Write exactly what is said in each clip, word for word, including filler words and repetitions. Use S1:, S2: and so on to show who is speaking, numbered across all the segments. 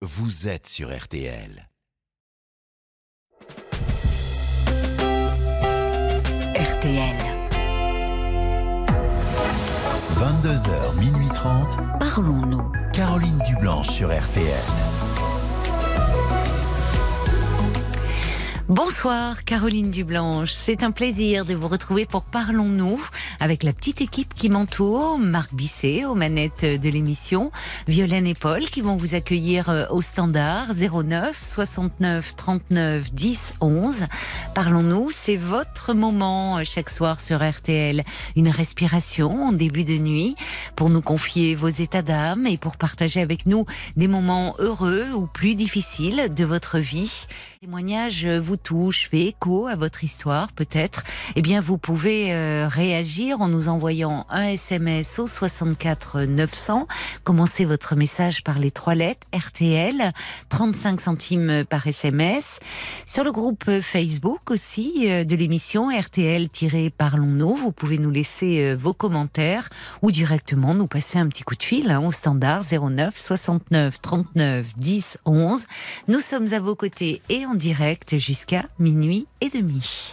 S1: vous êtes sur R T L.
S2: R T L.
S1: vingt-deux heures, minuit trente.
S2: Parlons-nous.
S1: Caroline Dublanche sur R T L.
S3: Bonsoir Caroline Dublanche, c'est un plaisir de vous retrouver pour Parlons-nous avec la petite équipe qui m'entoure, Marc Bisset aux manettes de l'émission, Violaine et Paul qui vont vous accueillir au standard zéro neuf soixante-neuf trente-neuf dix onze. Parlons-nous, c'est votre moment chaque soir sur R T L, une respiration en début de nuit pour nous confier vos états d'âme et pour partager avec nous des moments heureux ou plus difficiles de votre vie. Le témoignage vous touche, fait écho à votre histoire peut-être, eh bien vous pouvez euh, réagir en nous envoyant un S M S au soixante-quatre neuf cents. Commencez votre message par les trois lettres R T L, trente-cinq centimes par S M S. Sur le groupe Facebook aussi euh, de l'émission R T L-Parlons-nous, vous pouvez nous laisser euh, vos commentaires ou directement nous passer un petit coup de fil hein, au standard zéro neuf soixante-neuf trente-neuf dix onze. Nous sommes à vos côtés et en direct jusqu'à minuit et demi.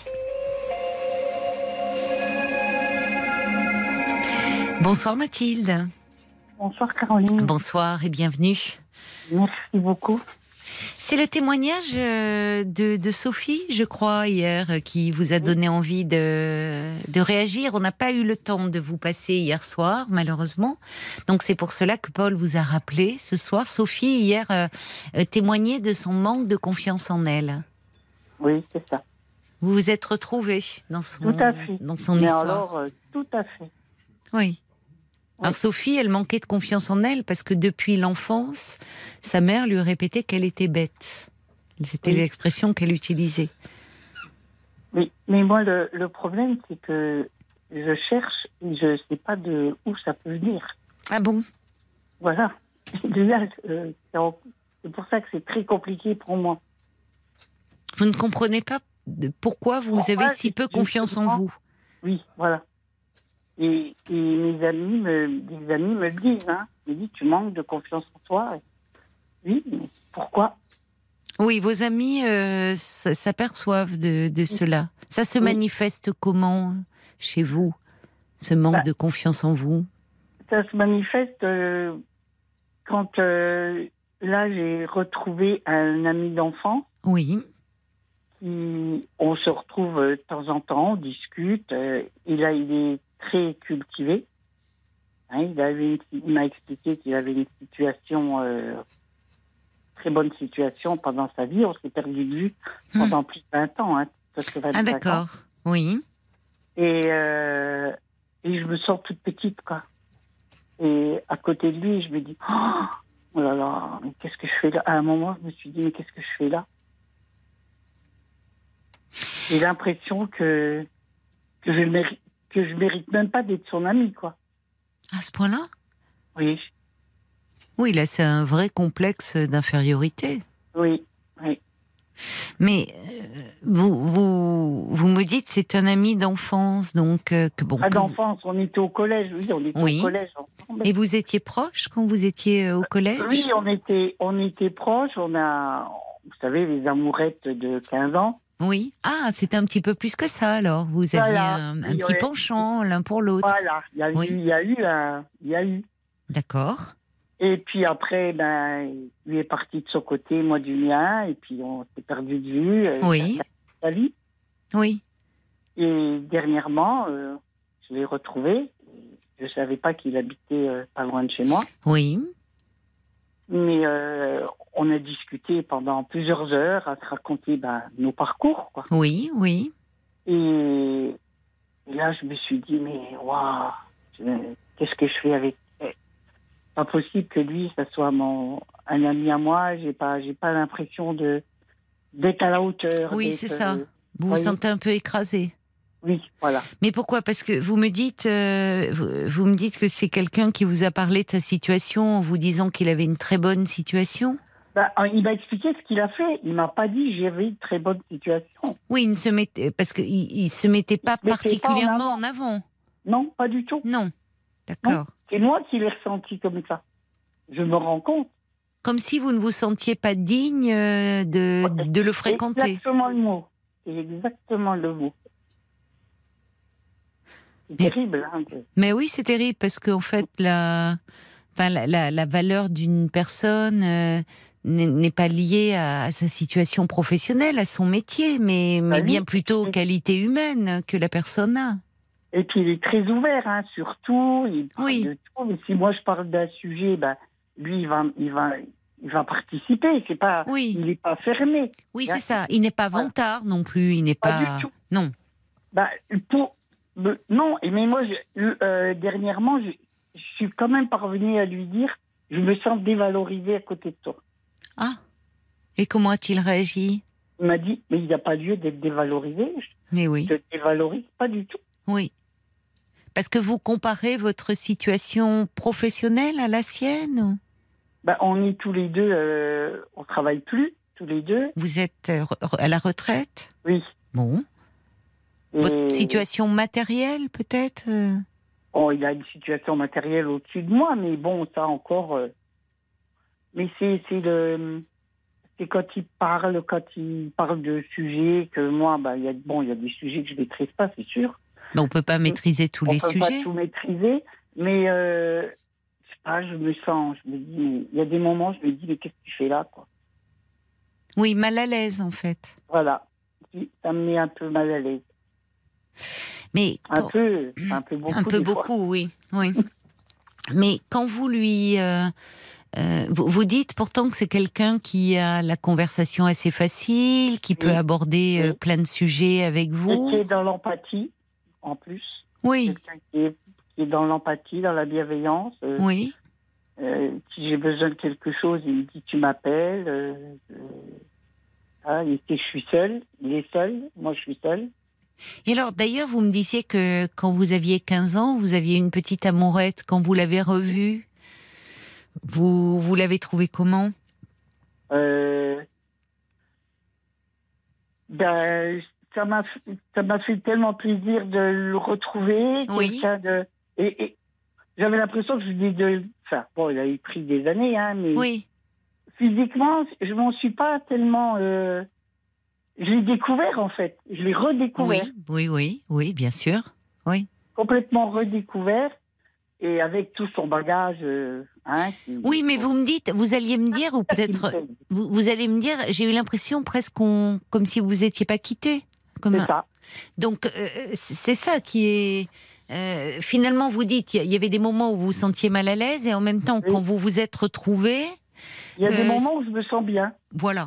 S3: Bonsoir Mathilde.
S4: Bonsoir Caroline.
S3: Bonsoir et bienvenue.
S4: Merci beaucoup.
S3: C'est le témoignage de, de Sophie, je crois, hier, qui vous a donné envie de, de réagir. On n'a pas eu le temps de vous passer hier soir, malheureusement. Donc c'est pour cela que Paul vous a rappelé ce soir. Sophie, hier, euh, témoignait de son manque de confiance en elle.
S4: Oui, c'est ça.
S3: Vous vous êtes retrouvée dans son,
S4: tout à fait.
S3: dans son
S4: Mais
S3: histoire.
S4: alors, euh, tout à fait.
S3: Oui. Alors Sophie, elle manquait de confiance en elle parce que depuis l'enfance, sa mère lui répétait qu'elle était bête. C'était oui. l'expression qu'elle utilisait.
S4: Oui, mais moi, le, le problème, c'est que je cherche et je ne sais pas de où ça peut venir.
S3: Ah bon?
S4: Voilà. Déjà, euh, c'est pour ça que c'est très compliqué pour moi.
S3: Vous ne comprenez pas pourquoi vous pourquoi avez si peu confiance en vous?
S4: Oui, voilà. Et, et mes amis me, des amis me le disent, hein. Ils me disent, tu manques de confiance en toi. Oui, mais pourquoi?
S3: Oui, vos amis euh, s'aperçoivent de, de cela. Ça se oui. manifeste comment chez vous, ce manque bah, de confiance en vous?
S4: Ça se manifeste euh, quand, euh, là, j'ai retrouvé un ami d'enfance.
S3: Oui.
S4: Qui, on se retrouve de temps en temps, on discute. Euh, et là, il est très cultivé. Hein, il, avait une, il m'a expliqué qu'il avait une situation, euh, très bonne situation pendant sa vie. On s'est perdu de vue pendant mmh. plus de vingt ans. Hein, presque vingt-cinq
S3: ah d'accord,
S4: ans.
S3: oui.
S4: Et, euh, et je me sens toute petite, quoi. Et à côté de lui, je me dis, oh, oh là là, mais qu'est-ce que je fais là? À un moment, je me suis dit, mais qu'est-ce que je fais là? J'ai l'impression que, que je ne mérite, que je mérite même pas d'être son amie, quoi.
S3: À ce point-là?
S4: Oui.
S3: Oui, là, c'est un vrai complexe d'infériorité.
S4: Oui, oui.
S3: Mais euh, vous, vous, vous me dites c'est un ami d'enfance, donc... Euh, que, bon,
S4: Pas
S3: que
S4: d'enfance, vous... on était au collège, oui, on était
S3: oui.
S4: au collège ensemble.
S3: Et vous étiez proches quand vous étiez au collège?
S4: Oui, on était, on était proches, on a, vous savez, les amourettes de quinze ans.
S3: Oui. Ah, c'était un petit peu plus que ça, alors. Vous aviez voilà. un, un petit penchant l'un pour l'autre.
S4: Voilà. Il y a
S3: oui.
S4: eu, il y a eu, un, il y a eu.
S3: D'accord.
S4: Et puis après, ben, lui est parti de son côté, moi du mien, et puis on s'est perdu de vue.
S3: Oui.
S4: Sa vie.
S3: Oui.
S4: Et dernièrement, euh, je l'ai retrouvé. Je savais pas qu'il habitait euh, pas loin de chez moi.
S3: Oui.
S4: Mais euh, on a discuté pendant plusieurs heures à se raconter ben, nos parcours, quoi.
S3: Oui, oui.
S4: Et, et là, je me suis dit, mais waouh, qu'est-ce que je fais avec... Pas possible que lui, ça soit mon, un ami à moi. J'ai pas, j'ai pas l'impression de, d'être à la hauteur.
S3: Oui, c'est ça.
S4: Euh,
S3: vous vous sentez un peu écrasé.
S4: Oui, voilà.
S3: Mais pourquoi? Parce que vous me dites, euh, vous, vous me dites que c'est quelqu'un qui vous a parlé de sa situation en vous disant qu'il avait une très bonne situation.
S4: Ben, il m'a expliqué ce qu'il a fait. Il m'a pas dit j'avais une très bonne situation.
S3: Oui, il ne se mettait parce qu'il il se mettait pas
S4: il
S3: particulièrement
S4: pas en, avant.
S3: en avant.
S4: Non, pas du tout.
S3: Non, d'accord.
S4: Non. C'est moi qui l'ai ressenti comme ça. Je me rends compte.
S3: Comme si vous ne vous sentiez pas digne euh, de, de le
S4: C'est
S3: fréquenter.
S4: exactement le mot. C'est exactement le mot. C'est
S3: Mais-
S4: terrible. Hein.
S3: Mais oui, c'est terrible parce qu'en fait, la, enfin, la, la, la valeur d'une personne euh, n'est n'est pas liée à, à sa situation professionnelle, à son métier, mais, mais
S4: oui.
S3: bien plutôt aux qualités humaines que la personne a.
S4: Et puis il est très ouvert, hein, sur tout. Il parle
S3: Oui.
S4: de tout. Mais si moi je parle d'un sujet, ben, lui il va, il va, il va participer. C'est pas,
S3: Oui.
S4: il n'est pas fermé.
S3: Oui,
S4: Hein,
S3: c'est ça. Il n'est pas
S4: Voilà.
S3: vantard non plus. Il n'est
S4: Pas
S3: pas.
S4: du tout.
S3: Non.
S4: Ben, pour, me- non. Et mais moi, je- euh, dernièrement, je, je suis quand même parvenue à lui dire, je me sens dévalorisée à côté de toi.
S3: Ah. Et comment a-t-il réagi?
S4: Il m'a dit, mais il n'y a pas lieu d'être dévalorisé.
S3: Mais oui.
S4: Je te dévalorise pas du tout.
S3: Oui. Parce que vous comparez votre situation professionnelle à la sienne.
S4: Ben, on est tous les deux, euh, on travaille plus tous les deux.
S3: Vous êtes euh, re- à la retraite.
S4: Oui.
S3: Bon.
S4: Et-
S3: Votre situation matérielle, peut-être euh
S4: Bon, il a une situation matérielle au-dessus de moi, mais bon, ça encore. euh, Mais c'est c'est le, c'est quand il parle, quand il parle de sujets que moi, bah, il y a bon, il y a des sujets que je maîtrise pas, c'est sûr.
S3: Ben, on ne peut pas maîtriser tous
S4: On
S3: les
S4: peut
S3: sujets.
S4: pas tout maîtriser, mais euh, je sais pas, je me sens, je me dis, mais il y a des moments, je me dis, mais qu'est-ce que tu fais là, quoi.
S3: Oui, mal à l'aise, en fait.
S4: Voilà, ça me met un peu mal à l'aise,
S3: Mais
S4: un
S3: quand-
S4: peu, un peu beaucoup.
S3: un peu
S4: des fois.
S3: beaucoup, oui. oui. Mais quand vous lui... euh, euh, vous, vous dites pourtant que c'est quelqu'un qui a la conversation assez facile, qui peut
S4: Oui.
S3: aborder euh,
S4: Oui.
S3: plein de sujets avec
S4: Et qui
S3: vous.
S4: est dans l'empathie, en plus.
S3: Oui,
S4: Quelqu'un qui est, qui est dans l'empathie, dans la bienveillance. euh,
S3: oui.
S4: euh, si j'ai besoin de quelque chose, il me dit tu m'appelles. Euh, euh, ah, et si je suis seule, il est seul, moi je suis seule.
S3: Et alors, d'ailleurs, vous me disiez que quand vous aviez quinze ans, vous aviez une petite amourette. Quand vous l'avez revue, vous, vous l'avez trouvée comment?
S4: Euh, ben, ça m'a ça m'a fait tellement plaisir de le retrouver.
S3: Oui.
S4: Quelqu'un de et, et j'avais l'impression que je dis de enfin bon, il a eu pris des années, hein, mais
S3: Oui,
S4: physiquement, je m'en suis pas tellement. Euh, je l'ai découvert en fait. Je l'ai
S3: oui,
S4: redécouvert,
S3: oui, oui, oui, bien sûr. Oui.
S4: complètement redécouvert, et avec tout son bagage. Euh, hein, qui-
S3: Oui, mais vous me dites, vous alliez me dire, ou peut-être,
S4: C'est
S3: vous, vous allez me dire, j'ai eu l'impression presque qu'on- comme si vous étiez pas quitté. Comme un-
S4: ça.
S3: Donc, euh, c'est ça qui est. euh, finalement, vous dites, il y avait des moments où vous vous sentiez mal à l'aise, et en même temps,
S4: Oui.
S3: quand vous vous êtes retrouvés,
S4: Il y a des
S3: Euh,
S4: moments où je me sens bien.
S3: voilà.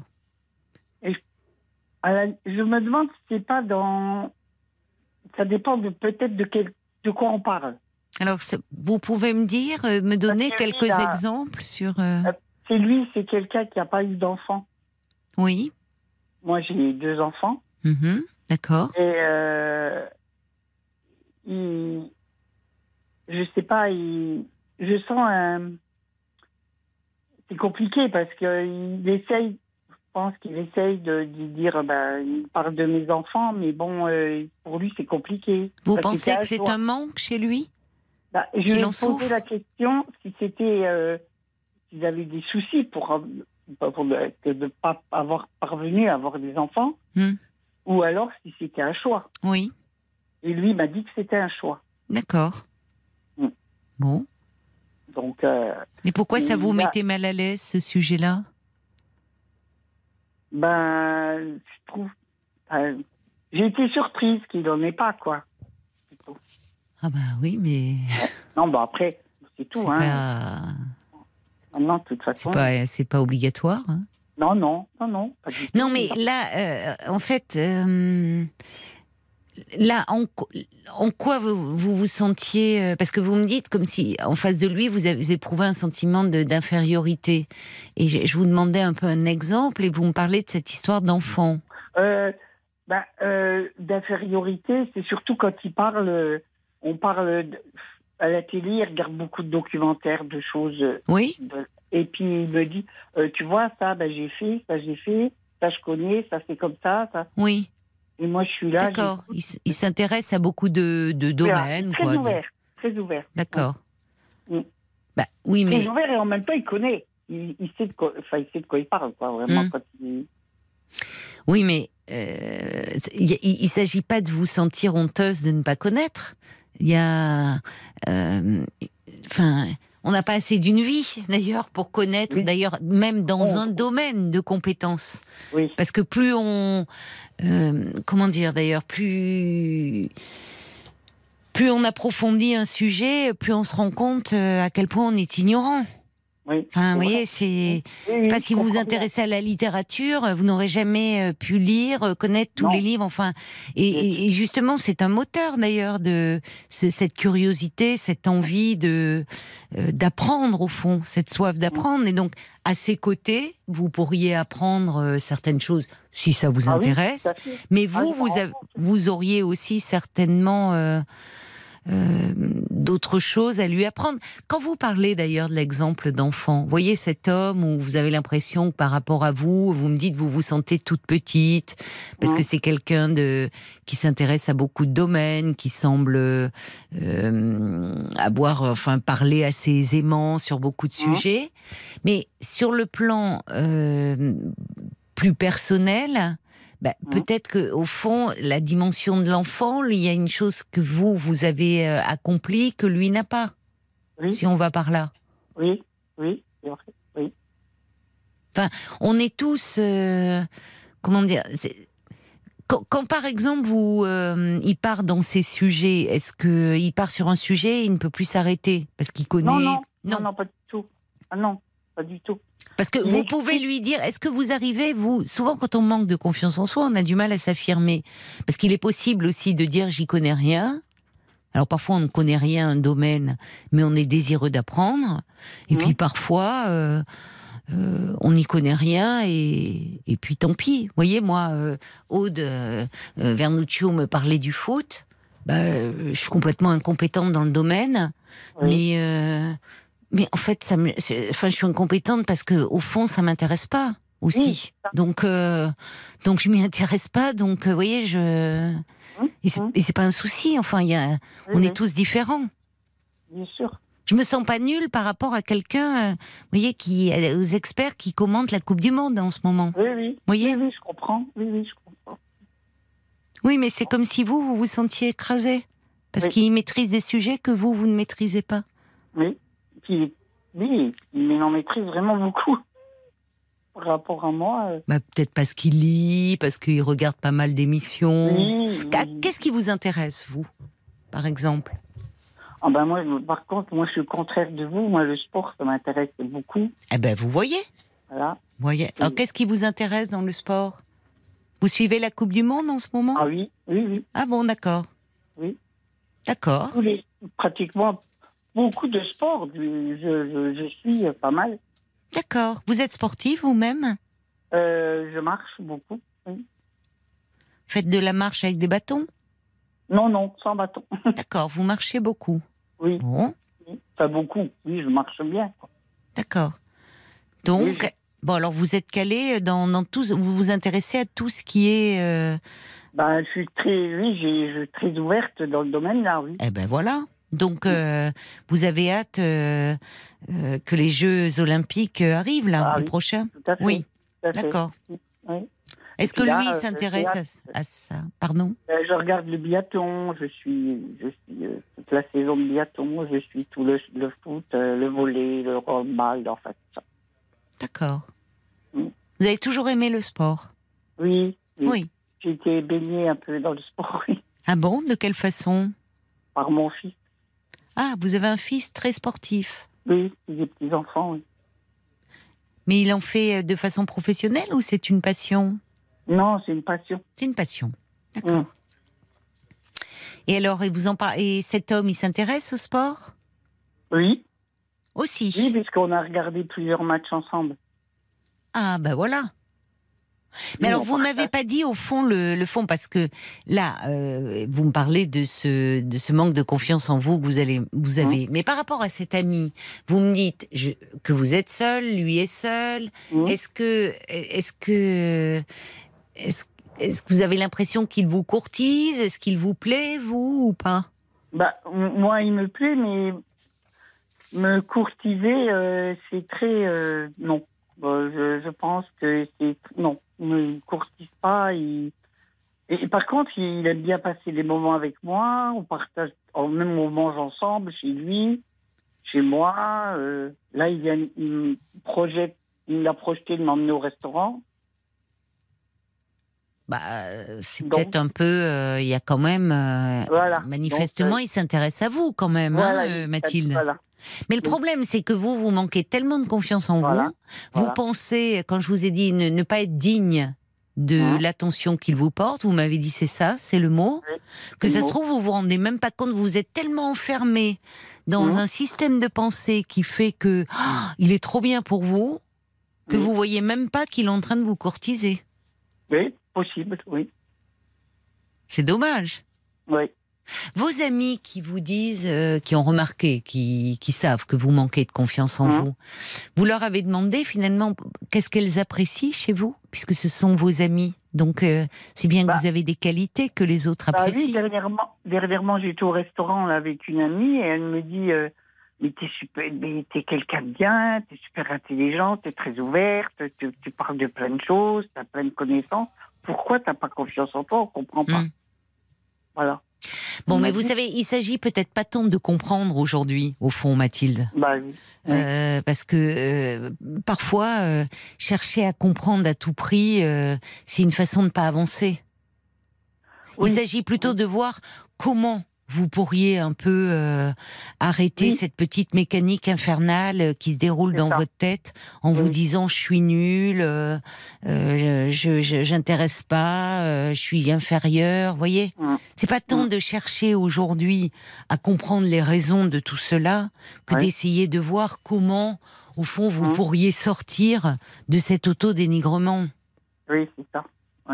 S4: À la- je me demande si c'est pas dans. Ça dépend de peut-être de quel de quoi on parle.
S3: Alors, c'est- vous pouvez me dire, euh, me donner
S4: Parce que lui,
S3: quelques
S4: là-
S3: exemples sur. euh,
S4: Euh, C'est lui, c'est quelqu'un qui n'a pas eu d'enfant.
S3: Oui.
S4: Moi, j'ai deux enfants.
S3: Mhm. D'accord.
S4: Et euh, il, je sais pas, il, je sens un, c'est compliqué parce qu'il essaye, je pense qu'il essaye de, de dire, ben, il parle de mes enfants, mais bon, euh, pour lui c'est compliqué.
S3: Vous
S4: Parce
S3: pensez
S4: c'était
S3: que
S4: un
S3: c'est
S4: choix.
S3: un manque chez lui?
S4: Bah, je
S3: qu'il
S4: lui ai
S3: en
S4: posé
S3: souffre
S4: la question si c'était, euh, s'ils avaient des soucis pour, pour ne que de pas avoir parvenu à avoir des enfants,
S3: Hmm.
S4: ou alors si c'était un choix.
S3: Oui.
S4: Et lui m'a dit que c'était un choix.
S3: D'accord.
S4: Mm.
S3: Bon.
S4: Donc, euh,
S3: Et pourquoi ça vous
S4: Là-
S3: mettait mal à l'aise, ce sujet-là?
S4: ben, je trouve. euh, j'ai été surprise qu'il n'en ait pas, quoi. Plutôt.
S3: Ah bah oui, mais
S4: Non, bah après, c'est tout,
S3: c'est
S4: hein.
S3: pas,
S4: Non, de toute
S3: c'est
S4: façon.
S3: pas, c'est pas obligatoire. hein.
S4: Non, non, non, non. Pas du tout.
S3: Non, mais là, euh, en fait, euh, là, en, co- en quoi vous, vous vous sentiez, euh, parce que vous me dites comme si en face de lui vous avez vous éprouvez un sentiment de- d'infériorité, et je, je vous demandais un peu un exemple, et vous me parlez de cette histoire d'enfant.
S4: Euh, ben, euh, d'infériorité, c'est surtout quand il parle. euh, On parle de- à la télé, il regarde beaucoup de documentaires, de choses. euh,
S3: Oui,
S4: de- et puis il me dit, euh, tu vois, ça, ben, j'ai fait, ça, j'ai fait, ça, je connais, ça, c'est comme ça, ça.
S3: oui,
S4: Et moi, je suis là.
S3: d'accord. Il, s- il s'intéresse à beaucoup de, de
S4: j'écoute.
S3: domaines,
S4: Très
S3: quoi. de-
S4: ouvert, très ouvert.
S3: D'accord.
S4: Mm.
S3: Bah oui,
S4: Très
S3: mais
S4: ouvert et en même temps, il connaît. il, il sait de quoi, enfin, il sait de quoi il parle, quoi, vraiment.
S3: Mmh.
S4: Quand il...
S3: Oui, mais euh, il ne s'agit pas de vous sentir honteuse de ne pas connaître. Il y a... Euh, enfin... On n'a pas assez d'une vie, d'ailleurs, pour connaître, oui. d'ailleurs, même dans oh. un domaine de compétences.
S4: Oui.
S3: Parce que plus on... Euh, comment dire, d'ailleurs, plus... Plus on approfondit un sujet, plus on se rend compte à quel point on est ignorant.
S4: Oui.
S3: Enfin, vous voyez, c'est... Oui, oui, parce que si vous vous intéressez bien. à la littérature, vous n'aurez jamais pu lire, connaître tous non. les livres, enfin... Et, et, et justement, c'est un moteur, d'ailleurs, de ce, cette curiosité, cette envie de, euh, d'apprendre, au fond, cette soif d'apprendre. Et donc, à ses côtés, vous pourriez apprendre euh, certaines choses, si ça vous ah intéresse. Oui, mais vous, ah, vous, avez, vous auriez aussi certainement... Euh, Euh, d'autres choses à lui apprendre. Quand vous parlez d'ailleurs de l'exemple d'enfant, vous voyez cet homme où vous avez l'impression que par rapport à vous, vous me dites vous vous sentez toute petite, parce mmh. que c'est quelqu'un de qui s'intéresse à beaucoup de domaines, qui semble euh, avoir, enfin, parler assez aisément sur beaucoup de mmh. sujets, mais sur le plan euh, plus personnel, bah, mmh. peut-être qu'au fond, la dimension de l'enfant, il y a une chose que vous, vous avez euh, accomplie que lui n'a pas. Oui. Si on va par là.
S4: Oui, oui, c'est vrai, oui.
S3: Enfin, on est tous... Euh, comment dire c'est, quand, quand, par exemple, vous, euh, il part dans ces sujets, est-ce qu'il part sur un sujet et il ne peut plus s'arrêter parce qu'il connaît...
S4: Non, non, non, non, pas du tout. Ah non, pas du tout.
S3: Parce que vous pouvez lui dire, est-ce que vous arrivez, vous, souvent quand on manque de confiance en soi, on a du mal à s'affirmer. Parce qu'il est possible aussi de dire, j'y connais rien. Alors parfois on ne connaît rien un domaine, mais on est désireux d'apprendre. Et mmh. puis parfois, euh, euh, on n'y connaît rien et, et puis tant pis. Vous voyez, moi, euh, Aude euh, Vernuccio me parlait du foot. Bah, euh, je suis complètement incompétente dans le domaine, oui. mais... Euh, Mais en fait, ça me, enfin, je suis incompétente parce que au fond, ça m'intéresse pas aussi. Oui. Donc, euh, donc je m'y intéresse pas. Donc, vous euh, voyez, je mmh. et, c'est, et c'est pas un souci. Enfin, il y a, oui, on oui. est tous différents.
S4: Bien sûr.
S3: Je me sens pas nulle par rapport à quelqu'un, euh, vous voyez, qui aux experts qui commentent la Coupe du Monde en ce moment.
S4: Oui, oui.
S3: Vous voyez
S4: oui, oui, je comprends. Oui, oui, je comprends.
S3: Oui, mais c'est comme si vous, vous vous sentiez écrasé parce oui. qu'ils maîtrisent des sujets que vous, vous ne maîtrisez pas.
S4: Oui. Qui, oui, il en maîtrise vraiment beaucoup par rapport à moi.
S3: Bah, peut-être parce qu'il lit, parce qu'il regarde pas mal d'émissions.
S4: Oui, oui.
S3: Qu'est-ce qui vous intéresse, vous, par exemple ?
S4: Ah ben moi, par contre, moi je suis le contraire de vous. Moi, le sport, ça m'intéresse beaucoup.
S3: Eh ben, vous voyez.
S4: Voilà.
S3: Vous voyez. Alors, qu'est-ce qui vous intéresse dans le sport ? Vous suivez la Coupe du Monde en ce moment ?
S4: Ah oui, oui, oui.
S3: Ah bon, d'accord.
S4: Oui.
S3: D'accord.
S4: Tous les, pratiquement beaucoup de sports. Je, je, je suis pas mal.
S3: D'accord. Vous êtes sportive vous-même ?
S4: euh, Je marche beaucoup, oui.
S3: Faites de la marche avec des bâtons ?
S4: Non, non, sans bâton.
S3: D'accord. Vous marchez beaucoup ?
S4: Oui.
S3: Bon.
S4: Oui. Pas beaucoup. Oui, je marche bien.
S3: D'accord. Donc, oui, je... bon, alors vous êtes calé dans, dans tout, vous vous intéressez à tout ce qui est... Euh...
S4: Ben, je suis très, oui, j'ai, je suis très ouverte dans le domaine là, oui.
S3: Eh ben voilà. Donc, euh, vous avez hâte euh, euh, que les Jeux Olympiques arrivent, là,
S4: ah,
S3: le
S4: oui,
S3: prochain ?
S4: Tout à fait.
S3: Oui,
S4: tout à fait.
S3: D'accord.
S4: Oui.
S3: Est-ce que là, lui s'intéresse à, à ça ? Pardon ?
S4: euh, Je regarde le biathlon, je suis, je suis euh, toute la saison de biathlon, je suis tout le, le foot, euh, le volley, le rollball, en fait, ça.
S3: D'accord.
S4: Oui.
S3: Vous avez toujours aimé le sport ?
S4: Oui. Oui.
S3: oui.
S4: J'ai été baignée un peu dans le sport, oui.
S3: Ah bon ? De quelle façon ?
S4: Par mon fils.
S3: Ah, vous avez un fils très sportif ?
S4: Oui, des petits-enfants, oui.
S3: Mais il en fait de façon professionnelle ou c'est une passion ?
S4: Non, c'est une passion.
S3: C'est une passion, d'accord.
S4: Mmh.
S3: Et alors, et vous en par... et cet homme, il s'intéresse au sport ?
S4: Oui.
S3: Aussi ?
S4: Oui, puisqu'on a regardé plusieurs matchs ensemble.
S3: Ah, ben voilà. Mais oui, alors, vous ne m'avez pas dit, au fond, le, le fond, parce que là, euh, vous me parlez de ce, de ce manque de confiance en vous que vous, allez, vous avez. Mmh. Mais par rapport à cet ami, vous me dites je, que vous êtes seul, lui est seul. Mmh. Est-ce que... Est-ce que Est-ce, est-ce que vous avez l'impression qu'il vous courtise ? Est-ce qu'il vous plaît, vous, ou pas ?
S4: Bah, moi, il me plaît, mais Me courtiser, euh, c'est très... Euh, non. Bon, je, je pense que c'est... Non, il ne me courtise pas. Il... Et, et par contre, il aime bien passer des moments avec moi. On partage... Oh, même on mange ensemble, chez lui, chez moi. Euh, là, il, vient, il me projette... Il m'a projeté de m'emmener au restaurant.
S3: Bah, euh, c'est
S4: Donc,
S3: peut-être un peu... euh, Il y a quand même... euh,
S4: Voilà.
S3: manifestement,
S4: Donc, euh,
S3: il s'intéresse à vous quand même,
S4: voilà,
S3: hein, euh,
S4: il-
S3: Mathilde.
S4: Voilà.
S3: Mais le problème, c'est que vous, vous manquez tellement de confiance en
S4: Voilà.
S3: vous.
S4: Voilà.
S3: Vous pensez, quand je vous ai dit ne, ne pas être digne de
S4: Hein
S3: l'attention qu'il vous porte, vous m'avez dit c'est ça, c'est le mot,
S4: Oui,
S3: que
S4: le
S3: ça
S4: mot.
S3: se trouve, vous vous rendez même pas compte, vous êtes tellement enfermé dans
S4: Hein
S3: un système de pensée qui fait que ah, il est trop bien pour vous, que
S4: Oui.
S3: vous voyez même pas qu'il est en train de vous courtiser.
S4: Oui, possible, oui.
S3: C'est dommage.
S4: Oui.
S3: Vos amis qui vous disent, euh, qui ont remarqué, qui, qui savent que vous manquez de confiance en
S4: Hein
S3: vous, vous leur avez demandé finalement qu'est-ce qu'elles apprécient chez vous, puisque ce sont vos amis. Donc euh, c'est bien que
S4: Bah,
S3: vous avez des qualités que les autres
S4: Bah oui,
S3: apprécient.
S4: dernièrement, dernièrement j'étais au restaurant là, avec une amie et elle me dit euh, mais t'es super, mais t'es quelqu'un de bien, t'es super intelligente, t'es très ouverte, tu, tu parles de plein de choses, t'as plein de connaissances. Pourquoi t'as pas confiance en toi? On comprend pas.
S3: Mm.
S4: Voilà.
S3: Bon,
S4: Elle
S3: mais
S4: m'a
S3: vous
S4: dit-
S3: savez, il s'agit peut-être pas tant de comprendre aujourd'hui, au fond, Mathilde.
S4: Bah oui. Oui.
S3: Euh, parce que euh, parfois, euh, chercher à comprendre à tout prix, euh, c'est une façon de ne pas avancer.
S4: Oui.
S3: Il s'agit plutôt
S4: Oui.
S3: de voir comment vous pourriez un peu euh, arrêter
S4: Oui.
S3: cette petite mécanique infernale euh, qui se déroule
S4: C'est
S3: dans
S4: ça.
S3: votre tête en vous
S4: Oui.
S3: disant je suis nul, euh, euh, je je- j'intéresse pas, euh, je suis inférieur. Vous voyez,
S4: Mm.
S3: c'est pas tant
S4: Mm.
S3: de chercher aujourd'hui à comprendre les raisons de tout cela que
S4: Oui.
S3: d'essayer de voir comment, au fond, vous
S4: Mm.
S3: pourriez sortir de cet auto-dénigrement.
S4: Oui, c'est ça.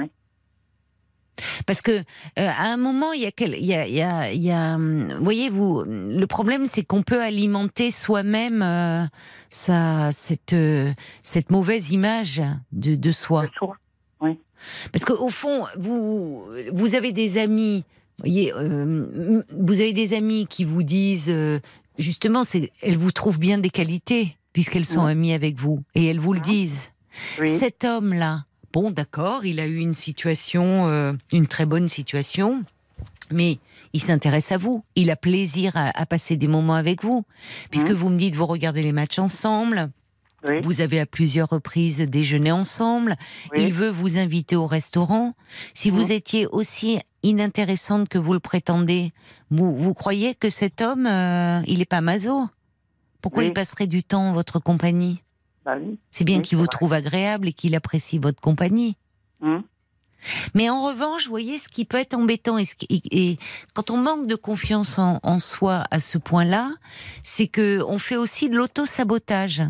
S3: Parce que euh, à un moment, il y a, quel, il y a, il y a, il y a, hum, voyez vous, le problème c'est qu'on peut alimenter soi-même euh, sa, cette, euh, cette mauvaise image de, de soi.
S4: Le soir.
S3: Parce qu'au fond, vous, vous avez des amis, voyez, euh, vous avez des amis qui vous disent, euh, justement, c'est, elles vous trouvent bien des qualités puisqu'elles sont
S4: Mm.
S3: amies avec vous et elles vous le
S4: Mm.
S3: disent.
S4: Oui.
S3: Cet homme-là, bon, d'accord, il a eu une situation, euh, une très bonne situation, mais il s'intéresse à vous. Il a plaisir à, à passer des moments avec vous. Puisque
S4: Mmh.
S3: vous me dites, vous regardez les matchs ensemble,
S4: Oui.
S3: vous avez à plusieurs reprises déjeuné ensemble,
S4: Oui.
S3: il veut vous inviter au restaurant. Si vous
S4: Mmh.
S3: étiez aussi inintéressante que vous le prétendez, vous, vous croyez que cet homme, euh, il n'est pas maso? Pourquoi
S4: Oui.
S3: il passerait du temps en votre compagnie?
S4: Bah oui.
S3: C'est bien
S4: Oui,
S3: qu'il
S4: c'est
S3: vous
S4: vrai.
S3: trouve agréable et qu'il apprécie votre compagnie.
S4: Mm.
S3: Mais en revanche, vous voyez, ce qui peut être embêtant, et, ce qui- et- et quand on manque de confiance en, en soi à ce point-là, c'est que on fait aussi de l'auto-sabotage.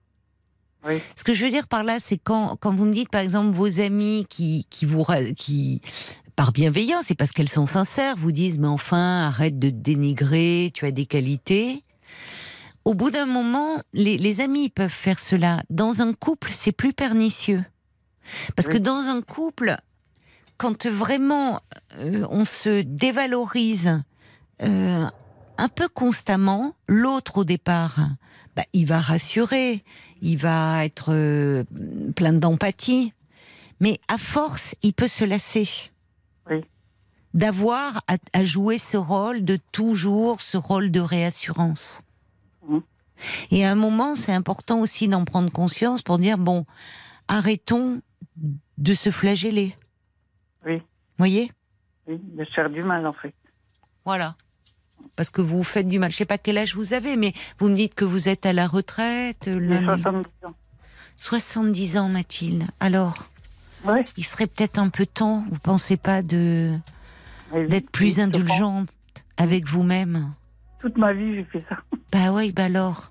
S4: Oui.
S3: Ce que je veux dire par là, c'est quand, quand vous me dites, par exemple, vos amis qui, qui vous, ra- qui, par bienveillance, et parce qu'elles sont sincères, vous disent, mais enfin, arrête de te dénigrer, tu as des qualités. Au bout d'un moment, les, les amis peuvent faire cela. Dans un couple, c'est plus pernicieux. Parce
S4: Oui.
S3: que dans un couple, quand vraiment euh, on se dévalorise euh, un peu constamment, l'autre au départ, bah, il va rassurer, il va être euh, plein d'empathie, mais à force, il peut se lasser.
S4: Oui.
S3: D'avoir à, à jouer ce rôle de toujours, ce rôle de réassurance.
S4: Mmh.
S3: Et à un moment, c'est important aussi d'en prendre conscience pour dire, bon, arrêtons de se flageller.
S4: Oui.
S3: Voyez ?
S4: Oui. De se faire du mal, en fait.
S3: Voilà. Parce que vous faites du mal. Je ne sais pas quel âge vous avez, mais vous me dites que vous êtes à la retraite.
S4: J'ai
S3: l'un-
S4: soixante-dix ans.
S3: soixante-dix ans, Mathilde. Alors,
S4: Oui.
S3: il serait peut-être un peu temps, vous ne pensez pas, de,
S4: Oui,
S3: d'être
S4: oui,
S3: plus
S4: je pense.
S3: indulgente avec vous-même ?
S4: Toute ma vie, j'ai fait ça.
S3: Bah oui, bah alors.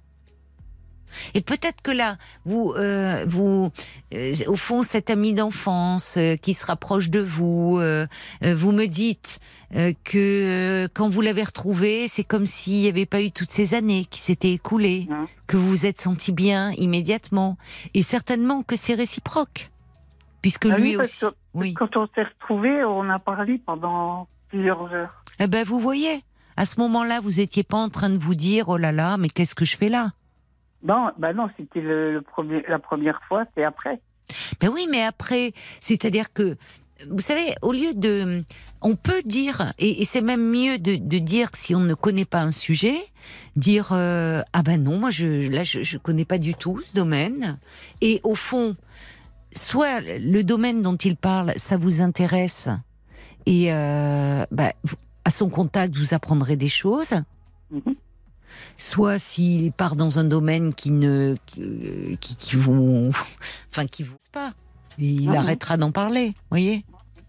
S3: Et peut-être que là, vous, euh, vous, euh, au fond, cet ami d'enfance euh, qui se rapproche de vous, euh, euh, vous me dites euh, que euh, quand vous l'avez retrouvé, c'est comme s'il n'y avait pas eu toutes ces années qui s'étaient écoulées,
S4: Mmh.
S3: que vous vous êtes senti bien immédiatement, et certainement que c'est réciproque, puisque
S4: Ah oui,
S3: lui
S4: parce
S3: aussi.
S4: que
S3: Oui.
S4: Quand on s'est retrouvés, on a parlé pendant plusieurs heures.
S3: Eh ben, vous voyez. À ce moment-là, vous n'étiez pas en train de vous dire, oh là là, mais qu'est-ce que je fais là?
S4: Non, bah non, c'était le, le premier, la première fois, c'est après.
S3: Ben oui, mais après, c'est-à-dire que, vous savez, au lieu de... On peut dire, et, et c'est même mieux de, de dire, si on ne connaît pas un sujet, dire, euh, ah ben non, moi, je, là, je ne connais pas du tout ce domaine. Et au fond, soit le domaine dont il parle, ça vous intéresse, et euh, bah, à son contact, vous apprendrez des choses. Mm-hmm. Soit s'il part dans un domaine qui ne, qui, qui, qui vous, enfin qui vous pas, il mmh. arrêtera d'en parler, voyez.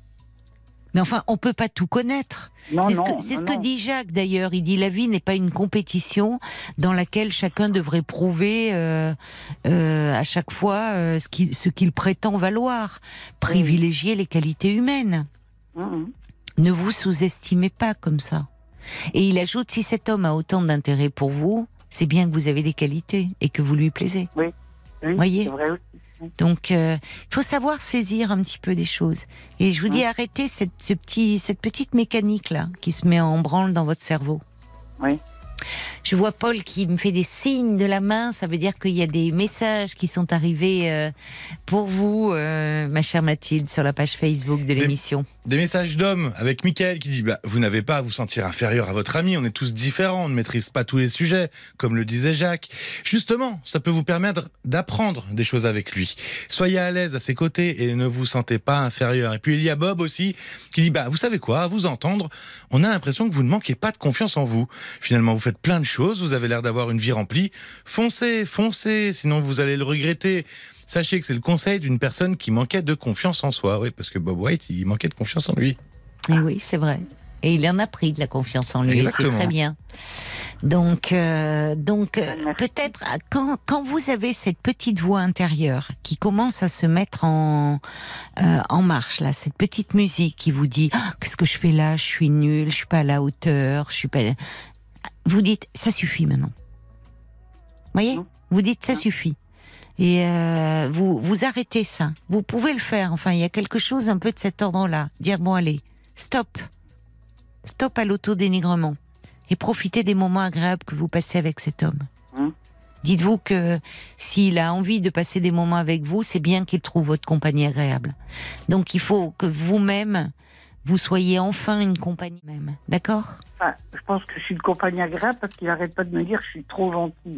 S3: Mais enfin, on peut pas tout connaître.
S4: Non,
S3: c'est
S4: non,
S3: ce que, c'est
S4: non,
S3: ce
S4: non.
S3: que dit Jacques d'ailleurs. Il dit la vie n'est pas une compétition dans laquelle chacun devrait prouver euh, euh, à chaque fois euh, ce qu'il, ce qu'il prétend valoir. Privilégier mmh. les qualités humaines. Mmh. Ne vous sous-estimez pas comme ça. Et il ajoute, si cet homme a autant d'intérêt pour vous, c'est bien que vous avez des qualités et que vous lui plaisez.
S4: Oui, oui,
S3: voyez.
S4: C'est vrai aussi.
S3: Donc, il euh, faut savoir saisir un petit peu des choses. Et je vous dis,
S4: oui.
S3: arrêtez cette, ce petit, cette petite mécanique-là qui se met en branle dans votre cerveau.
S4: Oui.
S3: Je vois Paul qui me fait des signes de la main, ça veut dire qu'il y a des messages qui sont arrivés euh, pour vous, euh, ma chère Mathilde, sur la page Facebook de l'émission.
S5: Des, des messages d'hommes avec Mickaël qui dit bah, « Vous n'avez pas à vous sentir inférieur à votre ami, on est tous différents, on ne maîtrise pas tous les sujets, comme le disait Jacques. » Justement, ça peut vous permettre d'apprendre des choses avec lui. Soyez à l'aise à ses côtés et ne vous sentez pas inférieur. Et puis il y a Bob aussi qui dit bah, « Vous savez quoi, à vous entendre, on a l'impression que vous ne manquez pas de confiance en vous. Finalement, vous faites plein de choses, vous avez l'air d'avoir une vie remplie. Foncez, foncez, sinon vous allez le regretter. » Sachez que c'est le conseil d'une personne qui manquait de confiance en soi. Oui, parce que Bob White, il manquait de confiance en lui.
S3: Et oui, c'est vrai. Et il en a pris de la confiance en lui. Exactement. C'est très bien. Donc, euh, donc euh, peut-être quand, quand vous avez cette petite voix intérieure qui commence à se mettre en, euh, en marche, là, cette petite musique qui vous dit oh, « Qu'est-ce que je fais là? Je suis nulle, je suis pas à la hauteur, je suis pas... » Vous dites « Ça suffit maintenant. » Vous voyez? Vous dites « Ça suffit. » Et euh, vous, vous arrêtez ça. Vous pouvez le faire. Enfin, il y a quelque chose un peu de cet ordre-là. Dire, bon, allez, stop. Stop à l'autodénigrement. Et profitez des moments agréables que vous passez avec cet homme. Mmh. Dites-vous que s'il a envie de passer des moments avec vous, c'est bien qu'il trouve votre compagnie agréable. Donc, il faut que vous-même, vous soyez enfin une compagnie même. D'accord?
S4: Enfin, je pense que je suis une compagnie agréable parce qu'il n'arrête pas de me dire que je suis trop gentille.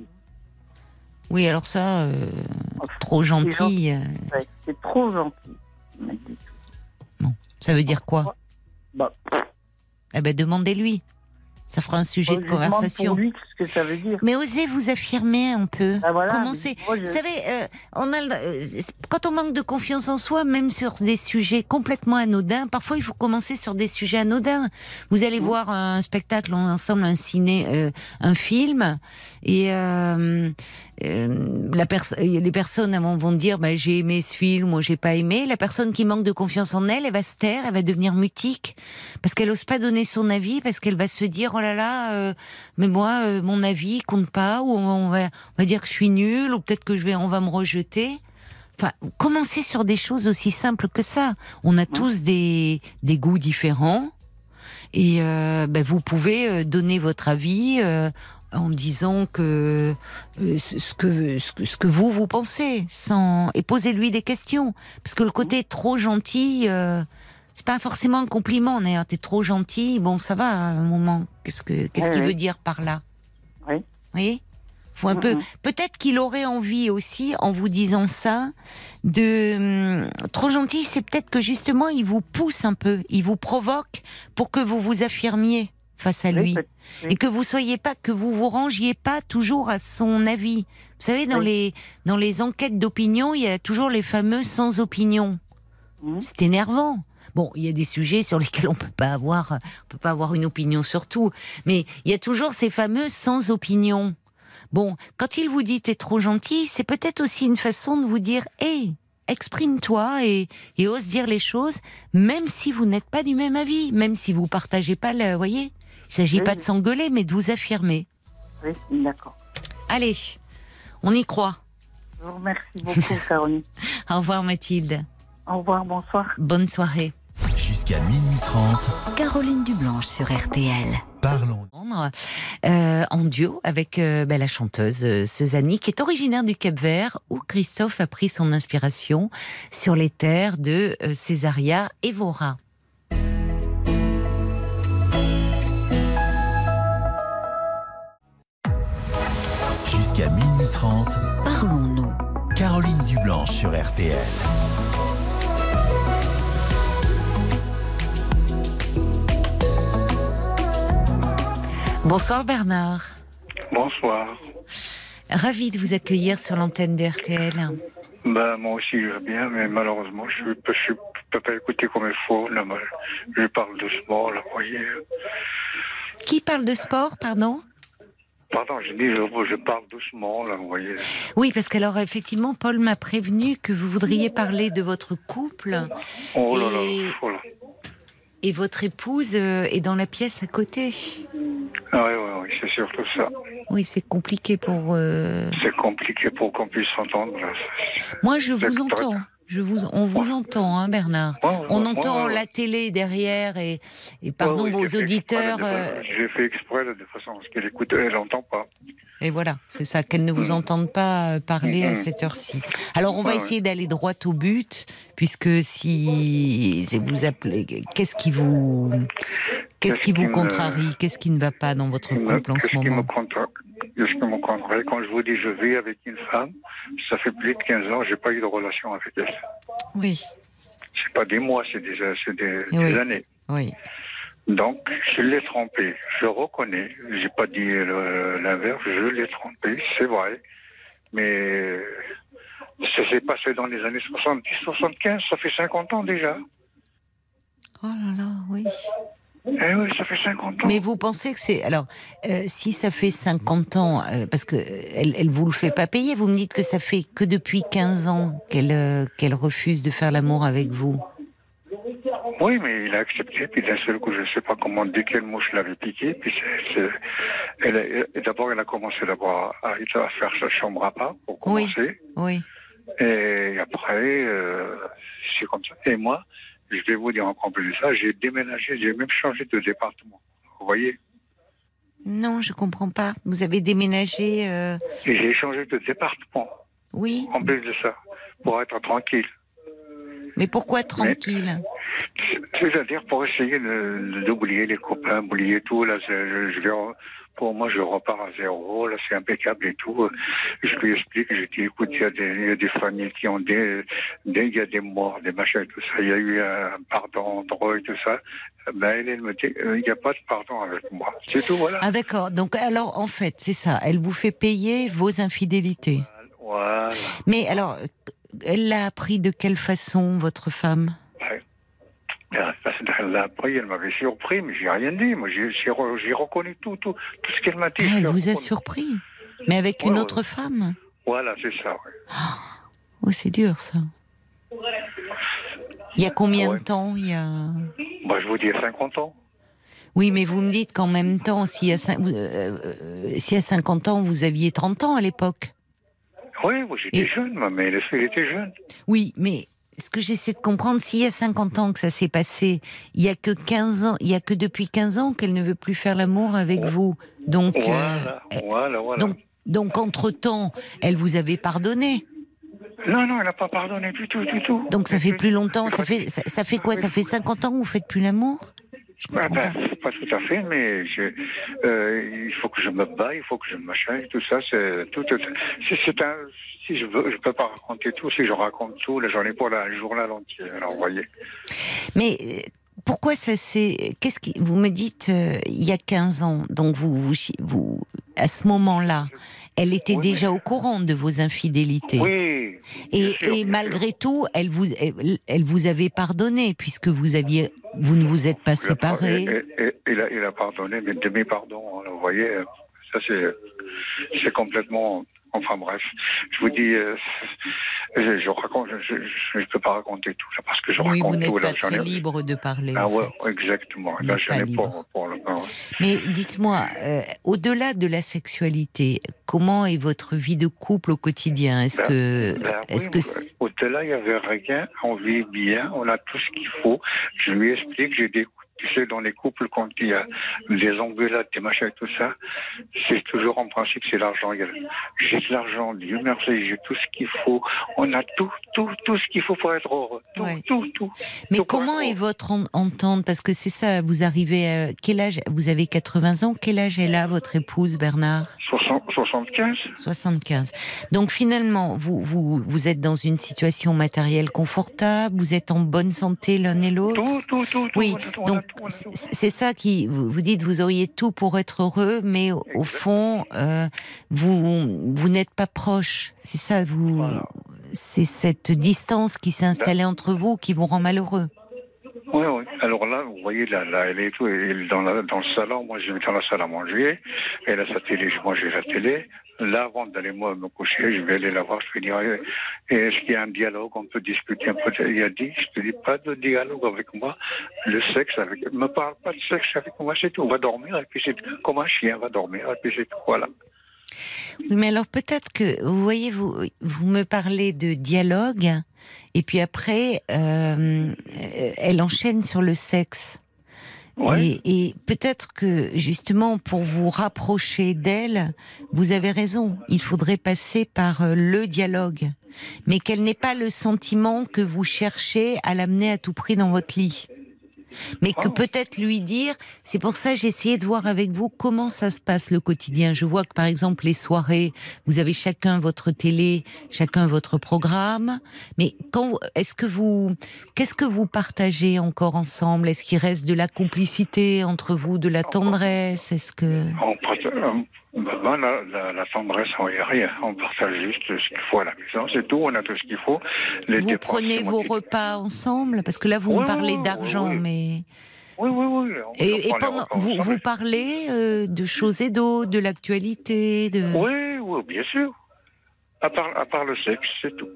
S3: Oui, alors ça, euh, trop gentil. Euh...
S4: Ouais, c'est trop gentil.
S3: Bon, ça veut dire quoi?
S4: Bah.
S3: Eh ben, demandez-lui. Ça fera un sujet
S4: bon,
S3: de conversation.
S4: Pour lui, ce que ça veut dire.
S3: Mais osez vous affirmer un peu.
S4: Ah, voilà,
S3: Commencez.
S4: Moi, je...
S3: Vous savez, euh, on a, euh, quand on manque de confiance en soi, même sur des sujets complètement anodins, parfois il faut commencer sur des sujets anodins. Vous allez mmh. voir un spectacle ensemble, un ciné, euh, un film, et euh, euh, la pers- les personnes vont dire bah, j'ai aimé ce film, moi j'ai pas aimé. La personne qui manque de confiance en elle, elle va se taire, elle va devenir mutique, parce qu'elle ose pas donner son avis, parce qu'elle va se dire oh là là, euh, mais moi euh, mon avis compte pas, ou on va, on va dire que je suis nulle, ou peut-être que je vais, on va me rejeter. Enfin, commencez sur des choses aussi simples que ça. On a ouais. tous des, des goûts différents, et euh, ben, vous pouvez donner votre avis euh, en disant que, euh, ce, que, ce que ce que vous vous pensez, sans et posez-lui des questions, parce que le côté trop gentil. Euh, C'est pas forcément un compliment, on est, t'es trop gentil, bon ça va à un moment. Qu'est-ce que qu'est-ce oui, qu'il oui. veut dire par là?
S4: Oui.
S3: Vous voyez? Faut un mm-hmm. peu. Peut-être qu'il aurait envie aussi, en vous disant ça, de hum, trop gentil. C'est peut-être que justement il vous pousse un peu, il vous provoque pour que vous vous affirmiez face à lui, oui, oui. et que vous soyez pas, que vous vous rangiez pas toujours à son avis. Vous savez, dans oui. les dans les enquêtes d'opinion, il y a toujours les fameux sans opinion. Mm. C'est énervant. Bon, il y a des sujets sur lesquels on peut pas avoir, on peut pas avoir une opinion sur tout, mais il y a toujours ces fameux sans opinion. Bon, quand il vous dit t'es trop gentil, c'est peut-être aussi une façon de vous dire, hé, hey, exprime-toi et, et ose dire les choses, même si vous n'êtes pas du même avis, même si vous partagez pas le, voyez, il s'agit oui. pas de s'engueuler, mais de vous affirmer.
S4: Oui, d'accord.
S3: Allez, on y croit.
S4: Je vous remercie beaucoup, Caroline.
S3: Au revoir, Mathilde.
S4: Au revoir, bonsoir.
S3: Bonne soirée.
S1: Jusqu'à minuit trente.
S2: Caroline Dublanche sur R T L.
S1: Parlons.
S3: Euh, en duo avec euh, ben, la chanteuse euh, Sezani, qui est originaire du Cap-Vert, où Christophe a pris son inspiration sur les terres de euh, Césaria Évora.
S1: Jusqu'à minuit trente,
S2: Parlons-nous.
S1: Caroline Dublanche sur R T L.
S3: Bonsoir Bernard.
S6: Bonsoir.
S3: Ravi de vous accueillir sur l'antenne de R T L.
S6: Ben, moi aussi, je vais bien, mais malheureusement, je ne peux, je peux pas écouter comme il faut. Là, moi, je parle de sport, là, vous voyez.
S3: Qui parle de sport, pardon ?
S6: Pardon, j'ai dit, je, je parle doucement, là, vous voyez.
S3: Oui, parce qu'alors, effectivement, Paul m'a prévenu que vous voudriez parler de votre couple.
S6: Oh là
S3: et...
S6: là, oh là.
S3: Et votre épouse est dans la pièce à côté.
S6: Ah oui, oui, oui, c'est surtout ça.
S3: Oui, c'est compliqué pour... Euh...
S6: C'est compliqué pour qu'on puisse s'entendre. Là.
S3: Moi, je vous
S6: C'est
S3: entends.
S6: correct.
S3: Je vous, on vous
S6: Ouais.
S3: entend, hein, Bernard.
S6: Ouais,
S3: on
S6: ouais,
S3: entend
S6: ouais, ouais.
S3: la télé derrière et, et pardon,
S6: Ouais, ouais,
S3: vos
S6: j'ai fait
S3: auditeurs.
S6: exprès, là, de
S3: euh,
S6: fa- J'ai fait exprès, là, de façon à ce qu'elle écoute, elle n'entend pas.
S3: Et voilà, c'est ça, qu'elles ne vous
S6: Mm.
S3: entendent pas euh, parler à
S6: Mm.
S3: cette heure-ci. Alors, on va
S6: Ouais,
S3: essayer d'aller droit au but, puisque si, si vous appelez, qu'est-ce qui vous, qu'est-ce
S6: Qu'est-ce
S3: qui vous
S6: qui me-
S3: contrarie, qu'est-ce qui ne va pas dans votre couple en
S6: Qu'est-ce
S3: ce
S6: qui me
S3: moment?
S6: contra- Qu'est-ce qui me contrarie quand je vous dis je vis avec une femme, ça fait plus de quinze ans, j'ai pas eu de relation avec elle.
S3: Oui,
S6: C'est pas des mois, c'est des, c'est des,
S3: Oui.
S6: des années.
S3: oui.
S6: Donc, je l'ai trompé. Je reconnais. J'ai pas dit le- l'inverse. Je l'ai trompé, c'est vrai. Mais ça s'est passé dans les années soixante-dix, soixante-quinze. Ça fait cinquante ans déjà.
S3: Oh là là, oui.
S6: Eh oui, ça fait cinquante ans.
S3: Mais vous pensez que c'est... Alors, euh, si ça fait cinquante ans, euh, parce qu'elle elle, elle vous le fait pas payer, vous me dites que ça fait que depuis quinze ans qu'elle euh, qu'elle refuse de faire l'amour avec vous.
S6: Oui, mais il a accepté. Puis d'un seul coup, je ne sais pas comment, dès quelle mouche l'avait piqué. Puis c'est, c'est, elle a- d'abord, elle a commencé d'abord à, à faire sa chambre à part pour commencer.
S3: Oui.
S6: Et après, euh, c'est comme ça. Et moi, je vais vous dire encore plus de ça, j'ai déménagé, j'ai même changé de département. Vous voyez?
S3: Non, je comprends pas. Vous avez déménagé... euh,
S6: Et j'ai changé de département,
S3: Oui,
S6: en plus de ça, pour être tranquille.
S3: mais pourquoi tranquille?
S6: C'est-à-dire pour essayer de- d'oublier les copains, oublier tout. Là, c'est- je, je vais, en- pour moi, je repars à zéro. Là, c'est impeccable et tout. Je lui explique. Je dis, écoute, il y a des, il y a des familles qui ont des, des, il y a des morts, des machins et tout ça. Il y a eu un pardon, droit et tout ça. Ben, elle, elle me dit, euh, il n'y a pas de pardon avec moi. C'est tout, voilà.
S3: Ah d'accord, donc alors en fait, c'est ça, elle vous fait payer vos infidélités.
S6: Voilà.
S3: Mais alors, elle l'a appris de quelle façon, votre femme?
S6: Là, après, elle m'avait surpris, mais j'ai rien dit. Moi, j'ai, j'ai, re- j'ai reconnu tout, tout, tout ce qu'elle m'a dit.
S3: Ah,
S6: je
S3: elle
S6: l'ai
S3: vous a
S6: reconnu.
S3: surpris? Mais avec
S6: Ouais,
S3: une
S6: ouais.
S3: autre femme?
S6: Voilà, c'est ça, ouais.
S3: Oh, c'est dur ça. Il y a combien
S6: Ouais.
S3: de temps il y a...
S6: Bah, je vous dis, cinquante ans.
S3: Oui, mais vous me dites qu'en même temps, s'il y a, cin- euh, euh, s'il y a cinquante ans, vous aviez trente ans à l'époque.
S6: Oui, moi, j'étais
S3: Et-
S6: jeune, moi, mais elle elle était jeune.
S3: Oui, mais ce que j'essaie de comprendre, s'il y a cinquante ans que ça s'est passé, il y a que quinze ans, il y a que depuis quinze ans qu'elle ne veut plus faire l'amour avec vous. Donc, euh,
S6: Voilà, voilà, voilà.
S3: donc, donc entre-temps, elle vous avait pardonné.
S6: Non, non, elle n'a pas pardonné du tout, du tout.
S3: Donc ça fait plus longtemps, ça fait, ça, ça fait quoi? Ça fait cinquante ans que vous faites plus l'amour? Je
S6: Ah
S3: comprends
S6: ben,
S3: pas.
S6: pas tout à fait, mais je, euh, il faut que je me bats, il faut que je machin, et tout ça, c'est tout. C'est, c'est un, si je veux, je peux pas raconter tout. Si je raconte tout, là, j'en ai pour la, un journal entier. Alors, vous voyez.
S3: Mais euh, pourquoi ça s'est... Qu'est-ce qui... Vous me dites, euh, il y a quinze ans, donc vous, vous, vous à ce moment-là, elle était
S6: Oui,
S3: déjà
S6: mais-
S3: au courant de vos infidélités.
S6: Oui.
S3: Et,
S6: bien sûr,
S3: et
S6: bien
S3: malgré tout, elle vous, elle, elle vous avait pardonné, puisque vous aviez, vous ne vous êtes pas
S6: sûr. Il a par-
S3: séparés.
S6: et- et- et- Il a, il a pardonné, mais demi-pardon. hein, vous voyez, ça c'est, c'est complètement. Enfin bref, je vous dis, euh, je, je raconte, je ne peux pas raconter tout ça parce que je
S3: Oui,
S6: raconte
S3: vous n'êtes
S6: tout.
S3: pas
S6: là, j'en
S3: très
S6: ai-
S3: libre de parler.
S6: Ah
S3: en
S6: ouais,
S3: fait.
S6: exactement.
S3: Vous
S6: Là,
S3: n'êtes
S6: j'en
S3: pas
S6: ai
S3: libre.
S6: pour, pour le moment.
S3: Mais dites-moi, euh, au-delà de la sexualité, comment est votre vie de couple au quotidien? Est-ce
S6: Ben,
S3: que,
S6: Ben
S3: est-ce
S6: oui,
S3: que,
S6: au-delà, il n'y avait rien. On vit bien, on a tout ce qu'il faut. Je lui explique, j'ai dit, écoute, Tu sais, dans les couples, quand il y a des engueulades, des machins et tout ça, c'est toujours en principe, c'est l'argent. J'ai de l'argent, Dieu merci, j'ai tout ce qu'il faut. On a tout, tout, tout ce qu'il faut pour être heureux. Tout,
S3: ouais.
S6: tout, tout.
S3: Mais
S6: tout
S3: comment est votre en- entente? Parce que c'est ça, vous arrivez à quel âge? Vous avez quatre-vingts ans. Quel âge est là, votre épouse, Bernard?
S6: soixante, soixante-quinze.
S3: soixante-quinze. Donc finalement, vous, vous, vous êtes dans une situation matérielle confortable, vous êtes en bonne santé l'un et l'autre.
S6: Tout, tout, tout, tout.
S3: Oui,
S6: on a tout, on a
S3: donc
S6: tout, on a tout.
S3: c'est ça qui, vous, vous dites, vous auriez tout pour être heureux, mais au, au fond, euh, vous, vous n'êtes pas proche. C'est ça, vous,
S6: Voilà.
S3: c'est cette distance qui s'est installée entre vous qui vous rend malheureux.
S6: Oui, oui. Alors là, vous voyez, là, là elle est tout, elle est dans, la, dans le salon. Moi, je vais dans la salle à manger. Elle a sa télé, moi, j'ai la télé. Là, avant d'aller moi me coucher, je vais aller la voir. Je vais dire, eh, est-ce qu'il y a un dialogue? On peut discuter un peu. Il a dit, je te dis pas de dialogue avec moi. Le sexe avec, me parle pas de sexe avec moi, c'est tout. On va dormir et puis c'est tout. Comme un chien va dormir et puis c'est tout. Voilà.
S3: Oui, mais alors peut-être que, vous voyez, vous, vous me parlez de dialogue, et puis après, euh, elle enchaîne sur le sexe.
S6: Ouais.
S3: Et, et peut-être que, justement, pour vous rapprocher d'elle, vous avez raison, il faudrait passer par euh, le dialogue. Mais qu'elle n'ait pas le sentiment que vous cherchez à l'amener à tout prix dans votre lit. Mais que
S6: Oh.
S3: peut-être lui dire, c'est pour ça que j'ai essayé de voir avec vous comment ça se passe le quotidien. Je vois que par exemple les soirées, vous avez chacun votre télé, chacun votre programme. Mais quand, est-ce que vous, qu'est-ce que vous partagez encore ensemble? Est-ce qu'il reste de la complicité entre vous, de la tendresse? Est-ce que
S6: On partage, euh, ben, la, la, la tendresse, il n'y a rien. On partage juste ce qu'il faut à la maison. C'est tout, on a tout ce qu'il faut. Les
S3: vous
S6: dépenses,
S3: prenez
S6: c'est moi
S3: vos
S6: qui-
S3: repas ensemble? Parce que là vous
S6: Oui,
S3: me parlez
S6: oui,
S3: d'argent,
S6: oui, oui.
S3: mais
S6: Oui, oui, oui. On
S3: et, et
S6: prend les
S3: pendant
S6: repas
S3: vous
S6: ensemble.
S3: vous parlez euh, de choses et d'autres, de l'actualité, de
S6: Oui, oui, bien sûr. À part, à part le sexe, c'est tout.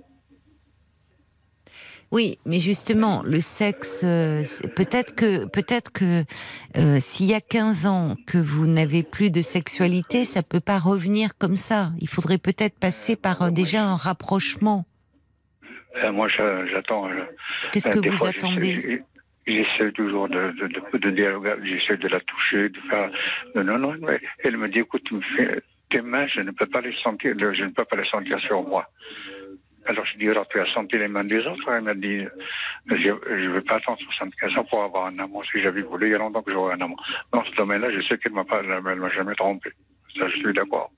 S3: Oui, mais justement, le sexe, euh, c'est- peut-être que, peut-être que euh, s'il y a quinze ans que vous n'avez plus de sexualité, ça peut pas revenir comme ça. Il faudrait peut-être passer par euh, déjà un rapprochement.
S6: Euh, moi, je- j'attends. euh,
S3: Qu'est-ce
S6: euh,
S3: que
S6: des
S3: vous
S6: fois,
S3: attendez?
S6: j'essaie- J'essaie toujours de, de, de, de dialoguer, j'essaie de la toucher, de faire. Non, non, non. mais Elle me dit, écoute, tu me fais- tes mains, je ne peux pas les sentir, je ne peux pas les sentir sur moi. Alors je dis, alors tu as senti les mains des autres? Elle m'a dit, je ne vais pas attendre soixante-quinze ans pour avoir un amant. Si j'avais voulu, il y a longtemps que j'aurais un amant. Dans ce domaine-là, je sais qu'elle m'a pas, elle m'a jamais trompé. Ça, je suis d'accord.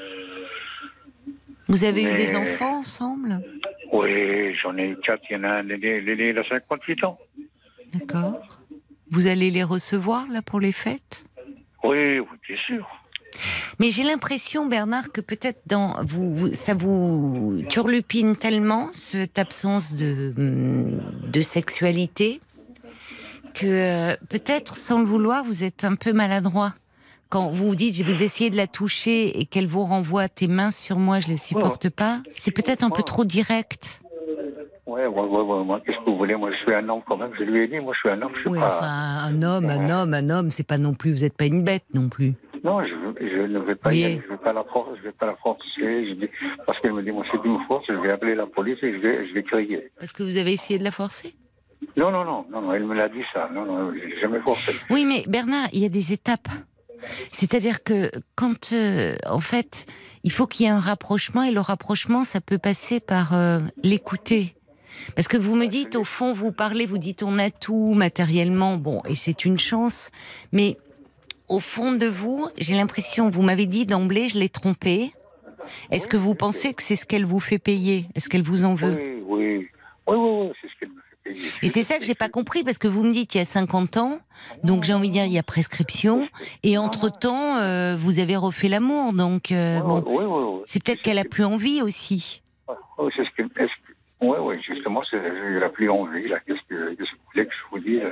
S3: Vous avez eu
S6: Mais-
S3: des enfants ensemble?
S6: Oui, j'en ai eu quatre. Il y en a un, l'aîné, l'aîné, il a cinquante-huit ans.
S3: D'accord. Vous allez les recevoir là pour les fêtes?
S6: Oui, oui, bien sûr.
S3: Mais j'ai l'impression, Bernard, que peut-être dans vous, vous- ça vous turlupine tellement cette absence de de sexualité que euh, peut-être, sans le vouloir, vous êtes un peu maladroit. Quand vous vous dites, vous essayez de la toucher et qu'elle vous renvoie tes mains sur moi, je ne le supporte pas. C'est peut-être un peu trop direct.
S6: Ouais, ouais, ouais, ouais, moi, qu'est-ce que vous voulez? Moi, je suis un homme quand même. Je lui ai dit, moi, je suis un homme. Je suis
S3: Oui,
S6: pas.
S3: enfin, un homme, un homme, un homme, c'est pas non plus, vous n'êtes pas une bête non plus.
S6: Non, je, veux- je ne vais pas
S3: Oui.
S6: y aller. Je vais pas la forcer. Je vais pas la forcer. Je dis, parce qu'elle me dit, moi, si tu me forces, je vais appeler la police et je vais, je vais crier.
S3: Parce que vous avez essayé de la forcer?
S6: Non, non, non, non, non, elle me l'a dit ça. Non, non, j'ai jamais forcé.
S3: Oui, mais Bernard, il y a des étapes. C'est-à-dire que quand, euh, en fait, il faut qu'il y ait un rapprochement, et le rapprochement, ça peut passer par euh, l'écouter. Parce que vous me dites, au fond, vous parlez, vous dites on a tout matériellement, bon, et c'est une chance, mais au fond de vous, j'ai l'impression, vous m'avez dit d'emblée, je l'ai trompée. Est-ce que vous pensez que c'est ce qu'elle vous fait payer? Est-ce qu'elle vous en veut?
S6: Oui, oui, oui, oui, oui, c'est ce qu'elle me fait payer.
S3: Et c'est ça que j'ai pas compris, parce que vous me dites il y a cinquante ans, donc j'ai envie de dire il y a prescription, et entre-temps, euh, vous avez refait l'amour, donc euh,
S6: Oui,
S3: bon,
S6: oui, oui, oui.
S3: c'est peut-être qu'elle a plus envie aussi.
S6: Oui, c'est ce qu'elle. est-ce que- Oui, oui, justement, c'est, elle a plus envie, là. Qu'est-ce que, qu'est-ce que vous voulez que je vous dise?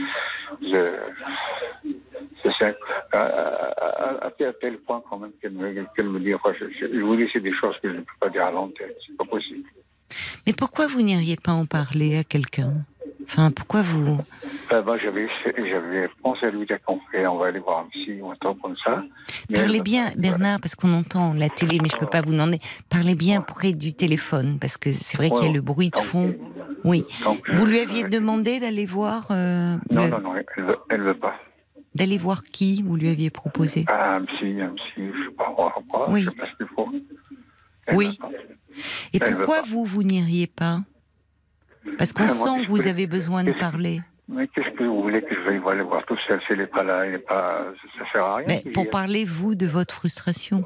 S6: Je, c'est, c'est à, à, à, à tel point, quand même, qu'elle me, qu'elle me dit, enfin, je, je, je vous dis, c'est des choses que je ne peux pas dire à l'antenne. C'est pas possible.
S3: Mais pourquoi vous n'iriez pas en parler à quelqu'un? Enfin, pourquoi vous...
S6: Ben, ben, j'avais, j'avais pensé à lui dire qu'on fait, on va aller voir un psy ou un truc comme ça. Mais
S3: Parlez
S6: elle-
S3: bien, Bernard, parce qu'on entend la télé, mais je peux pas vous demander. Parlez bien près du téléphone, parce que c'est vrai qu'il y a le bruit de fond. Oui.
S6: Donc,
S3: Vous
S6: je-
S3: lui aviez demandé d'aller voir euh,
S6: Non,
S3: le-
S6: non, non, elle veut, elle veut pas.
S3: d'aller voir qui vous lui aviez proposé?
S6: Ah, un psy, un psy, je sais pas, quoi, quoi,
S3: Oui.
S6: je sais pas ce qu'il faut. Elle
S3: Oui.
S6: veut pas.
S3: Et
S6: Elle veut
S3: pourquoi
S6: pas.
S3: vous, vous n'iriez pas? Parce qu'on
S6: Ah, moi,
S3: sent
S6: qu'est-ce
S3: que vous
S6: que-
S3: avez besoin de
S6: qu'est-ce-
S3: parler.
S6: Mais qu'est-ce que vous voulez que je veuille aller voir tout seul? S'il n'est pas là, il n'est pas, ça sert à rien.
S3: Mais
S6: qu'il y
S3: pour
S6: aille.
S3: parler, vous, de votre frustration.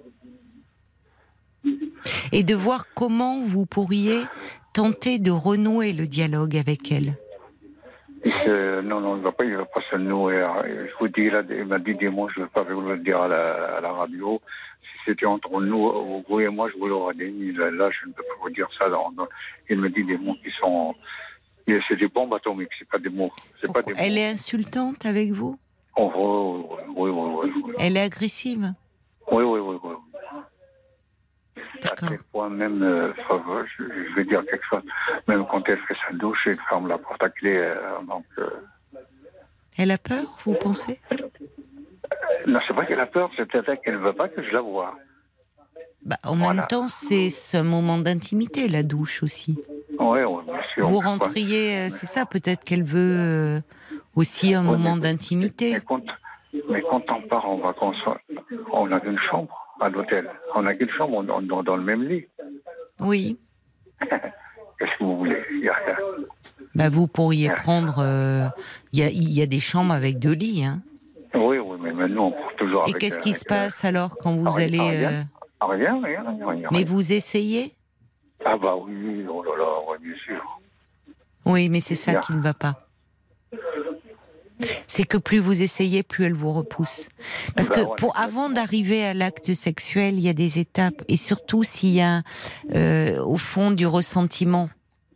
S3: Et de voir comment vous pourriez tenter de renouer le dialogue avec elle.
S6: Et que, non, non, il ne va pas, il va pas se nouer. Je vous dis, là, il m'a dit des mots, je ne vais pas vous le dire à la, à la radio. Si c'était entre nous, vous et moi, je vous l'aurais dit. Là, là, je ne peux pas vous dire ça. Dans, dans- il me dit des mots qui sont... et c'est des bombes atomiques, c'est pas des mots. C'est pas
S3: Pourquoi
S6: des
S3: elle
S6: mots.
S3: est insultante avec vous?
S6: Oh, oui, oui, oui, oui, oui.
S3: Elle est agressive?
S6: Oui, oui, oui, oui. À
S3: D'accord.
S6: quel point même, euh, ça va, je, je vais dire quelque chose, même quand elle fait sa douche, elle ferme la porte à clé. euh, donc, euh,
S3: Elle a peur, vous pensez?
S6: non, c'est pas qu'elle a peur, c'est peut-être qu'elle ne veut pas que je la voie.
S3: Bah, en
S6: Voilà.
S3: même temps, c'est ce moment d'intimité, la douche aussi.
S6: Oui, oui, bien sûr.
S3: Vous
S6: Je sais pas.
S3: rentriez, euh, c'est ça, peut-être qu'elle veut euh, aussi un
S6: Oui,
S3: moment
S6: mais-
S3: d'intimité.
S6: Mais quand, mais quand on part en vacances, on n'a qu'une chambre à l'hôtel. On n'a qu'une chambre, on dort dans le même lit.
S3: Oui.
S6: Qu'est-ce que vous voulez? Il y a rien.
S3: Bah, vous pourriez prendre. euh, Il y, a, il y a des chambres avec deux lits. Hein.
S6: Oui, oui, mais maintenant, on court toujours
S3: Et
S6: avec...
S3: qu'est-ce
S6: euh,
S3: qui
S6: avec,
S3: se passe alors quand vous
S6: rien,
S3: allez.
S6: rien.
S3: euh,
S6: Ah, rien, rien, rien, rien.
S3: Mais vous essayez?
S6: Ah bah oui, oh là là, ouais, bien sûr.
S3: Oui, mais c'est ça
S6: Bien.
S3: qui ne va pas. C'est que plus vous essayez, plus elle vous repousse. Parce
S6: Ben
S3: que
S6: voilà,
S3: pour avant d'arriver à l'acte sexuel, il y a des étapes, et surtout s'il y a euh, au fond du ressentiment.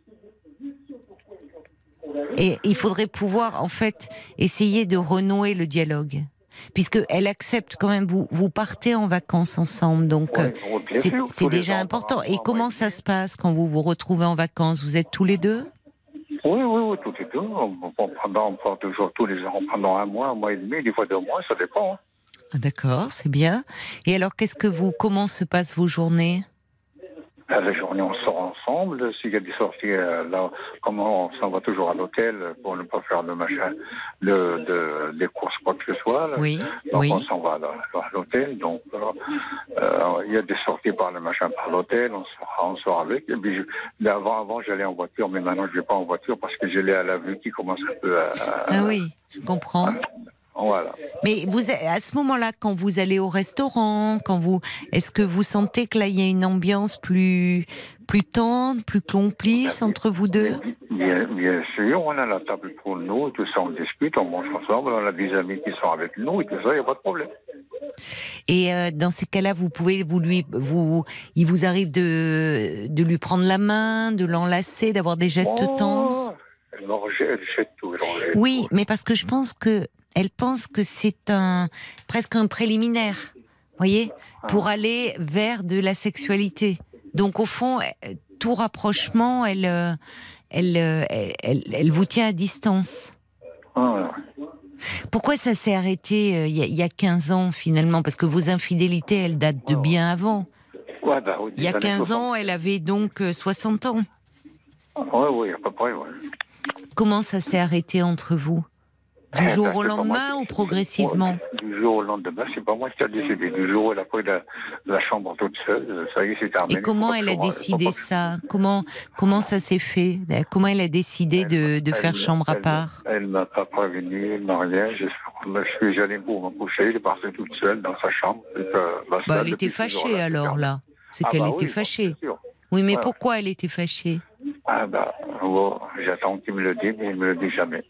S3: Et il faudrait pouvoir en fait essayer de renouer le dialogue, puisque elle accepte quand même. Vous vous partez en vacances ensemble, donc
S6: Ouais,
S3: euh,
S6: ouais, bien
S3: c'est
S6: sûr,
S3: c'est
S6: tous les
S3: déjà
S6: ans,
S3: important.
S6: par
S3: Et
S6: rapport à
S3: comment
S6: moi.
S3: ça se passe quand vous vous retrouvez en vacances? Vous êtes tous les deux?
S6: Oui, oui, oui, tout est tout. On, on, pendant, on part toujours tous les ans, pendant un mois, un mois et demi, des fois deux mois, ça dépend. Hein.
S3: Ah, d'accord, c'est bien. Et alors, qu'est-ce que vous, comment se passent vos journées?
S6: À la journée, on sort ensemble. S'il y a des sorties, euh, là, comment on s'en va toujours à l'hôtel pour ne pas faire de machin, de, de, des courses, quoi que ce soit. Là.
S3: Oui,
S6: Donc,
S3: oui.
S6: on s'en va là, à l'hôtel. Donc, euh, euh, il y a des sorties par le machin, par l'hôtel. On sort, on sort avec. Et puis, je, avant, avant, j'allais en voiture, mais maintenant, je vais pas en voiture parce que j'ai à la vue qui commence un peu à. à-
S3: Ah oui, je comprends.
S6: Voilà.
S3: Mais vous, à ce moment-là, quand vous allez au restaurant, quand vous, est-ce que vous sentez que là, il y a une ambiance plus, plus tendre, plus complice entre vous deux?
S6: Bien, bien sûr, on a la table pour nous, tout ça, on discute, on mange ensemble, on a des amis qui sont avec nous et tout ça, il n'y a pas de problème.
S3: Et euh, dans ces cas-là, vous pouvez, vous lui, vous, il vous arrive de, de lui prendre la main, de l'enlacer, d'avoir des gestes
S6: Oh,
S3: tendres?
S6: Elle me rejette, elle jette tout. Elle rejette
S3: Oui,
S6: tout.
S3: mais parce que je pense que elle pense que c'est un presque un préliminaire, voyez, pour aller vers de la sexualité. Donc au fond, euh, tout rapprochement, elle, euh, elle, euh, elle, elle, elle vous tient à distance.
S6: Ah,
S3: Pourquoi ça s'est arrêté euh, il y, a- il y a quinze ans finalement? Parce que vos infidélités, elles datent de bien avant.
S6: ouais, bah, oui,
S3: Il y a
S6: des années
S3: quinze ans, elle avait donc euh, soixante ans.
S6: soixante. Oui, oui, à peu près, oui.
S3: Comment ça s'est arrêté entre vous? Du
S6: Eh
S3: jour
S6: ben,
S3: au
S6: c'est pas moi
S3: lendemain
S6: qui-
S3: ou progressivement?
S6: Ouais, du jour au lendemain, c'est pas moi qui ai décidé. Du jour où elle a pris la, la chambre toute seule, ça y est, c'est terminé.
S3: Et comment
S6: Faut pas
S3: elle
S6: que
S3: a
S6: je- faut
S3: décidé
S6: pas que-
S3: ça? Comment comment ça s'est fait? Comment elle a décidé de, de faire
S6: Elle-
S3: chambre à
S6: elle-
S3: part?
S6: Elle m'a pas prévenu, elle m'a rien. Je, je suis jamais pour me coucher. Elle est partie toute seule dans sa chambre. Et, euh, bah,
S3: Bah,
S6: ça,
S3: elle était
S6: depuis ce
S3: fâchée
S6: jour-là,
S3: alors
S6: c'est
S3: là. C'est
S6: Ah
S3: qu'elle
S6: bah
S3: était
S6: oui,
S3: fâchée.
S6: bien sûr.
S3: Oui, mais
S6: Ouais.
S3: pourquoi elle était fâchée?
S6: Ah bah, bon, j'attends qu'il me le dise, mais il me le dit jamais.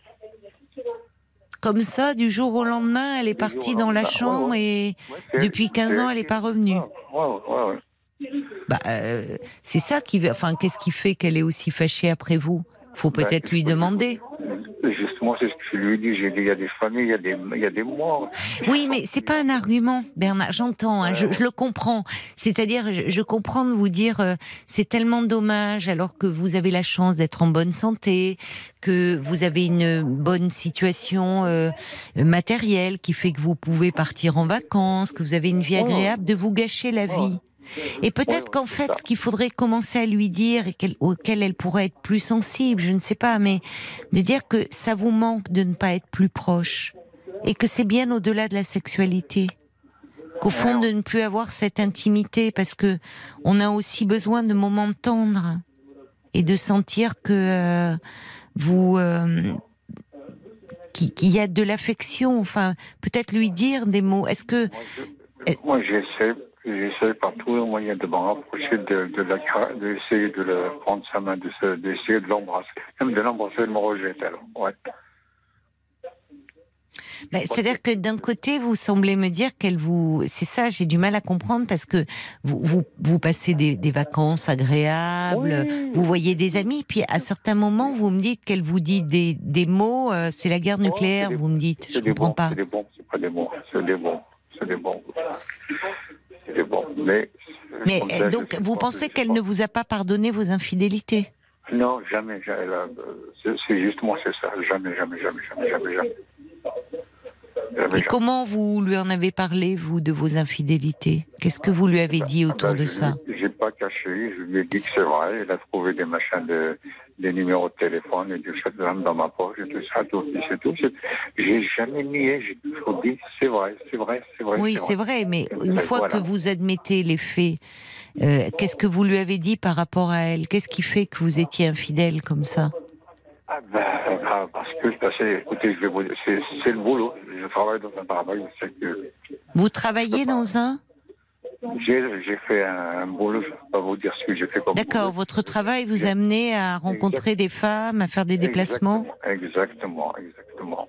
S3: Comme ça, du jour au lendemain, elle est
S6: Du jour
S3: partie
S6: au
S3: dans la
S6: lendemain,
S3: chambre
S6: ouais,
S3: et
S6: Ouais, c'est-
S3: depuis quinze
S6: c'est-
S3: ans, elle n'est pas revenue.
S6: Ouais, ouais, ouais. ouais.
S3: Bah, euh, c'est ça qui, enfin, qu'est-ce qui fait qu'elle est aussi fâchée après vous? Faut peut-être
S6: Bah,
S3: lui
S6: qu'est-ce que-
S3: demander.
S6: Justement, c'est ce que je lui ai dit. J'ai dit, il y a des familles, il y a des, il y a des morts.
S3: Oui, mais c'est pas un argument, Bernard. J'entends, hein, je, je le comprends. C'est-à-dire, je, je comprends de vous dire, euh, c'est tellement dommage, alors que vous avez la chance d'être en bonne santé, que vous avez une bonne situation euh, matérielle qui fait que vous pouvez partir en vacances, que vous avez une vie agréable, de vous gâcher la vie. Et peut-être qu'en fait, ce qu'il faudrait commencer à lui dire, et qu'elle, auquel elle pourrait être plus sensible, je ne sais pas, mais de dire que ça vous manque de ne pas être plus proche, et que c'est bien au-delà de la sexualité, qu'au fond de ne plus avoir cette intimité, parce que on a aussi besoin de moments tendres et de sentir que euh, vous euh, qu'il, qu'il y a de l'affection. Enfin, peut-être lui dire des mots. Est-ce que
S6: moi, j'essaie. J'essaie par tous les moyens de m'en rapprocher de, de la d'essayer de le prendre sa main, de se, d'essayer de l'embrasser. Même de l'embrasser, de me rejette, alors. Ouais.
S3: Ben, c'est-à-dire que d'un côté, vous semblez me dire qu'elle vous... C'est ça, j'ai du mal à comprendre, parce que vous, vous, vous passez des, des vacances agréables, oui. Vous voyez des amis, puis à certains moments, vous me dites qu'elle vous dit des, des mots, euh, c'est la guerre nucléaire, oh, vous me dites, je comprends
S6: bons,
S3: pas.
S6: C'est des bons, c'est pas des bons, c'est des bons, c'est des bons. C'est bon, mais...
S3: Mais donc, vous pensez qu'elle ne vous a pas pardonné vos infidélités?
S6: Non, jamais, jamais. C'est, c'est justement c'est ça. Jamais, jamais, jamais, jamais, jamais, jamais. jamais
S3: Et jamais. Comment vous lui en avez parlé, vous, de vos infidélités? Qu'est-ce que vous lui avez dit autour ben, de ça?
S6: J'ai pas caché, je lui ai dit que c'est vrai. Elle a trouvé des machins de... des numéros de téléphone et du chat dans ma poche et tout ça, tout, c'est tout. C'est, j'ai jamais nié, j'ai toujours dit, c'est vrai, c'est vrai, c'est vrai.
S3: Oui, c'est vrai, vrai mais c'est une vrai, fois voilà. que vous admettez les faits, euh, qu'est-ce que vous lui avez dit par rapport à elle? Qu'est-ce qui fait que vous étiez infidèle comme ça?
S6: Ah ben, ben, parce que, ben, c'est, écoutez, je vais vous dire, c'est, c'est le boulot. Je travaille dans un travail, c'est que...
S3: Vous travaillez dans un
S6: J'ai, j'ai fait un, un boulot, je ne peux pas vous dire ce que j'ai fait comme
S3: D'accord,
S6: boulot.
S3: Votre travail vous a amené à rencontrer Exactement. des femmes, à faire des déplacements?
S6: Exactement, exactement.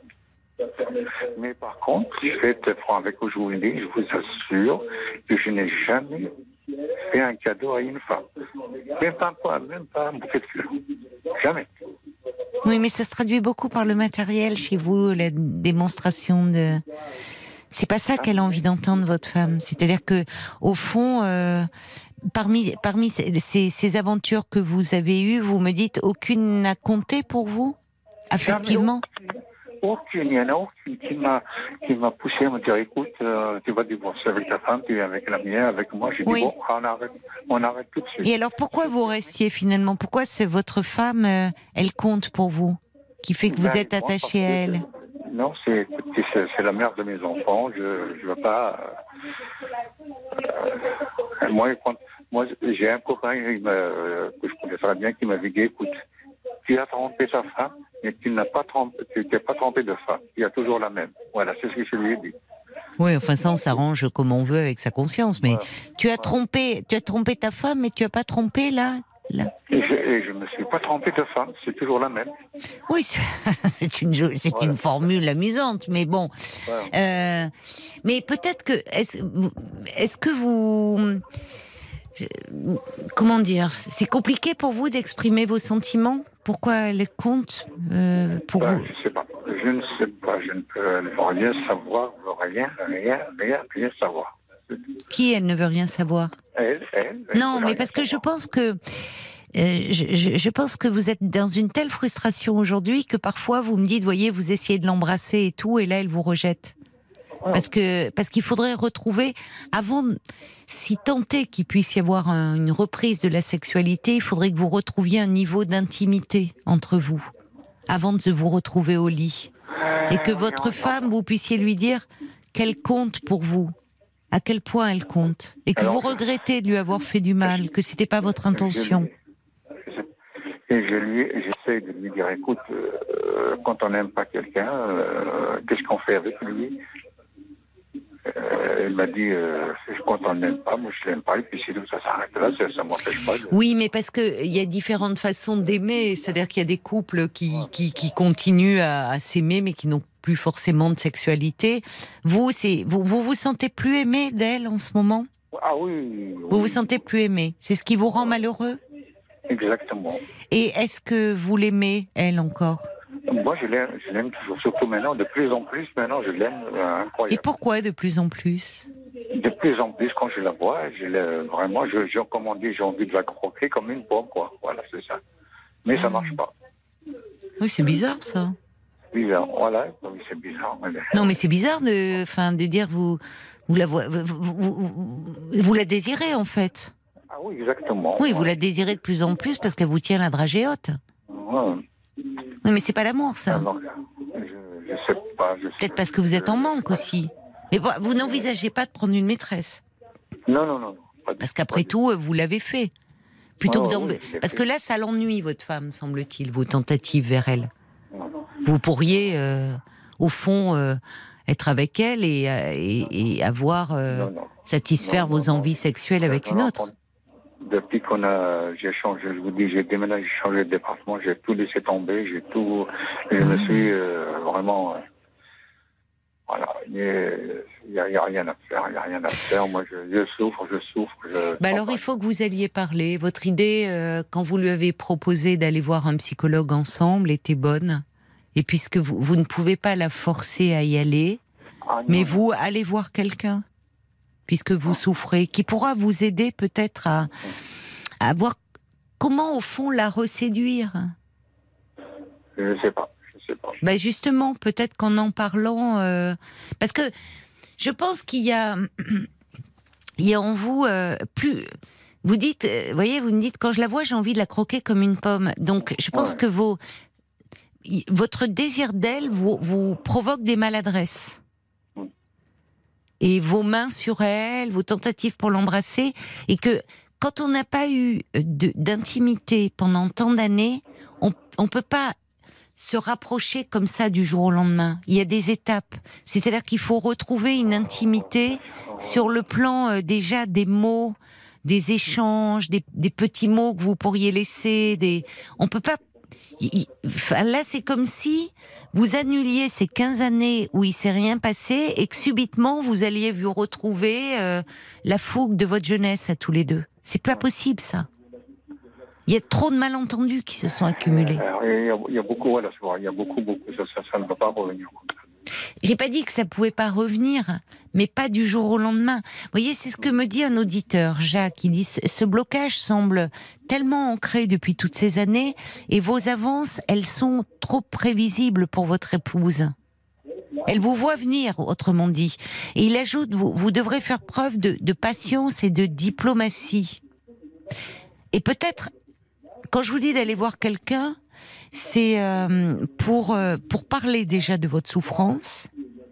S6: Mais par contre, je vais être franc avec vous, je vous le dis, je vous assure que je n'ai jamais fait un cadeau à une femme. Même pas quoi, même pas un bouquet de fleurs. Jamais.
S3: Oui, mais ça se traduit beaucoup par le matériel chez vous, la démonstration de... C'est pas ça qu'elle a envie d'entendre, votre femme. C'est-à-dire que, au fond, euh, parmi parmi ces, ces, ces aventures que vous avez eues, vous me dites aucune n'a compté pour vous, affectivement.
S6: Aucune, il y en a aucune qui m'a qui m'a poussé à me dire écoute, euh, tu vas divorcer avec ta femme, tu es avec la mienne, avec moi. J'ai
S3: oui.
S6: dit bon, on arrête, on arrête tout de suite.
S3: Et alors pourquoi vous restiez finalement? Pourquoi c'est votre femme, euh, elle compte pour vous, qui fait que vous ben, êtes attaché à elle?
S6: Non, c'est, c'est, c'est la mère de mes enfants. Je ne veux pas. Euh, euh, moi, quand, moi, j'ai un copain il me, euh, que je connais très bien qui m'avait dit écoute, tu as trompé ta femme, mais tu n'as pas trompé, tu t'es pas trompé de femme. Il y a toujours la même. Voilà, c'est ce que je lui ai dit.
S3: Oui, enfin ça, on s'arrange comme on veut avec sa conscience. Mais voilà. tu as trompé, tu as trompé ta femme, mais tu as pas trompé là. Là.
S6: Et je ne me suis pas trompé de femme, c'est toujours la même.
S3: Oui, c'est une, c'est voilà. une formule amusante, mais bon. Voilà. Euh, mais peut-être que... Est-ce, est-ce que vous... Comment dire? C'est compliqué pour vous d'exprimer vos sentiments? Pourquoi elle compte euh, pour
S6: ben,
S3: vous?
S6: Je ne sais pas. Je ne sais pas. Je ne peux rien savoir, rien, rien, rien, rien savoir.
S3: Qui, elle ne veut rien savoir?
S6: Elle, elle, elle
S3: Non, mais parce que je pense que euh, je, je, je pense que vous êtes dans une telle frustration aujourd'hui que parfois vous me dites, voyez, vous essayez de l'embrasser et tout, et là elle vous rejette. Ouais. Parce que parce qu'il faudrait retrouver, avant, si tant est qu'il puisse y avoir un, une reprise de la sexualité, il faudrait que vous retrouviez un niveau d'intimité entre vous, avant de vous retrouver au lit, et que votre femme, vous puissiez lui dire qu'elle compte pour vous. À quel point elle compte, et que Alors, vous regrettez de lui avoir fait du mal, que c'était pas votre intention.
S6: Je, et je lui, j'essaie de lui dire, écoute, euh, quand on n'aime pas quelqu'un, euh, qu'est-ce qu'on fait avec lui? euh, Elle m'a dit, euh, quand on n'aime pas, moi je l'aime pas, et puis c'est tout, ça s'arrête là, ça, ça m'empêche pas. De...
S3: Oui, mais parce que il y a différentes façons d'aimer, c'est-à-dire qu'il y a des couples qui qui, qui continuent à, à s'aimer, mais qui n'ont plus forcément de sexualité. Vous, c'est vous, vous vous sentez plus aimé d'elle en ce moment?
S6: Ah oui, oui.
S3: Vous vous sentez plus aimé? C'est ce qui vous rend malheureux?
S6: Exactement.
S3: Et est-ce que vous l'aimez, elle, encore?
S6: Moi, je l'aime, je l'aime toujours, surtout maintenant, de plus en plus, maintenant, je l'aime euh, incroyable.
S3: Et pourquoi de plus en plus?
S6: De plus en plus, quand je la vois, je l'ai, vraiment, je, je, comme on dit, j'ai envie de la croquer comme une pomme, quoi. Voilà, c'est ça. Mais ça marche pas.
S3: Oui, c'est bizarre, ça.
S6: Bizarre, voilà, oui, c'est bizarre. Mais...
S3: Non, mais c'est bizarre de, enfin, de dire vous, vous la, vous, vous, vous, vous la désirez, en fait.
S6: Ah oui, exactement.
S3: Oui,
S6: ouais.
S3: vous la désirez de plus en plus parce qu'elle vous tient la dragée haute.
S6: Ouais.
S3: Oui, mais c'est pas l'amour, ça.
S6: Alors, je, je sais pas. Je
S3: Peut-être
S6: sais,
S3: parce que vous êtes en
S6: je-
S3: manque aussi. Mais bon, vous n'envisagez pas de prendre une maîtresse.
S6: Non, non, non. non, pas du-
S3: Parce qu'après
S6: pas du-
S3: tout, vous l'avez fait. Plutôt
S6: Ouais,
S3: que d'en...
S6: oui, je l'ai
S3: Parce
S6: fait.
S3: que là, ça l'ennuie, votre femme, semble-t-il, vos tentatives vers elle.
S6: Non, non.
S3: Vous pourriez, euh, au fond, euh, être avec elle et, euh, et, et avoir euh,
S6: Non, non.
S3: satisfaire
S6: Non, non,
S3: vos
S6: non.
S3: envies sexuelles avec
S6: Non,
S3: une
S6: non,
S3: autre.
S6: quand- Depuis qu'on a, j'ai changé, je vous dis, j'ai déménagé, j'ai changé de département, j'ai tout laissé tomber, j'ai tout, je me
S3: Ah.
S6: suis euh, vraiment, euh, voilà, il n'y a, il y a rien à faire, il n'y a rien à faire. Moi, je, je souffre, je souffre. Je
S3: Bah alors, il faut que vous alliez parler. Votre idée, euh, quand vous lui avez proposé d'aller voir un psychologue ensemble, était bonne. Et puisque vous, vous ne pouvez pas la forcer à y aller,
S6: Ah, non,
S3: mais
S6: non.
S3: vous, allez voir quelqu'un, puisque vous souffrez, qui pourra vous aider peut-être à, à voir comment, au fond, la reséduire.
S6: Je ne sais pas, je sais pas.
S3: Ben justement, peut-être qu'en en parlant... euh, parce que je pense qu'il y a, il y a en vous euh, plus... Vous dites, euh, vous voyez, vous me dites, quand je la vois, j'ai envie de la croquer comme une pomme. Donc, je pense
S6: Ouais.
S3: que vos, y- votre désir d'elle vous, vous provoque des maladresses.
S6: Mm.
S3: Et vos mains sur elle, vos tentatives pour l'embrasser, et que quand on n'a pas eu de- d'intimité pendant tant d'années, on ne peut pas se rapprocher comme ça du jour au lendemain. Il y a des étapes. C'est-à-dire qu'il faut retrouver une intimité sur le plan euh, déjà des mots, des échanges, des, des petits mots que vous pourriez laisser. Des... On peut pas. il- il- enfin, là, c'est comme si vous annuliez ces quinze années où il s'est rien passé et que subitement vous alliez vous retrouver euh, la fougue de votre jeunesse à tous les deux. C'est pas possible, ça. Il y a trop de malentendus qui se sont accumulés.
S6: Alors, Il y, a, il y a beaucoup, voilà, c'est vrai, il y a beaucoup, beaucoup, ça, ça, ça ne va pas revenir.
S3: J'ai pas dit que ça pouvait pas revenir, mais pas du jour au lendemain. Vous voyez, c'est ce que me dit un auditeur, Jacques, qui dit ce, ce blocage semble tellement ancré depuis toutes ces années et vos avances, elles sont trop prévisibles pour votre épouse. Elle vous voit venir, autrement dit. Et il ajoute, vous, vous devrez faire preuve de, de patience et de diplomatie. Et peut-être, quand je vous dis d'aller voir quelqu'un, c'est euh, pour, euh, pour parler déjà de votre souffrance,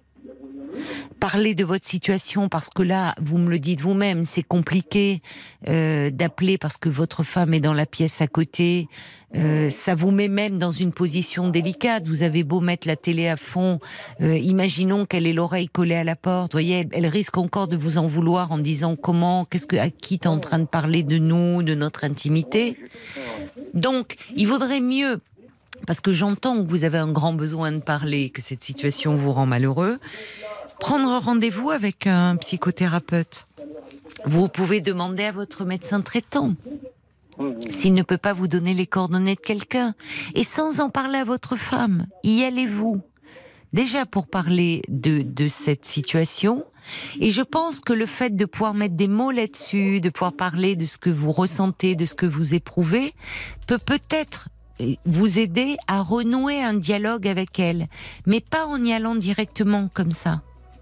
S3: parler de votre situation, parce que là, vous me le dites vous-même, c'est compliqué euh, d'appeler parce que votre femme est dans la pièce à côté. Euh, ça vous met même dans une position délicate. Vous avez beau mettre la télé à fond, euh, imaginons qu'elle ait l'oreille collée à la porte. Vous voyez, elle, elle risque encore de vous en vouloir en disant comment, qu'est-ce que, à qui t'es en train de parler de nous, de notre intimité. Donc, il vaudrait mieux, parce que j'entends que vous avez un grand besoin de parler, que cette situation vous rend malheureux, prendre rendez-vous avec un psychothérapeute. Vous pouvez demander à votre médecin traitant s'il ne peut pas vous donner les coordonnées de quelqu'un. Et sans en parler à votre femme, y allez-vous. Déjà pour parler de, de cette situation. Et je pense que le fait de pouvoir mettre des mots là-dessus, de pouvoir parler de ce que vous ressentez, de ce que vous éprouvez, peut peut-être vous aider à renouer un dialogue avec elle. Mais pas en y allant directement comme ça.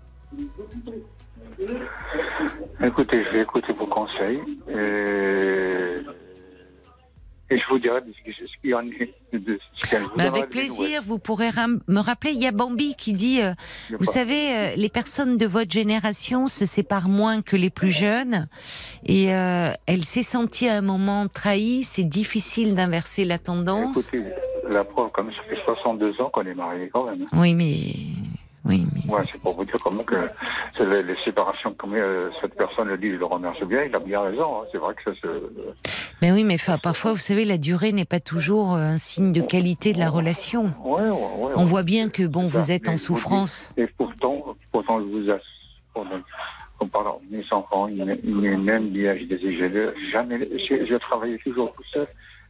S6: Écoutez, je vais écouter vos conseils et, et je vous dirai ce qu'il y en est. De, ce qu'il y en a. Je vous
S3: Mais
S6: donnerai
S3: avec
S6: des
S3: plaisir,
S6: nouvelles.
S3: vous pourrez ram- me rappeler, il y a Bambi qui dit, euh,
S6: Je
S3: vous
S6: sais pas.
S3: savez, euh, les personnes de votre génération se séparent moins que les plus jeunes, et euh, elle s'est sentie à un moment trahie, c'est difficile d'inverser la tendance.
S6: Écoutez, la preuve, comme ça fait soixante-deux ans qu'on est mariés quand même.
S3: Oui, mais... Oui, mais...
S6: Ouais, c'est pour vous dire comment que c'est les, les séparations, comme euh, cette personne le dit, je le remercie bien, il a bien raison. Hein. C'est vrai que ça se...
S3: Mais oui, mais fa- parfois, vous savez, la durée n'est pas toujours un signe de qualité de la relation.
S6: Ouais, ouais, ouais,
S3: On
S6: ouais.
S3: voit bien que, bon, vous êtes en
S6: Mais je vous
S3: souffrance.
S6: dis, Et pourtant, pourtant, je vous assure, comme pardon, mes enfants, ils m'aiment bien, je les ai, je les- jamais, je, je travaillais toujours tout seul.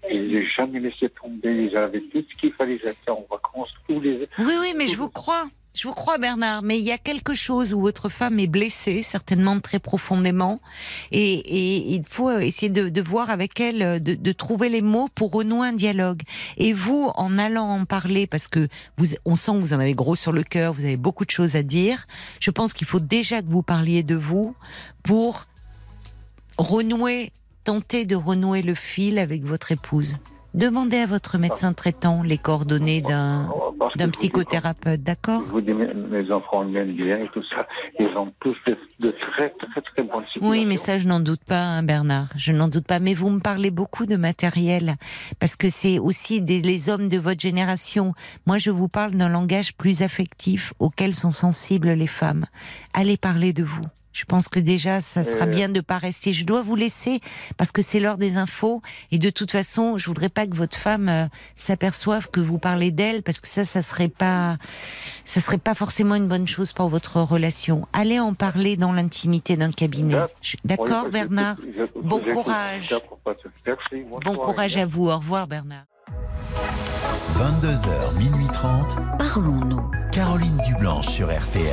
S6: Ils n'ont jamais laissé tomber. Ils avaient tout ce qu'il fallait. Ils étaient en vacances tous les...
S3: Oui, oui, mais je vous crois. Je vous crois, Bernard, mais il y a quelque chose où votre femme est blessée, certainement très profondément, et, et il faut essayer de, de voir avec elle, de, de trouver les mots pour renouer un dialogue. Et vous, en allant en parler, parce que vous, on sent que vous en avez gros sur le cœur, vous avez beaucoup de choses à dire, je pense qu'il faut déjà que vous parliez de vous pour renouer, tenter de renouer le fil avec votre épouse. Demandez à votre médecin traitant les coordonnées d'un, d'un psychothérapeute, d'accord ?
S6: Je vous dis, mes, mes enfants m'aiment bien et tout ça. Ils ont tous de, de très, très, très bonnes situations.
S3: Oui, mais ça, je n'en doute pas, hein, Bernard. Je n'en doute pas. Mais vous me parlez beaucoup de matériel. Parce que c'est aussi des, les hommes de votre génération. Moi, je vous parle d'un langage plus affectif auquel sont sensibles les femmes. Allez parler de vous. Je pense que déjà, ça sera euh... bien de ne pas rester. Je dois vous laisser parce que c'est l'heure des infos. Et de toute façon, je voudrais pas que votre femme euh, s'aperçoive que vous parlez d'elle parce que ça, ça serait pas, ça serait pas forcément une bonne chose pour votre relation. Allez en parler dans l'intimité d'un cabinet. Je... D'accord, oui, Bernard. Je, je, bon je courage.
S6: Merci,
S3: bon courage à vous. Au revoir, Bernard.
S1: vingt-deux heures, minuit trente.
S2: Parlons-nous.
S1: Caroline Dublanche sur R T L.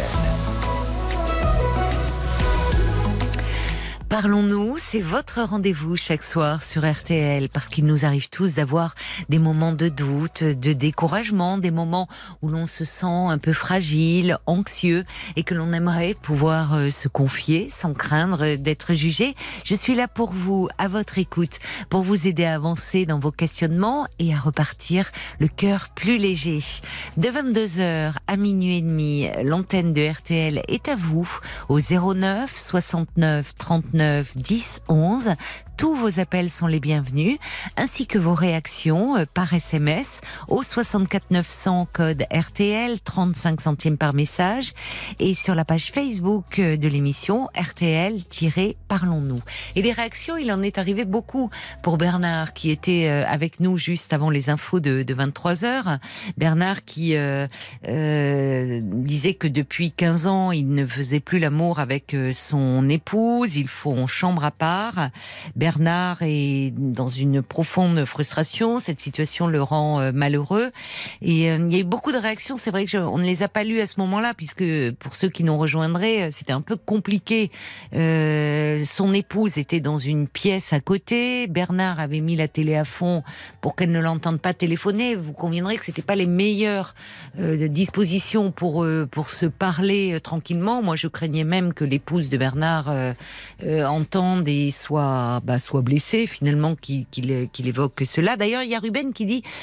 S3: Parlons-nous, c'est votre rendez-vous chaque soir sur R T L, parce qu'il nous arrive tous d'avoir des moments de doute, de découragement, des moments où l'on se sent un peu fragile, anxieux, et que l'on aimerait pouvoir euh, se confier sans craindre d'être jugé. Je suis là pour vous, à votre écoute, pour vous aider à avancer dans vos questionnements et à repartir le cœur plus léger. De vingt-deux heures à minuit et demi, l'antenne de R T L est à vous, au zéro neuf soixante-neuf trente-neuf dix onze. Tous vos appels sont les bienvenus, ainsi que vos réactions euh, par S M S au soixante-quatre neuf cents code R T L, trente-cinq centimes par message, et sur la page Facebook euh, de l'émission R T L-Parlons-nous. Et des réactions, il en est arrivé beaucoup pour Bernard qui était euh, avec nous juste avant les infos de, de vingt-trois heures. Bernard qui euh, euh, disait que depuis quinze ans, il ne faisait plus l'amour avec euh, son épouse, ils font chambre à part. Bernard est dans une profonde frustration, cette situation le rend euh, malheureux, et euh, il y a eu beaucoup de réactions. C'est vrai que je, on ne les a pas lues à ce moment-là, puisque pour ceux qui nous rejoindraient, c'était un peu compliqué. Euh, son épouse était dans une pièce à côté, Bernard avait mis la télé à fond pour qu'elle ne l'entende pas téléphoner. Vous conviendrez que c'était pas les meilleures euh, dispositions pour euh, pour se parler euh, tranquillement. Moi, je craignais même que l'épouse de Bernard euh, euh, entende et soit bah, soit blessé finalement qu'il, qu'il, qu'il évoque cela. D'ailleurs, il y a Ruben qui dit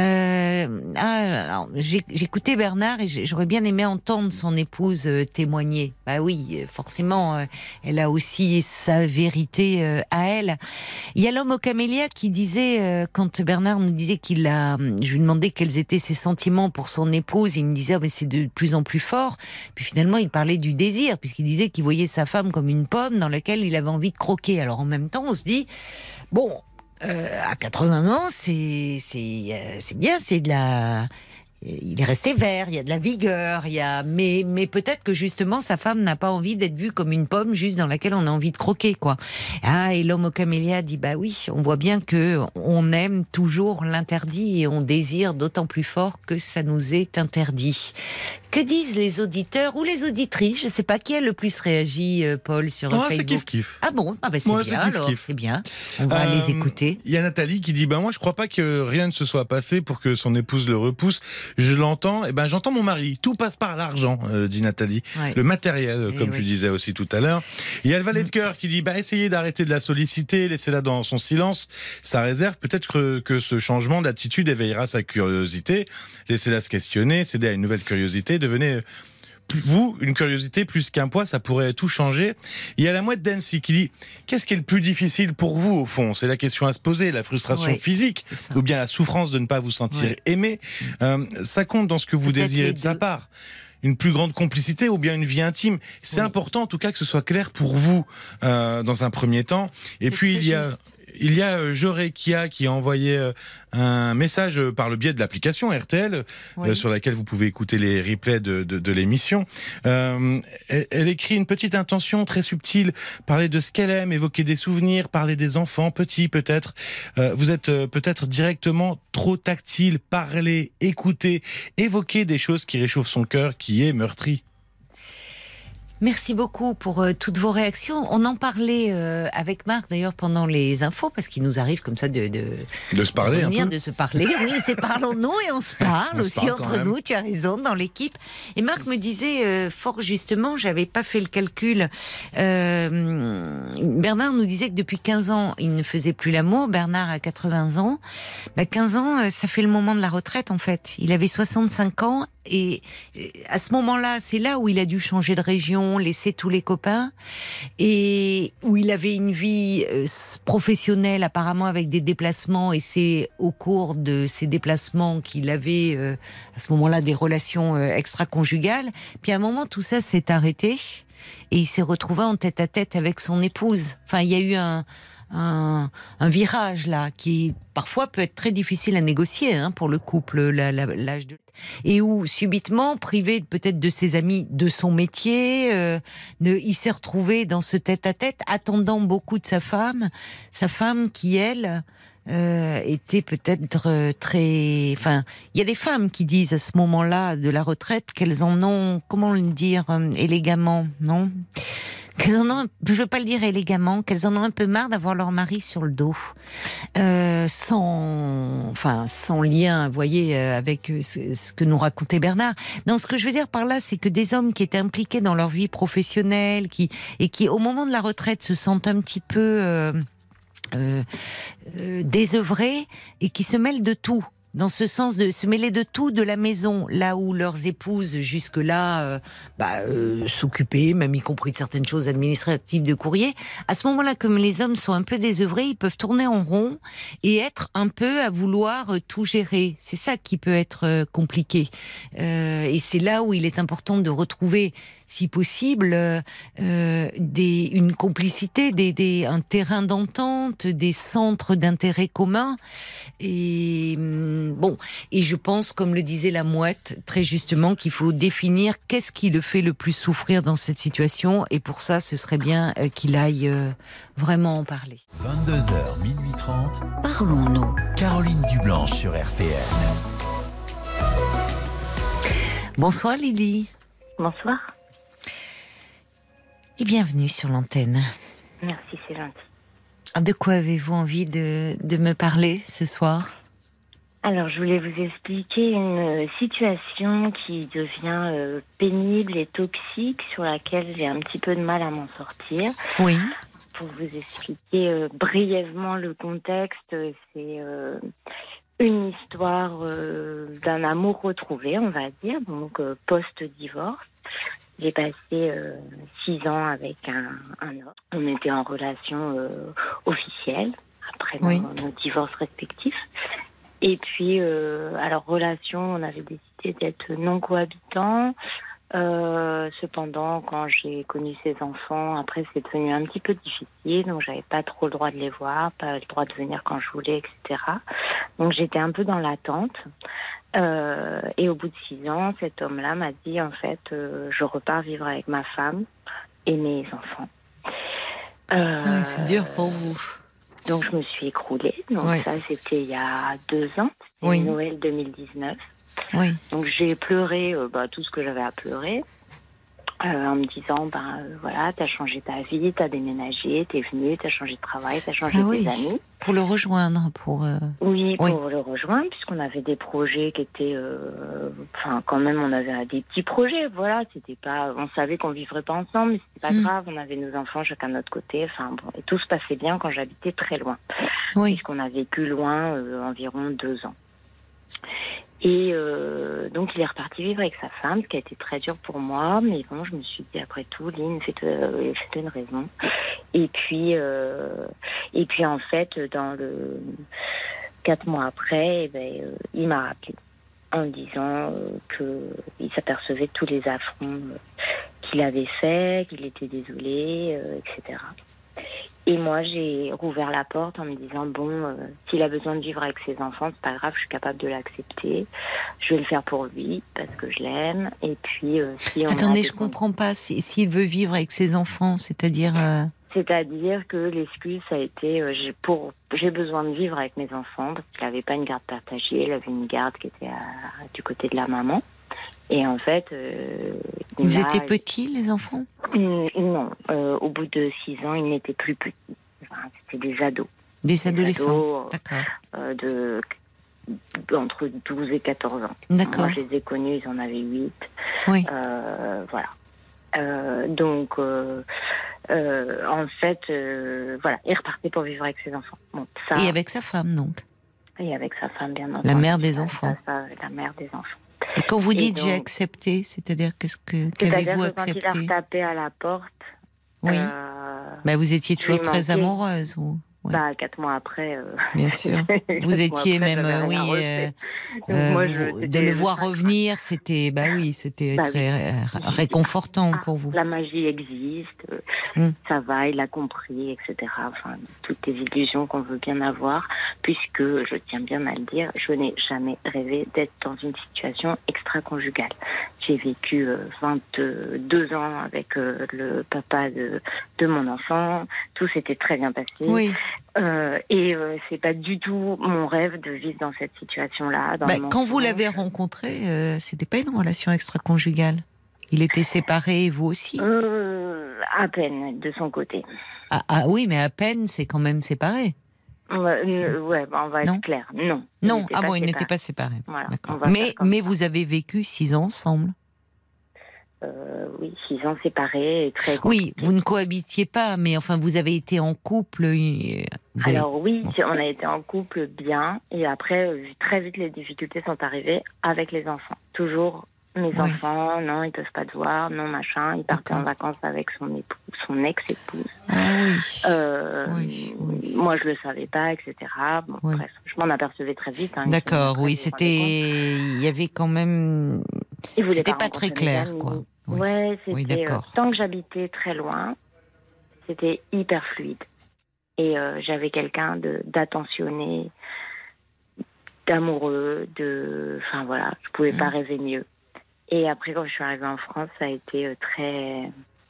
S3: euh, ah, alors, j'ai, j'écoutais Bernard et j'aurais bien aimé entendre son épouse euh, témoigner. Bah oui, forcément, euh, elle a aussi sa vérité euh, à elle. Il y a l'homme au camélia qui disait, euh, quand Bernard nous disait qu'il a, je lui demandais quels étaient ses sentiments pour son épouse, il me disait oh, mais c'est de plus en plus fort. Puis finalement, il parlait du désir, puisqu'il disait qu'il voyait sa femme comme une pomme dans laquelle il avait envie de croquer. Alors en même temps, on se dit, bon, euh, à quatre-vingts ans, c'est, c'est, euh, c'est bien, c'est de la... Il est resté vert, il y a de la vigueur, il y a, mais, mais peut-être que justement sa femme n'a pas envie d'être vue comme une pomme juste dans laquelle on a envie de croquer, quoi. Ah, et l'homme au camélia dit bah oui, on voit bien que on aime toujours l'interdit et on désire d'autant plus fort que ça nous est interdit. Que disent les auditeurs ou les auditrices? Je ne sais pas qui a le plus réagi, euh, Paul, sur
S5: oh,
S3: Facebook.
S5: C'est kiff kiff.
S3: Ah bon, ah bah c'est
S5: moi,
S3: bien
S5: c'est kiff,
S3: alors,
S5: kiff.
S3: C'est bien. On va euh, les écouter.
S5: Il y a Nathalie qui dit bah moi je crois pas que rien ne se soit passé pour que son épouse le repousse. Je l'entends, et ben j'entends mon mari. Tout passe par l'argent, euh, dit Nathalie. Ouais. Le matériel, et comme oui. tu disais aussi tout à l'heure. Il y a le valet de cœur qui dit bah essayez d'arrêter de la solliciter, laissez-la dans son silence, sa réserve. Peut-être que, que ce changement d'attitude éveillera sa curiosité. Laissez-la se questionner, céder à une nouvelle curiosité, devenez vous, une curiosité plus qu'un poids, ça pourrait tout changer. Il y a la mouette d'Annecy qui dit qu'est-ce qui est le plus difficile pour vous au fond? C'est la question à se poser, la frustration oui, physique ou bien la souffrance de ne pas vous sentir oui. aimé. Euh, ça compte dans ce que vous Peut-être désirez de sa part. Une plus grande complicité ou bien une vie intime. C'est oui. important en tout cas que ce soit clair pour vous euh, dans un premier temps. Et c'est puis il y a... Juste. il y a euh, Jorekia qui a envoyé euh, un message euh, par le biais de l'application R T L,
S3: Oui.
S5: euh, sur laquelle vous pouvez écouter les replays de, de, de l'émission. Euh, elle, elle écrit une petite intention très subtile, parler de ce qu'elle aime, évoquer des souvenirs, parler des enfants, petits peut-être. Euh, vous êtes euh, peut-être directement trop tactile, parler, écouter, évoquer des choses qui réchauffent son cœur, qui est meurtri.
S3: Merci beaucoup pour euh, toutes vos réactions. On en parlait euh, avec Marc d'ailleurs pendant les infos, parce qu'il nous arrive comme ça de, de,
S5: De se parler
S3: de
S5: un
S3: revenir,
S5: peu.
S3: de se parler. Oui, c'est parlons-nous et on se parle
S5: On se
S3: aussi
S5: parle quand
S3: entre
S5: même.
S3: nous, tu as raison, dans l'équipe. Et Marc me disait euh, fort justement, j'avais pas fait le calcul, euh, Bernard nous disait que depuis quinze ans, il ne faisait plus l'amour. Bernard a quatre-vingts ans. Bah, quinze ans, euh, ça fait le moment de la retraite en fait. Il avait soixante-cinq ans. Et à ce moment-là, c'est là où il a dû changer de région, laisser tous les copains, et où il avait une vie euh, professionnelle apparemment avec des déplacements, et c'est au cours de ces déplacements qu'il avait euh, à ce moment-là des relations euh, extra-conjugales. Puis à un moment, tout ça s'est arrêté et il s'est retrouvé en tête-à-tête avec son épouse. Enfin, il y a eu un... Un, un virage là qui parfois peut être très difficile à négocier hein, pour le couple, la, la, l'âge de et où subitement privé peut-être de ses amis, de son métier, euh, de, il s'est retrouvé dans ce tête-à-tête attendant beaucoup de sa femme, sa femme qui elle euh, était peut-être euh, très, enfin il y a des femmes qui disent à ce moment-là de la retraite qu'elles en ont, comment le dire euh, élégamment, non? Qu'elles en ont, je veux pas le dire élégamment, qu'elles en ont un peu marre d'avoir leur mari sur le dos, euh, sans, enfin, sans lien, vous voyez, euh, avec ce, ce que nous racontait Bernard. Non, ce que je veux dire par là, c'est que des hommes qui étaient impliqués dans leur vie professionnelle, qui et qui, au moment de la retraite, se sentent un petit peu euh, euh, euh, désœuvrés et qui se mêlent de tout. Dans ce sens de se mêler de tout de la maison, là où leurs épouses jusque-là euh, bah, euh, s'occupaient, même y compris de certaines choses administratives de courrier. À ce moment-là, comme les hommes sont un peu désœuvrés, ils peuvent tourner en rond et être un peu à vouloir euh, tout gérer. C'est ça qui peut être euh, compliqué. Euh, et c'est là où il est important de retrouver, si possible, euh, euh, des, une complicité, des, des, un terrain d'entente, des centres d'intérêt commun. Et bon, et je pense, comme le disait la mouette, très justement, qu'il faut définir qu'est-ce qui le fait le plus souffrir dans cette situation. Et pour ça, ce serait bien euh, qu'il aille euh, vraiment en parler.
S1: vingt-deux heures, minuit trente.
S2: Parlons-nous.
S1: Caroline Dublanche sur R T L.
S3: Bonsoir Lily.
S7: Bonsoir.
S3: Et bienvenue sur l'antenne.
S7: Merci, c'est gentil.
S3: De quoi avez-vous envie de, de me parler ce soir ?
S7: Alors, je voulais vous expliquer une situation qui devient euh, pénible et toxique, sur laquelle j'ai un petit peu de mal à m'en sortir.
S3: Oui.
S7: Pour vous expliquer euh, brièvement le contexte, c'est euh, une histoire euh, d'un amour retrouvé, on va dire, donc euh, post-divorce. J'ai passé euh, six ans avec un, un homme. On était en relation euh, officielle, après
S3: Oui.
S7: nos, nos divorces respectifs. Et puis, euh, alors, relation, on avait décidé d'être non cohabitants. Euh, cependant, quand j'ai connu ses enfants, après, c'est devenu un petit peu difficile. Donc, j'avais pas trop le droit de les voir, pas le droit de venir quand je voulais, et cetera. Donc, j'étais un peu dans l'attente. Euh, et au bout de six ans, cet homme-là m'a dit, en fait, euh, je repars vivre avec ma femme et mes enfants. Euh,
S3: Oui, c'est dur pour vous.
S7: Donc, je me suis écroulée. Donc,
S3: Oui.
S7: ça, c'était il y a deux ans. C'était
S3: Oui.
S7: Noël deux mille dix-neuf.
S3: Oui.
S7: Donc, j'ai pleuré euh, bah, tout ce que j'avais à pleurer. Euh, en me disant, ben euh, voilà, t'as changé ta vie, t'as déménagé, t'es venu, t'as changé de travail, t'as changé
S3: Ah
S7: tes
S3: oui.
S7: amis.
S3: Pour le rejoindre, pour... euh,
S7: Oui,
S3: Oui.
S7: pour le rejoindre, puisqu'on avait des projets qui étaient, euh, enfin, quand même, on avait des petits projets, voilà, c'était pas, on savait qu'on vivrait pas ensemble, mais c'était pas
S3: Mm.
S7: grave, on avait nos enfants chacun de notre côté, enfin bon, et tout se passait bien quand j'habitais très loin,
S3: Oui.
S7: puisqu'on a vécu loin euh, environ deux ans. Et euh, donc il est reparti vivre avec sa femme, ce qui a été très dur pour moi, mais bon, je me suis dit après tout, Lynn, fais-toi euh, fais-toi une raison. Et puis, euh, et puis en fait, dans le quatre mois après, eh ben, euh, il m'a rappelé en me disant euh, que il s'apercevait de tous les affronts euh, qu'il avait faits, qu'il était désolé, euh, et cetera. Et moi, j'ai rouvert la porte en me disant, bon, euh, s'il a besoin de vivre avec ses enfants, c'est pas grave, je suis capable de l'accepter. Je vais le faire pour lui, parce que je l'aime. Et puis, euh, si on
S3: Attendez,
S7: a
S3: je
S7: besoin...
S3: comprends pas. Si- S'il veut vivre avec ses enfants, c'est-à-dire... euh,
S7: C'est-à-dire que l'excuse, ça a été, euh, j'ai, pour, j'ai besoin de vivre avec mes enfants, parce qu'il n'avait pas une garde partagée, il avait une garde qui était à- du côté de la maman. Et en fait... Euh,
S3: Ils
S7: là,
S3: étaient petits, les enfants ?
S7: Mm, Non, euh, au bout de six ans, ils n'étaient plus petits. Enfin, c'était des ados.
S3: Des adolescents.
S7: ados,
S3: D'accord.
S7: euh, de entre douze et quatorze ans.
S3: D'accord.
S7: Moi, je les ai connus, ils en avaient huit.
S3: Oui.
S7: Euh, voilà. Euh, donc, euh, euh, en fait, euh, voilà, il repartait pour vivre avec ses enfants. Bon, ça,
S3: Et avec sa femme, donc.
S7: et avec sa femme, bien entendu.
S3: La mère des
S7: Ça,
S3: enfants.
S7: ça, ça, la mère des enfants.
S3: Et quand vous
S7: Et
S3: dites
S7: donc-
S3: j'ai accepté, c'est-à-dire qu'est-ce que
S7: C'est-à-dire
S3: qu'avez-vous
S7: que quand il a
S3: accepté ?
S7: retapé à la porte,
S3: Oui.
S7: euh,
S3: Bah, vous étiez
S7: je
S3: toujours
S7: lui
S3: très
S7: manquais.
S3: amoureuse, ou... ouais.
S7: bah, quatre mois après... euh,
S3: Bien sûr.
S7: quatre
S3: Vous
S7: mois
S3: étiez
S7: après,
S3: même,
S7: j'avais
S3: euh, oui,
S7: rien
S3: euh,
S7: refait. Donc,
S3: euh,
S7: moi,
S3: vous-
S7: je-
S3: de
S7: c'était
S3: le
S7: le
S3: voir
S7: sacre.
S3: revenir, c'était, bah oui, c'était
S7: Bah
S3: très euh, réconfortant
S7: Ah,
S3: pour vous.
S7: La magie existe, euh,
S3: Mm.
S7: ça va, il a compris, et cetera. Enfin, toutes les illusions qu'on veut bien avoir, puisque, je tiens bien à le dire, je n'ai jamais rêvé d'être dans une situation extra-conjugale. J'ai vécu euh, vingt-deux ans avec euh, le papa de, de mon enfant, tout s'était très bien passé.
S3: Oui.
S7: Euh, et euh, c'est pas du tout mon rêve de vivre dans cette situation-là. Dans
S3: Bah,
S7: le
S3: quand vous
S7: mensonge.
S3: l'avez rencontré, euh, c'était pas une relation extra-conjugale. Il était séparé, et vous aussi.
S7: Euh, à peine de son côté.
S3: Ah, ah oui, mais à peine, c'est quand même séparé.
S7: Ouais, euh, ouais, bah, on va
S3: Non.
S7: être clair. Non. il
S3: Non,
S7: n'était
S3: ah
S7: pas
S3: bon, ils n'étaient
S7: séparés.
S3: pas séparés.
S7: Voilà,
S3: D'accord.
S7: on va
S3: Mais,
S7: faire comme
S3: mais
S7: ça.
S3: vous avez vécu six ans ensemble.
S7: Euh, oui, six ans séparés et très.
S3: Oui, vous ne cohabitiez pas, mais enfin, vous avez été en couple. euh, vous avez-
S7: Alors oui,
S3: Bon.
S7: si- on a été en couple bien et après euh, très vite les difficultés sont arrivées avec les enfants. Toujours mes
S3: Ouais.
S7: enfants, non ils peuvent pas te voir, non machin. Il partait
S3: D'accord.
S7: en vacances avec son époux, son ex-épouse.
S3: Ah oui.
S7: Euh,
S3: Oui, oui.
S7: Moi je le savais pas, et cetera. Bon,
S3: Oui.
S7: bref, je m'en apercevais très vite. hein,
S3: D'accord,
S7: après,
S3: oui,
S7: je me rendais compte.
S3: c'était. Il y avait quand même.
S7: Il voulait
S3: C'était
S7: pas
S3: pas très
S7: rencontrer mes
S3: clair,
S7: amis.
S3: quoi. Oui.
S7: Ouais,
S3: Oui,
S7: c'était euh,
S3: d'accord.
S7: tant que j'habitais très loin, c'était hyper fluide. Et euh, j'avais quelqu'un de d'attentionné, d'amoureux, de, enfin voilà, je pouvais pas
S3: Mm.
S7: rêver mieux. Et après, quand je suis arrivée en France, ça a été euh, très,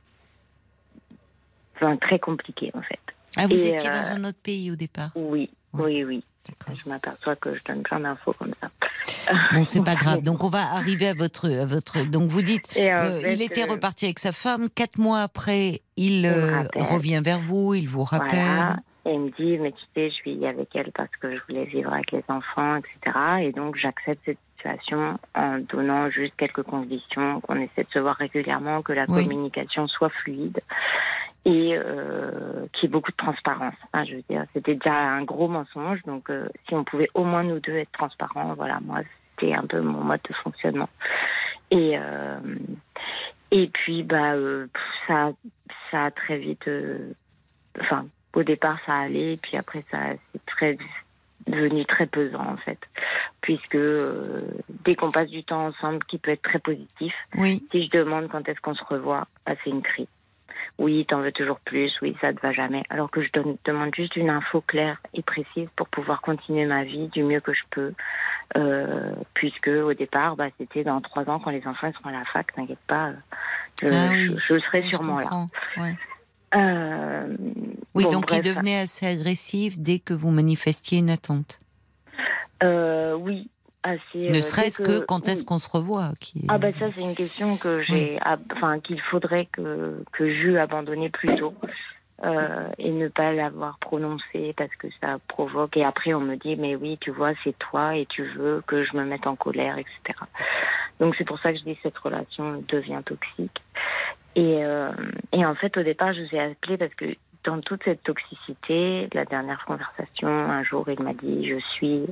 S7: enfin très compliqué en fait.
S3: Ah, vous
S7: Et,
S3: étiez
S7: euh,
S3: dans un autre pays au départ.
S7: Oui,
S3: Ouais.
S7: oui, oui.
S3: D'accord.
S7: Je m'aperçois que je donne plein d'infos comme ça.
S3: Bon, c'est pas grave. Donc, on va arriver à votre, à votre. Donc, vous dites,
S7: Et en
S3: euh,
S7: fait,
S3: il était
S7: euh,
S3: reparti avec sa femme. Quatre mois après, il
S7: me
S3: euh,
S7: rappelle.
S3: revient vers vous. Il vous rappelle.
S7: Voilà. Et il me dit, mais tu sais, je suis avec elle parce que je voulais vivre avec les enfants, et cetera. Et donc, j'accepte cette situation en donnant juste quelques conditions, qu'on essaie de se voir régulièrement, que la
S3: Oui.
S7: communication soit fluide et euh, qu'il y ait beaucoup de transparence. Enfin, je veux dire, c'était déjà un gros mensonge. Donc, euh, si on pouvait au moins nous deux être transparents, voilà, moi, c'était un peu mon mode de fonctionnement. Et, euh, et puis, bah, euh, ça, ça a très vite... euh, enfin, au départ, ça allait, et puis après, ça c'est très devenu très pesant, en fait. Puisque euh, dès qu'on passe du temps ensemble, qui peut être très positif,
S3: Oui.
S7: si je demande quand est-ce qu'on se revoit, bah, c'est une crise. Oui, t'en veux toujours plus, oui, ça te va jamais. Alors que je donne, demande juste une info claire et précise pour pouvoir continuer ma vie du mieux que je peux. Euh, puisque au départ, bah, c'était dans trois ans, quand les enfants seront à la fac, t'inquiète pas, euh, je,
S3: Ah oui.
S7: je, je serai
S3: Je
S7: sûrement là.
S3: comprends. Ouais.
S7: Euh,
S3: Oui,
S7: bon,
S3: donc
S7: bref,
S3: il devenait assez agressif dès que vous manifestiez une attente.
S7: euh, oui, assez.
S3: Ne
S7: euh,
S3: serait-ce
S7: dès
S3: que quand est-ce
S7: oui.
S3: qu'on se revoit. Qui...
S7: Ah bah ça c'est une question que j'ai, ab- enfin qu'il faudrait que que j'eue abandonné plus tôt euh, et ne pas l'avoir prononcé parce que ça provoque. Et après on me dit mais oui tu vois c'est toi et tu veux que je me mette en colère, et cetera. Donc c'est pour ça que je dis que cette relation devient toxique. Et euh, et en fait au départ je vous ai appelé parce que dans toute cette toxicité, la dernière conversation un jour il m'a dit je suis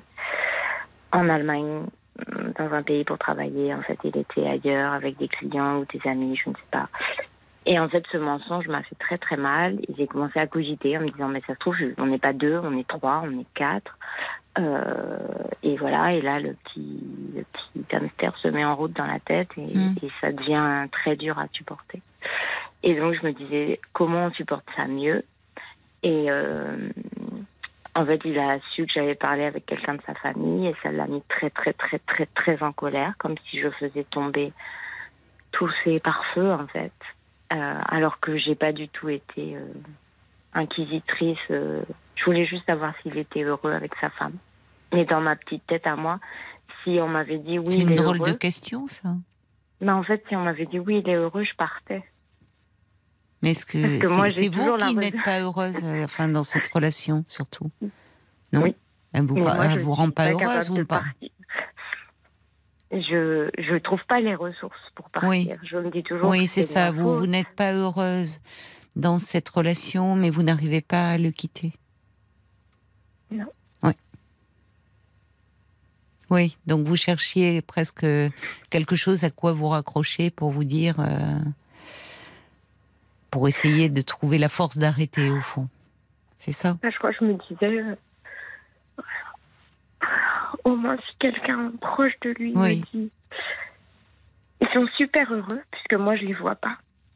S7: en Allemagne, dans un pays pour travailler. En fait, il était ailleurs avec des clients ou des amis, je ne sais pas. Et en fait, ce mensonge m'a fait très très mal. Et j'ai commencé à cogiter en me disant, mais ça se trouve, on n'est pas deux, on est trois, on est quatre. Euh, et voilà, et là, le petit, le petit hamster se met en route dans la tête et,
S3: Mm.
S7: et ça devient très dur à supporter. Et donc, je me disais, comment on supporte ça mieux ? Et euh, en fait, il a su que j'avais parlé avec quelqu'un de sa famille et ça l'a mis très, très, très, très, très en colère, comme si je faisais tomber tous ses pare-feux, en fait. Euh, alors que j'ai pas du tout été euh, inquisitrice. Euh, je voulais juste savoir s'il était heureux avec sa femme. Mais dans ma petite tête à moi, si on m'avait dit oui,
S3: C'est
S7: il
S3: une
S7: est
S3: drôle
S7: heureux,
S3: de question, ça.
S7: mais en fait, si on m'avait dit oui, il est heureux, je partais.
S3: Mais est-ce que,
S7: Parce que moi,
S3: c'est,
S7: j'ai
S3: c'est vous
S7: toujours
S3: qui
S7: l'impression-
S3: n'êtes pas heureuse euh, enfin, dans cette relation, surtout? Non.
S7: Oui.
S3: Elle vous,
S7: Mais
S3: pas-
S7: moi,
S3: elle
S7: je
S3: vous
S7: suis
S3: rend pas
S7: capable
S3: heureuse
S7: de
S3: ou pas?
S7: partir. Je je trouve pas les ressources pour partir.
S3: Oui.
S7: Je me dis toujours
S3: Oui,
S7: que
S3: c'est
S7: de
S3: ça.
S7: ma
S3: Vous, vous
S7: faute.
S3: n'êtes pas heureuse dans cette relation, mais vous n'arrivez pas à le quitter.
S7: Non.
S3: Oui. Oui, donc vous cherchiez presque quelque chose à quoi vous raccrocher pour vous dire, euh, pour essayer de trouver la force d'arrêter, au fond. C'est ça?
S7: Je crois que je me disais, euh, au moins si quelqu'un proche de lui
S3: Oui.
S7: me dit, ils sont super heureux, puisque moi je les vois pas.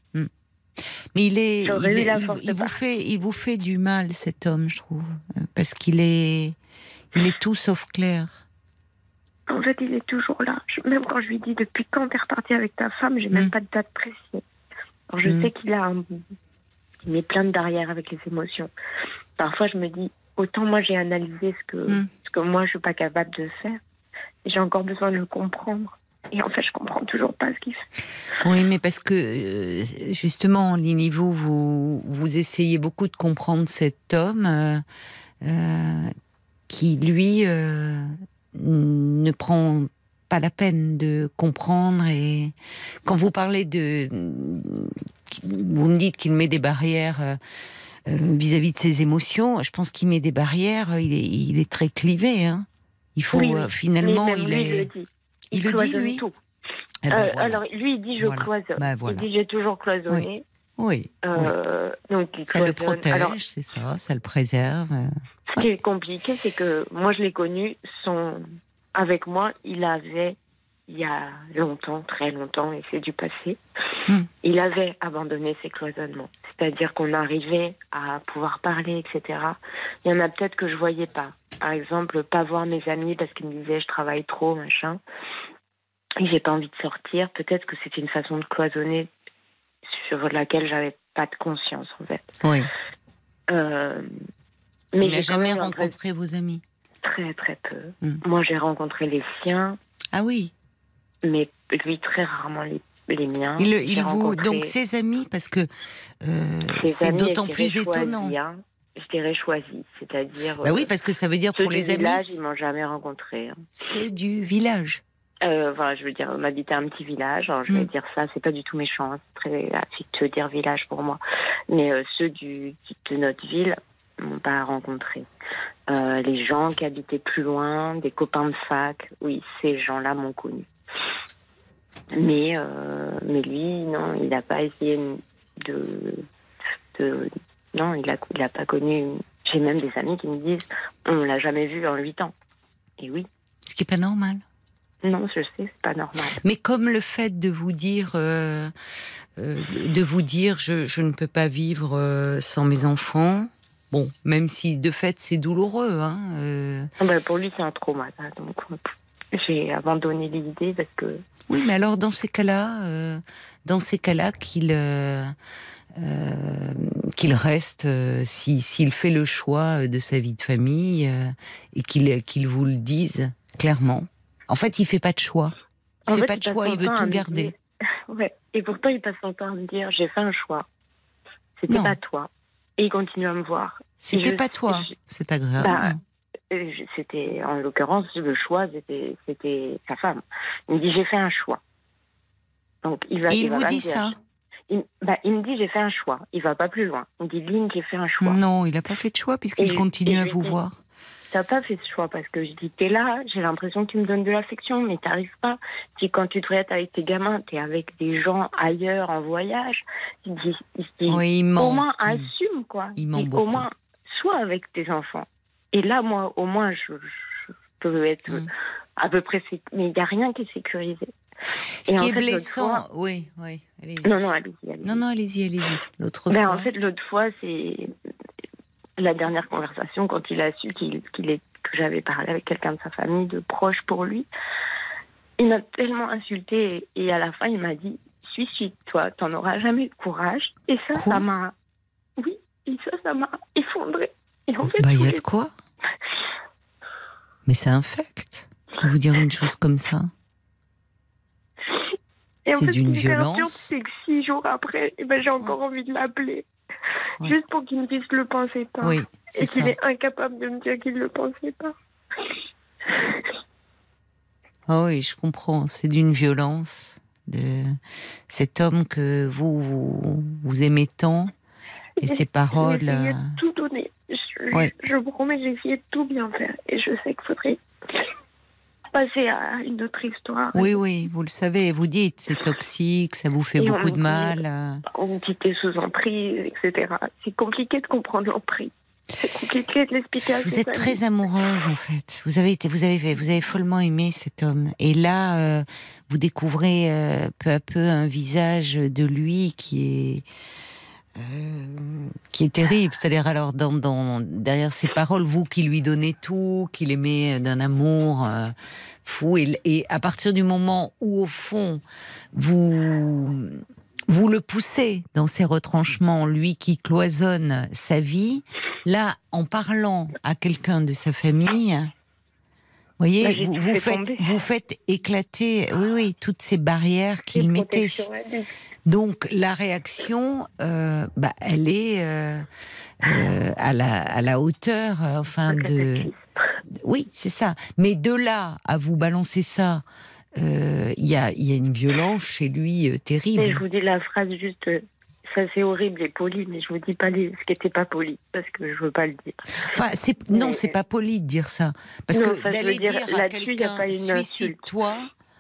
S3: Mais il est,
S7: J'aurais
S3: il,
S7: eu
S3: est-
S7: la
S3: il-
S7: force
S3: il
S7: de
S3: vous
S7: partir.
S3: fait, il vous fait du mal, cet homme, je trouve, euh, parce qu'il est, il est tout sauf clair.
S7: En fait, il est toujours là. Je- même quand je lui dis depuis quand t'es reparti avec ta femme, j'ai
S3: Mm.
S7: même pas de date précise. Alors je
S3: Mm.
S7: sais qu'il a un... il met plein de barrières avec les émotions. Parfois, je me dis, autant moi j'ai analysé ce que,
S3: Mm.
S7: ce que moi je suis pas capable de faire. J'ai encore besoin de le comprendre. Et en fait, je comprends toujours pas ce qu'il fait.
S3: Oui, mais parce que euh, justement, Lini, vous, vous, vous essayez beaucoup de comprendre cet homme euh, euh, qui, lui, euh, ne prend pas la peine de comprendre. Et quand vous parlez de, vous me dites qu'il met des barrières euh, euh, vis-à-vis de ses émotions. Je pense qu'il met des barrières. Il est, il est très clivé. Hein. Il faut
S7: Oui, oui.
S3: euh, finalement,
S7: Mais même
S3: il
S7: lui,
S3: est.
S7: il le dit.
S3: Il le dit,
S7: cloisonne
S3: lui.
S7: tout.
S3: Eh ben
S7: Euh,
S3: voilà.
S7: Alors, lui, il dit je
S3: Voilà.
S7: cloisonne.
S3: Ben voilà.
S7: Il dit j'ai toujours cloisonné.
S3: Oui. oui.
S7: Euh, donc, il
S3: Ça le
S7: cloisonne.
S3: protège,
S7: Alors,
S3: c'est ça, ça le préserve.
S7: ce qui est compliqué, c'est que moi, je l'ai connu, son... avec moi, il avait, il y a longtemps, très longtemps, et c'est du passé,
S3: Hmm.
S7: il avait abandonné ses cloisonnements. C'est-à-dire qu'on arrivait à pouvoir parler, et cetera. Il y en a peut-être que je voyais pas. Par exemple, pas voir mes amis parce qu'ils me disaient je travaille trop, machin. Et j'ai pas envie de sortir. Peut-être que c'était une façon de cloisonner sur laquelle j'avais pas de conscience, en fait.
S3: Oui.
S7: Euh,
S3: Mais
S7: mais
S3: il n'a
S7: j'ai quand
S3: jamais
S7: même l'impression-
S3: rencontré vos amis.
S7: Très, très peu.
S3: Hmm.
S7: Moi, j'ai rencontré les siens,
S3: Ah oui.
S7: mais lui, très rarement les, les miens.
S3: Il,
S7: J'ai
S3: il vous
S7: rencontré
S3: donc ses amis parce que euh,
S7: ses
S3: c'est
S7: amis,
S3: d'autant
S7: je
S3: plus
S7: dirais choisis,
S3: étonnant.
S7: hein. Je dirais choisis, c'est-à-dire
S3: Bah oui,
S7: euh,
S3: parce que ça veut dire
S7: ceux
S3: pour
S7: du
S3: les amis
S7: village, ils m'ont jamais rencontré. hein.
S3: ceux du village.
S7: Euh, voilà, je veux dire, on habitait un petit village. Alors, je vais
S3: Mm.
S7: dire ça, c'est pas du tout méchant, hein, c'est très affectueux de dire village pour moi. Mais euh, ceux du, de notre ville m'ont pas rencontré. Euh, les gens qui habitaient plus loin, des copains de fac, oui, ces gens-là m'ont connu. Mais, euh, mais lui, non, il n'a pas essayé de, de non, il a, il a pas connu. J'ai même des amis qui me disent, on l'a jamais vu en huit ans. Et oui,
S3: Ce qui est pas normal.
S7: non, je sais, c'est pas normal.
S3: Mais comme le fait de vous dire, euh, euh, de vous dire, je, je ne peux pas vivre euh, sans mes enfants. Bon, même si de fait c'est douloureux, hein. euh,
S7: Ah ben, pour lui, c'est un trauma. Ça. Donc, euh, j'ai abandonné l'idée parce que.
S3: Oui, mais alors dans ces cas-là, euh, dans ces cas-là, qu'il euh, euh, qu'il reste, euh, si s'il fait le choix de sa vie de famille euh, et qu'il qu'il vous le dise clairement. En fait, il fait pas de choix. Il
S7: En
S3: fait
S7: fait,
S3: pas de
S7: passe
S3: choix.
S7: son
S3: Il veut
S7: temps à
S3: tout
S7: me
S3: garder.
S7: dire- Ouais. Et pourtant, il passe son temps à me dire j'ai fait un choix. C'était
S3: Non.
S7: pas toi. Et il continue à me voir.
S3: C'était
S7: je-
S3: pas toi.
S7: je-
S3: C'est agréable.
S7: Bah, Euh, je- C'était, en l'occurrence, le choix, c'était, c'était sa femme. Il me dit j'ai fait un choix. Donc il va.
S3: Et il
S7: va
S3: vous
S7: pas
S3: dit
S7: me dire,
S3: ça?
S7: il, bah, il me dit j'ai fait un choix. Il va pas plus loin. Il me dit Lynn, j'ai fait un choix.
S3: Non, il n'a pas fait de choix puisqu'il
S7: Et-
S3: continue
S7: et
S3: à
S7: je
S3: vous
S7: lui dis-
S3: voir.
S7: T'as pas fait ce choix parce que je dis t'es là, j'ai l'impression que tu me donnes de l'affection, mais t'arrives pas. Je dis quand tu te regardes avec tes gamins, t'es avec des gens ailleurs en voyage. Je dis, je dis,
S3: Oui, il ment.
S7: au moins
S3: Il-
S7: assume quoi.
S3: il
S7: Je
S3: ment
S7: dis,
S3: beaucoup.
S7: au moins sois avec tes enfants. Et là moi au moins je, je peux être
S3: Mm.
S7: à peu près sé- mais il y a rien qui est sécurisé.
S3: Ce
S7: Et
S3: qui
S7: en
S3: est
S7: fait, l'autre
S3: blessant,
S7: fois-
S3: oui, oui, allez-y.
S7: Non non allez-y. allez-y.
S3: Non, non, allez-y, allez-y. L'autre
S7: Ben,
S3: fois.
S7: en fait l'autre fois c'est la dernière conversation, quand il a su qu'il, qu'il est, que j'avais parlé avec quelqu'un de sa famille, de proche pour lui, il m'a tellement insultée et, et à la fin, il m'a dit « Suicide-toi, t'en auras jamais le courage. » Et ça,
S3: Quoi
S7: ça m'a... Oui, et ça, ça m'a effondrée. Et en fait,
S3: Bah, il y a
S7: tous
S3: de
S7: les-
S3: quoi. Mais c'est infect de vous dire une chose comme ça.
S7: Et en
S3: C'est
S7: fait,
S3: d'une
S7: ce qui me fait un pire,
S3: violence.
S7: c'est que six jours après, eh ben, j'ai encore envie de l'appeler.
S3: Ouais.
S7: Juste pour qu'il me dise que le pensait pas.
S3: Oui,
S7: Et
S3: c'est
S7: qu'il
S3: ça.
S7: est incapable de me dire qu'il ne le pensait pas.
S3: Ah oui, je comprends. C'est d'une violence de cet homme que vous vous, vous aimez tant et ses paroles.
S7: J'ai essayé
S3: euh,
S7: de tout donner. Je,
S3: Ouais.
S7: je, je vous promets, j'ai essayé de tout bien faire. Et je sais qu'il faudrait passer à une autre histoire.
S3: Oui, oui, vous le savez. Vous dites c'est toxique, ça vous fait
S7: Et on
S3: beaucoup de
S7: me dit-
S3: mal. euh.
S7: On me dit que t'es sous emprise, et cetera. C'est compliqué de comprendre l'emprise. C'est compliqué de l'expliquer à
S3: Vous
S7: ses
S3: êtes
S7: amis.
S3: très amoureuse en fait. Vous avez été, vous avez, vous avez follement aimé cet homme. Et là, euh, vous découvrez euh, peu à peu un visage de lui qui est euh, qui est terrible. C'est-à-dire alors dans, dans derrière ses paroles, vous qui lui donnez tout, qui l'aimez d'un amour euh, fou, et, et à partir du moment où au fond vous vous le poussez dans ses retranchements, lui qui cloisonne sa vie, là, en parlant à quelqu'un de sa famille, vous voyez,
S7: Bah, j'ai
S3: vous,
S7: tout
S3: vous
S7: fait
S3: faites,
S7: tomber.
S3: vous faites éclater, oui, oui, toutes ces barrières qu'il
S7: Les
S3: mettait.
S7: protections adultes.
S3: Donc, la réaction, euh, bah, elle est euh, euh, à, la, à la hauteur, euh, enfin,
S7: Un
S3: de...
S7: cataclysme.
S3: Oui, c'est ça. Mais de là à vous balancer ça, euh, il y, a, il y a une violence chez lui euh, terrible.
S7: Et je vous dis la phrase juste, euh, ça c'est horrible et poli, mais je vous dis pas les, ce qui n'était pas poli, parce que je veux pas le dire.
S3: Enfin, c'est, non,
S7: Mais-
S3: c'est pas poli de dire ça. Parce
S7: Non,
S3: que
S7: enfin, je
S3: d'aller
S7: veux dire,
S3: dire à
S7: là-dessus, il y a
S3: quelqu'un,
S7: pas une insulte.
S3: suicide-toi,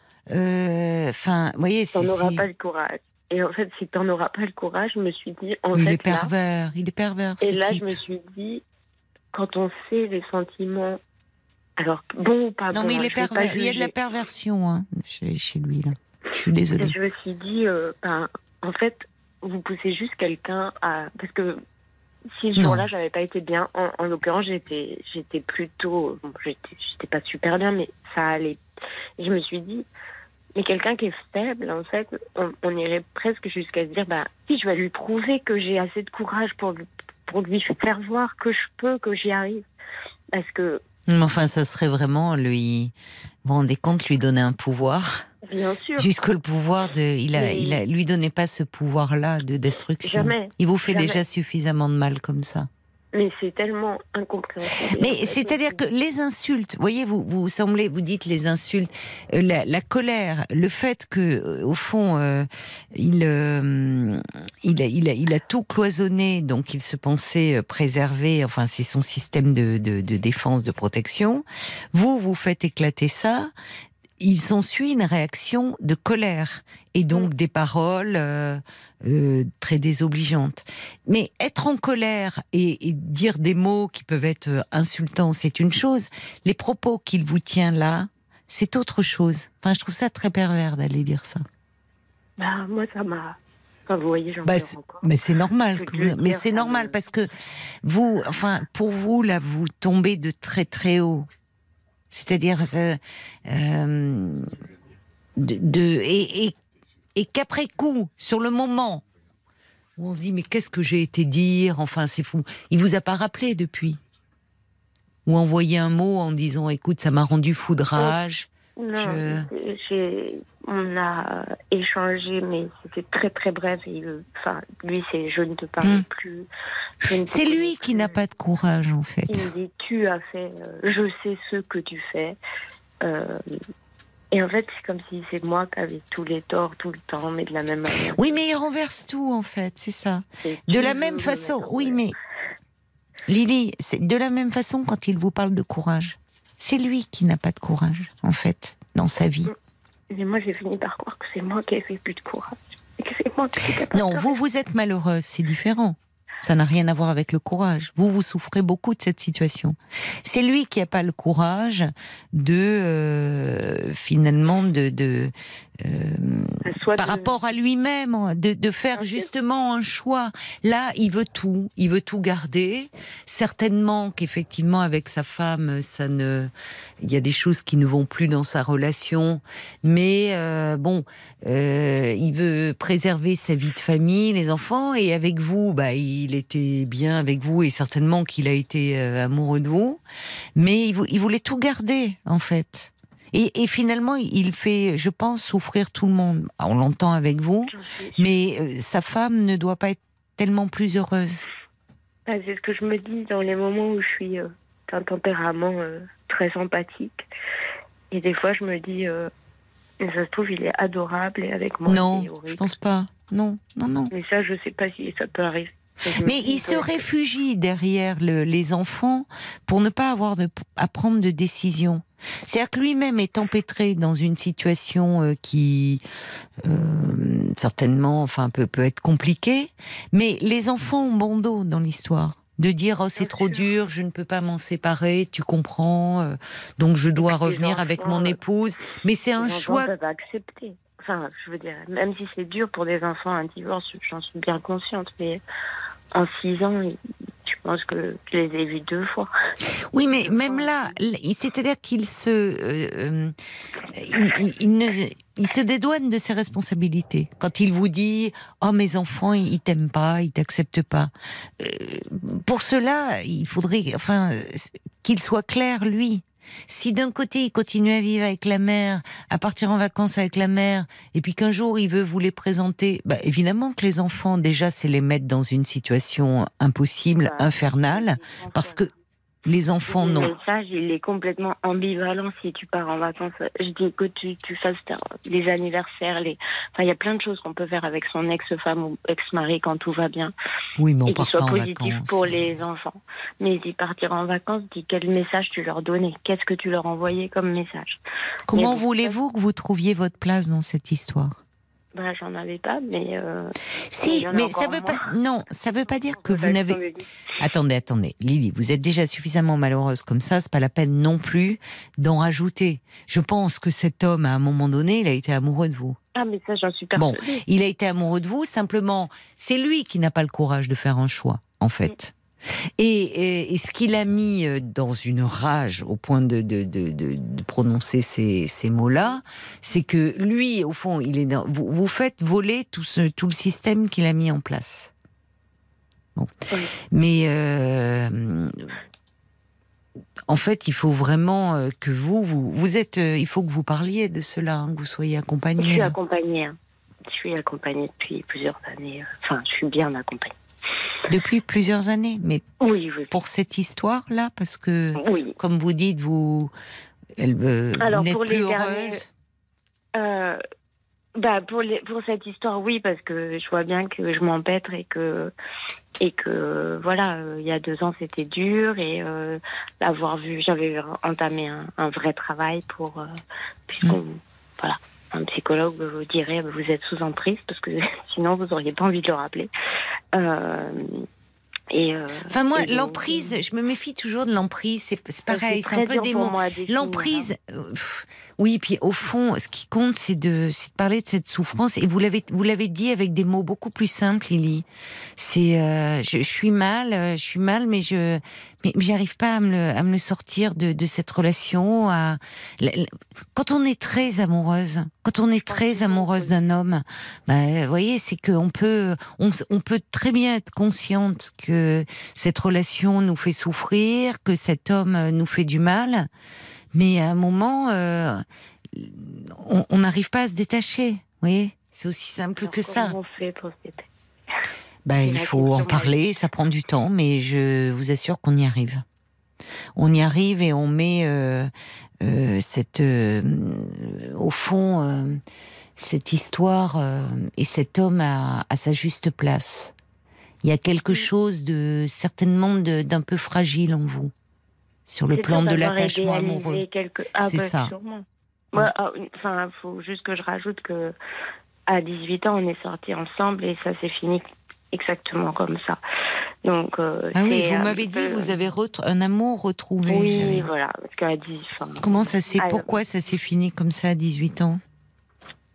S3: euh, enfin, vous voyez, c'est...
S7: T'en auras
S3: c'est-
S7: pas le courage. Et en fait, si t'en auras pas le courage, je me suis dit, en
S3: il
S7: fait,
S3: est
S7: là,
S3: pervers, il est pervers, ce
S7: et là,
S3: type.
S7: je me suis dit, quand on sait les sentiments, alors bon ou pas
S3: Non,
S7: bon,
S3: mais il
S7: hein,
S3: est
S7: je vais pas
S3: pervers. Il y a de la
S7: juger.
S3: perversion hein, chez, chez lui, là. Je suis
S7: Et
S3: désolée.
S7: je me suis dit, euh, ben, en fait, vous poussez juste quelqu'un à... Parce que si ce
S3: Non.
S7: jour-là, j'avais pas été bien, en, en l'occurrence, j'étais, j'étais plutôt... Bon, j'étais, j'étais pas super bien, mais ça allait. Et je me suis dit, mais quelqu'un qui est faible, en fait, on, on irait presque jusqu'à se dire, bah, si je vais lui prouver que j'ai assez de courage pour, lui- pour lui faire voir que je peux, que j'y arrive. Parce que,
S3: Mais enfin, ça serait vraiment lui... Vous vous rendez compte, lui donner un pouvoir,
S7: bien sûr,
S3: jusque le pouvoir de... Il a,
S7: Mais-
S3: il a, lui donnez pas ce pouvoir-là de destruction.
S7: Jamais.
S3: Il vous fait
S7: Jamais.
S3: déjà suffisamment de mal comme ça.
S7: mais c'est tellement incompréhensible.
S3: Mais c'est-à-dire que les insultes, voyez, vous vous semblez, vous dites les insultes, euh, la, la colère, le fait que euh, au fond euh, il, euh, il a il a il a tout cloisonné, donc il se pensait euh, préservé. Enfin, c'est son système de, de de défense, de protection. Vous vous faites éclater ça. Il s'ensuit une réaction de colère et donc des paroles euh, euh, très désobligeantes. Mais être en colère et, et dire des mots qui peuvent être euh, insultants, c'est une chose. Les propos qu'il vous tient là, c'est autre chose. Enfin, je trouve ça très pervers d'aller dire ça.
S7: Bah, moi, ça m'a... Enfin, vous voyez, j'en
S3: Bah,
S7: pleure
S3: c'est-
S7: encore.
S3: mais c'est normal.
S7: Je
S3: Que
S7: veux
S3: vous- mais
S7: dire,
S3: c'est
S7: ça
S3: normal
S7: me-
S3: parce que vous, enfin, pour vous là, vous tombez de très très haut. C'est-à-dire euh, euh, de, de et, et, et qu'après coup, sur le moment, où on se dit mais qu'est-ce que j'ai été dire, enfin c'est fou. Il vous a pas rappelé depuis, ou envoyé un mot en disant écoute ça m'a rendu foudrage.
S7: Non,
S3: Je-
S7: j'ai... on a échangé, mais c'était très très bref. Et, euh, enfin, lui, c'est je ne te parle
S3: Hmm.
S7: plus. je ne te
S3: C'est
S7: connais
S3: lui qui
S7: plus.
S3: n'a pas de courage en fait.
S7: Il me dit tu as fait, euh, je sais ce que tu fais. Euh, et en fait, c'est comme si c'est moi qui avais tous les torts tout le temps, mais de la même manière.
S3: Oui, mais il renverse tout en fait, c'est ça.
S7: C'est
S3: De
S7: tu
S3: la
S7: veux
S3: même
S7: me
S3: façon,
S7: mettre en
S3: oui,
S7: colère.
S3: mais Lily, c'est de la même façon quand il vous parle de courage. C'est lui qui n'a pas de courage, en fait, dans sa vie.
S7: Mais moi, j'ai fini par croire que c'est moi qui ai fait plus de courage. Et que c'est moi qui suis capable
S3: Non,
S7: de
S3: vous, vous êtes malheureuse, c'est différent. Ça n'a rien à voir avec le courage. Vous, vous souffrez beaucoup de cette situation. C'est lui qui n'a pas le courage de, euh, finalement, de, de, euh,
S7: Soit
S3: par
S7: de-
S3: rapport à lui-même, de, de faire
S7: Bien sûr.
S3: justement un choix. Là, il veut tout, il veut tout garder. Certainement qu'effectivement, avec sa femme, ça ne, il y a des choses qui ne vont plus dans sa relation. Mais euh, bon, euh, il veut préserver sa vie de famille, les enfants, et avec vous, bah, il était bien avec vous, et certainement qu'il a été euh, amoureux de vous. Mais il, vou- il voulait tout garder, en fait. Et, et finalement, il fait, je pense, souffrir tout le monde. On l'entend avec vous,
S7: J'en suis sûre.
S3: mais euh, sa femme ne doit pas être tellement plus heureuse.
S7: Ah, c'est ce que je me dis dans les moments où je suis euh, d'un tempérament euh, très sympathique. Et des fois, je me dis, euh, ça se trouve, il est adorable et avec moi,
S3: non,
S7: c'est
S3: je
S7: horrible.
S3: pense pas. Non, non, non.
S7: Mais ça, je sais pas si ça peut arriver. Et je me
S3: Mais
S7: dis,
S3: il se
S7: ouais,
S3: réfugie derrière le- les enfants pour ne pas avoir de, à prendre de décision. C'est-à-dire que lui-même est empêtré dans une situation euh, qui euh, certainement, enfin, peut, peut être compliquée, mais les enfants ont bon dos dans l'histoire. De dire oh, c'est
S7: Bien
S3: trop
S7: sûr.
S3: dur, je ne peux pas m'en séparer, tu comprends, euh, donc je dois
S7: puis les
S3: revenir avec
S7: enfants,
S3: mon
S7: euh,
S3: épouse. Mais c'est un
S7: les enfants
S3: choix.
S7: peuvent accepter. Enfin, je veux dire, même si c'est dur pour des enfants un divorce, j'en suis bien consciente, mais en six ans, je pense que je les ai vus deux fois.
S3: Oui, mais
S7: Je
S3: même
S7: pense.
S3: là, il- c'est-à-dire qu'il se, euh, euh, il, il- il ne, il se dédouane de ses responsabilités. Quand il vous dit, oh mes enfants, ils t'aiment pas, ils t'acceptent pas. Euh, pour cela, il faudrait, enfin, qu'il soit clair lui. Si d'un côté il continue à vivre avec la mère, à partir en vacances avec la mère, et puis qu'un jour il veut vous les présenter, bah évidemment que les enfants, déjà, c'est les mettre dans une situation impossible,
S7: Bah,
S3: infernale, parce que les enfants
S7: Le
S3: non.
S7: message, il est complètement ambivalent si tu pars en vacances. Je dis que tu, tu fasses ta- les anniversaires, les... Enfin, il y a plein de choses qu'on peut faire avec son ex-femme ou ex-mari quand tout va bien.
S3: Oui, mais on
S7: et qui
S3: part
S7: soit
S3: pas en
S7: positif
S3: vacances.
S7: pour les enfants. Mais dis partir en vacances, dis quel message tu leur donnais, qu'est-ce que tu leur envoyais comme message.
S3: Comment
S7: Mais bon,
S3: voulez-vous que vous trouviez votre place dans cette histoire?
S7: Bah, j'en avais pas, mais. Euh,
S3: Si,
S7: il y en a
S3: mais ça
S7: encore
S3: veut
S7: moins.
S3: pas. Non, ça veut pas dire que vous
S7: Parce
S3: n'avez.
S7: qu'on me dit-
S3: Attendez, attendez, Lily, vous êtes déjà suffisamment malheureuse comme ça, c'est pas la peine non plus d'en rajouter. Je pense que cet homme, à un moment donné, il a été amoureux de vous.
S7: Ah, mais ça, j'en suis
S3: Bon,
S7: persuadée.
S3: il a été amoureux de vous, simplement, c'est lui qui n'a pas le courage de faire un choix, en fait. Et, et- et ce qu'il a mis euh, dans une rage au point de, de, de, de- de prononcer ces, ces mots-là, c'est que lui, au fond, il est dans, vous, vous faites voler tout, ce, tout le système qu'il a mis en place. Bon.
S7: Oui.
S3: Mais euh, en fait, il faut vraiment euh, que vous, vous, vous êtes, euh, il faut que vous parliez de cela, hein, que vous soyez
S7: Je
S3: accompagné.
S7: suis
S3: là.
S7: accompagnée. hein. Je suis accompagnée depuis plusieurs années. euh, Enfin, je suis bien accompagnée.
S3: Depuis plusieurs années, mais
S7: Oui, oui.
S3: pour cette histoire-là, parce que,
S7: Oui.
S3: comme vous dites, vous, elle, euh, vous
S7: Alors,
S3: n'êtes
S7: pour
S3: plus
S7: les
S3: heureuse.
S7: derniers- Euh, bah pour, les, pour cette histoire, oui, parce que je vois bien que je m'empêtre et que, et que voilà, euh, il y a deux ans c'était dur et euh, l'avoir vu, j'avais entamé un, un vrai travail pour, euh, puisqu'on,
S3: Mm.
S7: voilà, un psychologue vous dirait vous êtes sous emprise parce que sinon vous auriez pas envie de le rappeler. Euh, et, euh,
S3: Enfin, moi,
S7: et donc,
S3: l'emprise, je me méfie toujours de l'emprise, c'est c'est pareil, c'est
S7: très
S3: un peu
S7: dur
S3: des
S7: pour
S3: mots.
S7: moi à définir,
S3: L'emprise, euh, pff, oui, puis au fond, ce qui compte, c'est de, c'est de parler de cette souffrance. Et vous l'avez, vous l'avez dit avec des mots beaucoup plus simples, Lily. C'est, euh, je, je suis mal, euh, je suis mal, mais je, mais, mais j'arrive pas à me le, à me le sortir de, de cette relation. À, la- la- quand on est très amoureuse, quand on est très amoureuse d'un homme, bah, vous voyez, c'est qu'on peut, on, s- on peut très bien être consciente que cette relation nous fait souffrir, que cet homme euh, nous fait du mal, mais à un moment, euh, on on n'arrive pas à se détacher. Vous voyez, c'est aussi simple
S7: alors,
S3: que ça.
S7: comment on fait pour se détacher?
S3: Bah,
S7: C'est
S3: il
S7: la
S3: faut en
S7: question,
S3: parler, ça prend du temps, mais je vous assure qu'on y arrive. On y arrive et on met euh, euh, cette, euh, au fond, euh, cette histoire euh, et cet homme à, à sa juste place. Il y a quelque chose de certainement de- d'un peu fragile en vous, sur le
S7: C'est
S3: plan
S7: dur
S3: de
S7: d'avoir
S3: l'attachement
S7: idéalisé
S3: amoureux.
S7: quelque- Ah,
S3: C'est
S7: bah,
S3: ça.
S7: sûrement. Ouais, ah, enfin, faut juste que je rajoute que à dix-huit ans, on est sortis ensemble et ça s'est fini exactement comme ça. Donc, euh,
S3: Ah oui,
S7: c'est
S3: vous
S7: un
S3: m'avez
S7: peu-
S3: dit, vous avez retr- un amour retrouvé.
S7: Oui,
S3: j'avais-
S7: voilà, parce qu'à dix, enfin,
S3: Comment ça s'est,
S7: Ah,
S3: pourquoi ça s'est fini comme ça à dix-huit ans?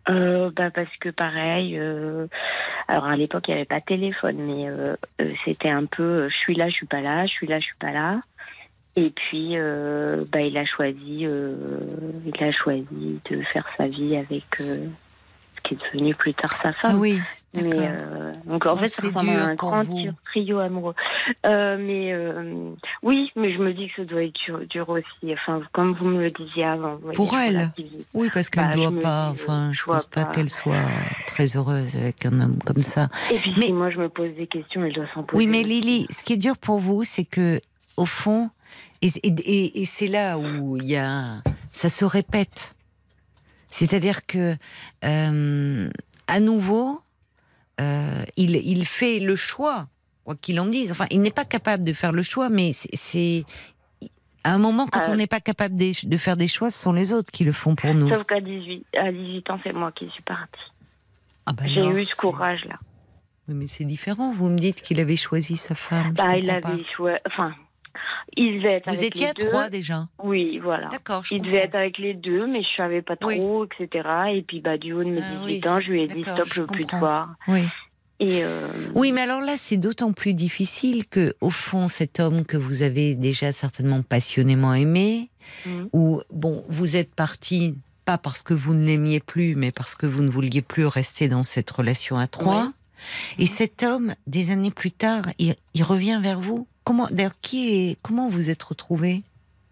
S7: Euh, bah parce que pareil, euh, alors à l'époque il n'y avait pas de téléphone, mais euh, euh, c'était un peu euh, je suis là, je suis pas là, je suis là, je suis pas là. Et puis euh, bah il a choisi, euh, il a choisi de faire sa vie avec euh, ce qui est devenu plus tard sa femme.
S3: Ah oui.
S7: Mais
S3: D'accord.
S7: euh, donc en
S3: Oh,
S7: fait
S3: c'est
S7: ça ressemble
S3: dur
S7: à un
S3: pour
S7: grand
S3: vous.
S7: tri- trio amoureux. Euh, mais euh, oui, mais je me dis que ça doit être dur, dur aussi. Enfin, comme vous me le disiez avant. Vous voyez,
S3: Pour
S7: je
S3: elle.
S7: relativise.
S3: Oui, parce qu'elle
S7: Bah,
S3: ne
S7: je
S3: doit
S7: me
S3: pas,
S7: dis, euh,
S3: enfin, je
S7: je vois
S3: pense pas
S7: pas.
S3: qu'elle soit très heureuse avec un homme comme ça.
S7: Et puis
S3: Mais-
S7: si moi je me pose des questions, elle doit s'en poser.
S3: Oui, mais
S7: aussi.
S3: Lily, ce qui est dur pour vous, c'est que, au fond, et, et- et- et c'est là où il y a, ça se répète. C'est-à-dire que, euh, à nouveau, euh, il, il fait le choix, quoi qu'il en dise. Enfin, il n'est pas capable de faire le choix, mais c'est, c'est à un moment, quand
S7: Euh,
S3: on n'est pas capable de, de faire des choix, ce sont les autres qui le font pour nous.
S7: Sauf qu'à dix-huit, à dix-huit ans, c'est moi qui suis partie.
S3: Ah bah
S7: J'ai
S3: alors,
S7: eu ce
S3: c'est-
S7: courage-là.
S3: Oui, mais c'est différent. Vous me dites qu'il avait choisi sa femme. je
S7: Bah, il
S3: comprends
S7: avait
S3: pas.
S7: choisi. Enfin, il devait être
S3: Vous
S7: avec
S3: étiez
S7: les
S3: à
S7: deux.
S3: trois déjà.
S7: Oui, voilà.
S3: D'accord, je
S7: Il
S3: comprends.
S7: devait être avec les deux, mais je savais pas
S3: Oui.
S7: trop, et cetera. Et puis, bah, du haut de mes
S3: Ah
S7: dix-huit
S3: oui,
S7: ans, je lui ai dit
S3: d'accord,
S7: stop,
S3: je
S7: je veux plus te
S3: comprends.
S7: voir.
S3: Oui.
S7: Et euh,
S3: Oui, mais alors là, c'est d'autant plus difficile que, au fond, cet homme que vous avez déjà certainement passionnément aimé,
S7: Mhm.
S3: où, bon, vous êtes parti, pas parce que vous ne l'aimiez plus, mais parce que vous ne vouliez plus rester dans cette relation à trois.
S7: Oui.
S3: Et cet homme, des années plus tard, il, il revient vers vous. Comment, d'ailleurs, qui est, comment vous êtes retrouvés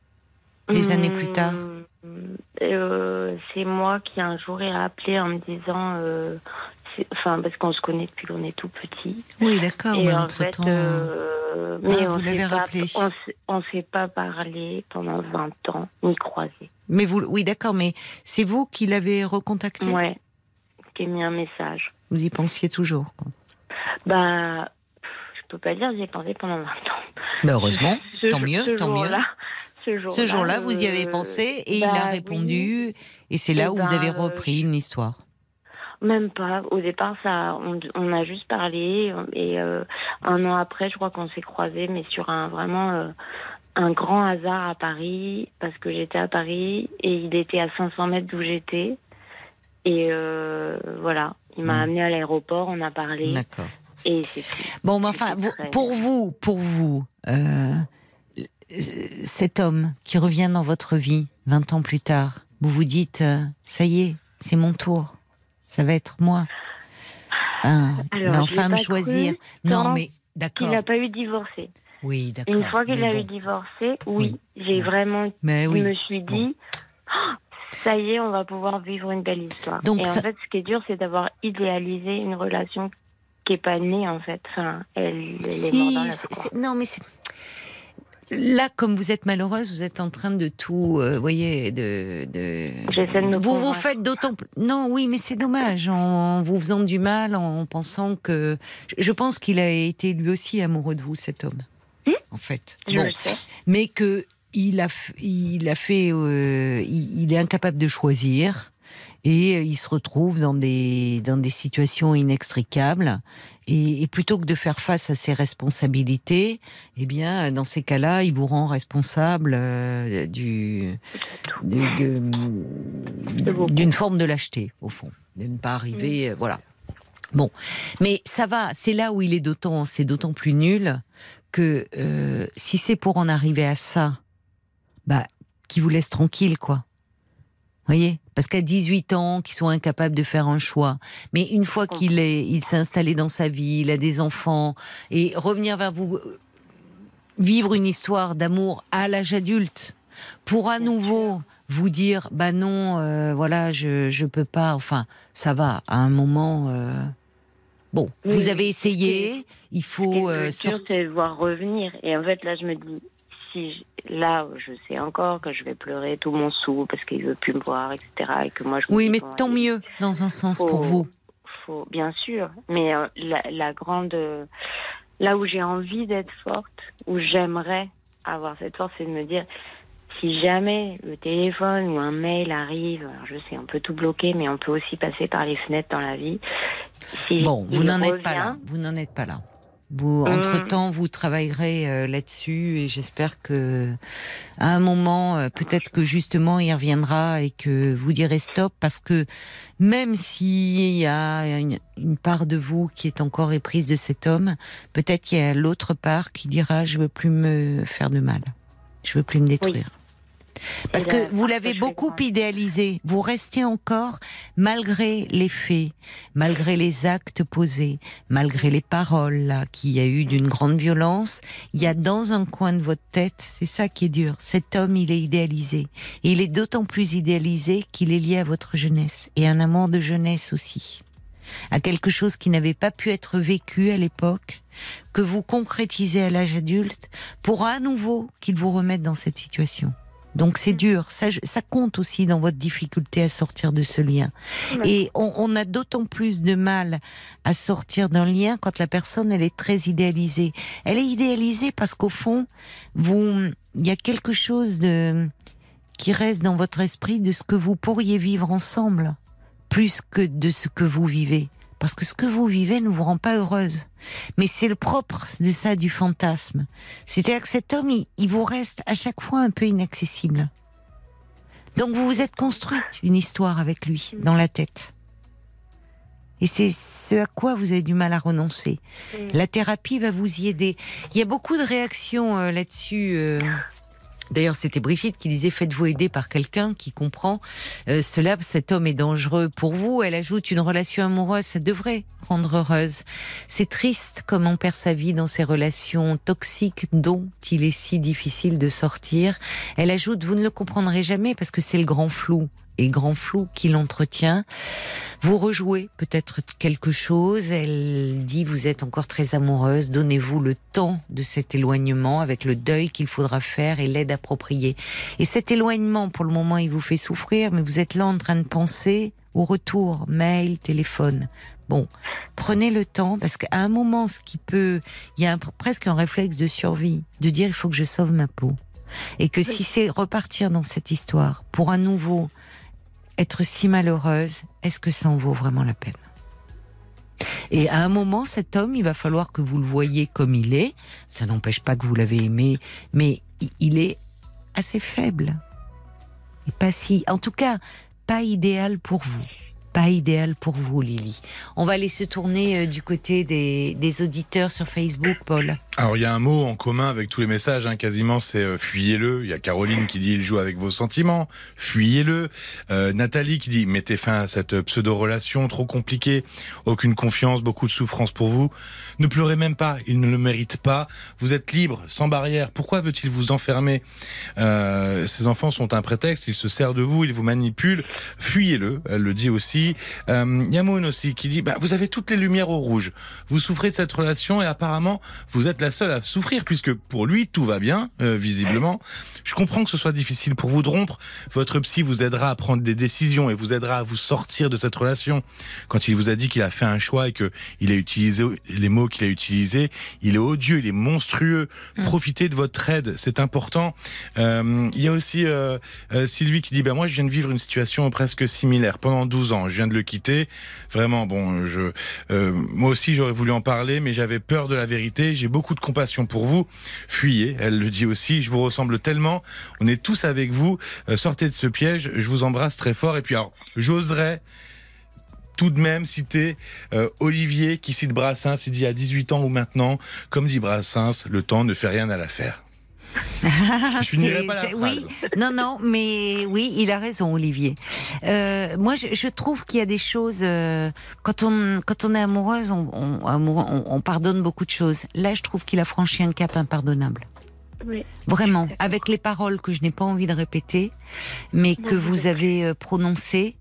S3: des années plus tard?
S7: Hum, euh, c'est moi qui un jour ai appelé en me disant, euh, c'est- enfin parce qu'on se connaît depuis qu'on est tout petit.
S3: Oui, d'accord,
S7: Et
S3: mais
S7: en
S3: entre-temps...
S7: fait, euh, mais
S3: Ah,
S7: on
S3: vous l'avez
S7: s'est pas,
S3: rappelé.
S7: on s'est- on s'est pas parlé pendant vingt ans, ni croisé.
S3: Mais vous, oui, d'accord, mais c'est vous qui l'avez recontacté?
S7: Ouais, qui ai mis un message.
S3: Vous y pensiez toujours, quoi.
S7: Bah, pff, je peux pas dire, j'y ai pensé pendant vingt ans.
S3: Bah heureusement,
S7: Ce
S3: tant
S7: jour-
S3: mieux,
S7: ce
S3: tant mieux.
S7: jour-là, ce jour-là,
S3: Ce jour-là, vous y avez
S7: euh,
S3: pensé et il
S7: bah,
S3: a
S7: oui.
S3: répondu. Et c'est là
S7: Eh
S3: où
S7: ben,
S3: vous avez
S7: euh,
S3: repris une histoire.
S7: Même pas. Au départ, ça, on, on a juste parlé et euh, un an après, je crois qu'on s'est croisés, mais sur un vraiment euh, un grand hasard à Paris, parce que j'étais à Paris et il était à cinq cents mètres d'où j'étais. Et euh, voilà, il m'a
S3: Mm.
S7: amené à l'aéroport, on a parlé
S3: D'accord.
S7: et c'est tout.
S3: Bon, mais enfin,
S7: C'était
S3: vous-
S7: très-
S3: pour vous, pour vous, euh, cet homme qui revient dans votre vie vingt ans plus tard, vous vous dites, euh, ça y est, c'est mon tour, ça va être moi. Enfin, il
S7: Alors,
S3: va
S7: je l'ai
S3: enfin me
S7: pas
S3: choisir.
S7: cru
S3: Non,
S7: tant
S3: mais d'accord.
S7: Il n'a pas eu divorcé.
S3: Oui, d'accord.
S7: Une fois qu'il
S3: mais
S7: a eu
S3: bon.
S7: divorcé, oui,
S3: Oui.
S7: j'ai vraiment,
S3: Mais
S7: je
S3: oui.
S7: me suis
S3: Bon.
S7: dit, oh, ça y est, on va pouvoir vivre une belle histoire.
S3: Donc
S7: et
S3: ça-
S7: en fait, ce qui est dur, c'est d'avoir idéalisé une relation qui est pas née, en fait. Enfin, elle, elle est
S3: Si,
S7: morte dans la
S3: c'est-
S7: froid.
S3: c'est- non, mais c'est... Là, comme vous êtes malheureuse, vous êtes en train de tout, euh, voyez, de, de...
S7: J'essaie de me
S3: Vous vous
S7: convaincre.
S3: faites d'autant plus... Non, oui, mais c'est dommage, en vous faisant du mal, en pensant que... Je- Je pense qu'il a été lui aussi amoureux de vous, cet homme,
S7: Hmm
S3: en fait.
S7: Je
S3: Bon.
S7: le sais.
S3: Mais que il a, f- il a fait... euh, il, il est incapable de choisir, et euh, il se retrouve dans des, dans des situations inextricables. Et, et plutôt que de faire face à ses responsabilités, eh bien, dans ces cas-là, il vous rend responsable euh, du, du- de-
S7: beaucoup.
S3: d'une forme de lâcheté, au fond, de ne pas arriver, euh, voilà. Bon, mais ça va. C'est là où il est d'autant, c'est d'autant plus nul que euh, si c'est pour en arriver à ça, bah, qu'il vous laisse tranquille, quoi. Voyez, parce qu'à dix-huit ans, qu'ils sont incapables de faire un choix. Mais une fois qu'il est, il s'est installé dans sa vie, il a des enfants, et revenir vers vous, euh, vivre une histoire d'amour à l'âge adulte, pour à
S7: Bien
S3: nouveau vous dire, bah non, euh, voilà, je je peux pas. Enfin, ça va. À un moment, euh, bon,
S7: Oui,
S3: vous
S7: oui.
S3: avez essayé. Il
S7: Ce qui
S3: faut
S7: est
S3: euh,
S7: le dur,
S3: sortir.
S7: c'est de voir revenir. Et en fait, là, je me dis, si je- là, je sais encore que je vais pleurer tout mon sou parce qu'il veut plus me voir, et cetera. Et que moi, je me
S3: Oui,
S7: dis,
S3: mais
S7: bon,
S3: tant
S7: allez,
S3: mieux dans un sens
S7: faut-
S3: pour vous.
S7: faut, bien sûr. Mais euh, la, la grande, euh, là où j'ai envie d'être forte, où j'aimerais avoir cette force, c'est de me dire, si jamais le téléphone ou un mail arrive, alors je sais, on peut tout bloquer, mais on peut aussi passer par les fenêtres dans la vie. Si
S3: Bon, vous
S7: il
S3: n'en êtes pas
S7: revient,
S3: là. Vous n'en êtes pas là. Vous,
S7: Mmh.
S3: entre-temps, vous travaillerez euh, là-dessus et j'espère que à un moment, euh, peut-être que justement, il reviendra et que vous direz stop, parce que même s'il y a une, une part de vous qui est encore éprise de cet homme, peut-être qu'il y a l'autre part qui dira je veux plus me faire de mal, je veux plus me détruire. Parce
S7: Et
S3: que
S7: là,
S3: vous l'avez
S7: je
S3: beaucoup
S7: fais-
S3: idéalisé. Vous restez encore, malgré les faits, malgré les actes posés, malgré les paroles là, qu'il y a eu d'une grande violence, il y a dans un coin de votre tête, c'est ça qui est dur, cet homme il est idéalisé. Et il est d'autant plus idéalisé qu'il est lié à votre jeunesse, et un amour de jeunesse aussi. À quelque chose qui n'avait pas pu être vécu à l'époque, que vous concrétisez à l'âge adulte, pour à nouveau qu'il vous remette dans cette situation. Donc c'est dur, ça, ça compte aussi dans votre difficulté à sortir de ce lien.
S7: Ouais.
S3: Et on, on a d'autant plus de mal à sortir d'un lien quand la personne elle est très idéalisée. Elle est idéalisée parce qu'au fond, vous, il y a quelque chose de qui reste dans votre esprit de ce que vous pourriez vivre ensemble, plus que de ce que vous vivez. Parce que ce que vous vivez ne vous rend pas heureuse. Mais c'est le propre de ça, du fantasme. C'est-à-dire que cet homme, il, il vous reste à chaque fois un peu inaccessible. Donc vous vous êtes construite une histoire avec lui, dans la tête. Et c'est ce à quoi vous avez du mal à renoncer. La thérapie va vous y aider. Il y a beaucoup de réactions euh, là-dessus. Euh... D'ailleurs, c'était Brigitte qui disait « Faites-vous aider par quelqu'un qui comprend euh, cela, cet homme est dangereux pour vous. » Elle ajoute « Une relation amoureuse, ça devrait rendre heureuse. » C'est triste comme on perd sa vie dans ces relations toxiques dont il est si difficile de sortir. Elle ajoute « Vous ne le comprendrez jamais parce que c'est le grand flou. » Et grand flou qui l'entretient. Vous rejouez peut-être quelque chose. Elle dit vous êtes encore très amoureuse. Donnez-vous le temps de cet éloignement avec le deuil qu'il faudra faire et l'aide appropriée. Et cet éloignement, pour le moment, il vous fait souffrir, mais vous êtes là en train de penser au retour, mail, téléphone. Bon, prenez le temps parce qu'à un moment, ce qui peut, il y a un, presque un réflexe de survie, de dire il faut que je sauve ma peau. Et que si c'est repartir dans cette histoire pour à nouveau être si malheureuse, est-ce que ça en vaut vraiment la peine ? Et à un moment, cet homme, il va falloir que vous le voyiez comme il est. Ça n'empêche pas que vous l'avez aimé, mais il est assez faible. Et pas si, en tout cas, pas idéal pour vous. Pas idéal pour vous, Lily. On va aller se tourner du côté des, des auditeurs sur Facebook, Paul.
S5: Alors il y a un mot en commun avec tous les messages, hein, quasiment, c'est euh, fuyez-le. Il y a Caroline qui dit il joue avec vos sentiments, fuyez-le. Euh, Nathalie qui dit mettez fin à cette pseudo-relation trop compliquée, aucune confiance, beaucoup de souffrance pour vous. Ne pleurez même pas, il ne le mérite pas. Vous êtes libre, sans barrière. Pourquoi veut-il vous enfermer ? euh, Ces enfants sont un prétexte, il se sert de vous, il vous manipule. Fuyez-le, elle le dit aussi. Euh, Yamoun aussi qui dit bah, vous avez toutes les lumières au rouge. Vous souffrez de cette relation et apparemment vous êtes la seule à souffrir puisque pour lui tout va bien, euh, visiblement. Je comprends que ce soit difficile pour vous de rompre. Votre psy vous aidera à prendre des décisions et vous aidera à vous sortir de cette relation. Quand il vous a dit qu'il a fait un choix et que il a utilisé les mots qu'il a utilisés, il est odieux, il est monstrueux. Mmh. Profitez de votre aide, c'est important. Euh, il y a aussi euh, euh, Sylvie qui dit bah, moi je viens de vivre une situation presque similaire pendant douze ans. Je viens de le quitter. Vraiment, bon, je, euh, moi aussi j'aurais voulu en parler, mais j'avais peur de la vérité. J'ai beaucoup de compassion pour vous. Fuyez, elle le dit aussi. Je vous ressemble tellement. On est tous avec vous. Euh, sortez de ce piège. Je vous embrasse très fort. Et puis, alors, j'oserais tout de même citer euh, Olivier qui cite Brassens. Il dit à dix-huit ans ou maintenant, comme dit Brassens, le temps ne fait rien à l'affaire. Je finirai pas la phrase.
S3: Oui, non, non, mais oui, il a raison, Olivier. Euh, moi, je, je trouve qu'il y a des choses. Euh, quand on quand on est amoureuse, on, on, on, on pardonne beaucoup de choses. Là, je trouve qu'il a franchi un cap impardonnable.
S7: Oui.
S3: Vraiment, avec les paroles que je n'ai pas envie de répéter, mais que vous avez euh, prononcées.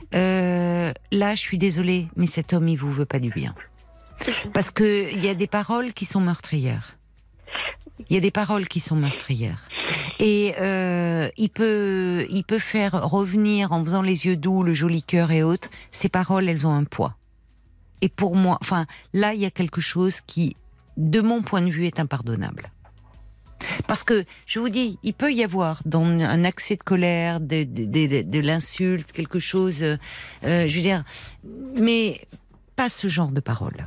S3: Euh, là, je suis désolée, mais cet homme, il vous veut pas du bien. Parce que il y a des paroles qui sont meurtrières. Il y a des paroles qui sont meurtrières. Et euh, il peut, il peut faire revenir, en faisant les yeux doux, le joli cœur et autres, ces paroles, elles ont un poids. Et pour moi, enfin, là, il y a quelque chose qui, de mon point de vue, est impardonnable. Parce que, je vous dis, il peut y avoir dans un accès de colère, de, de, de, de, de l'insulte, quelque chose, euh, je veux dire, mais pas ce genre de paroles.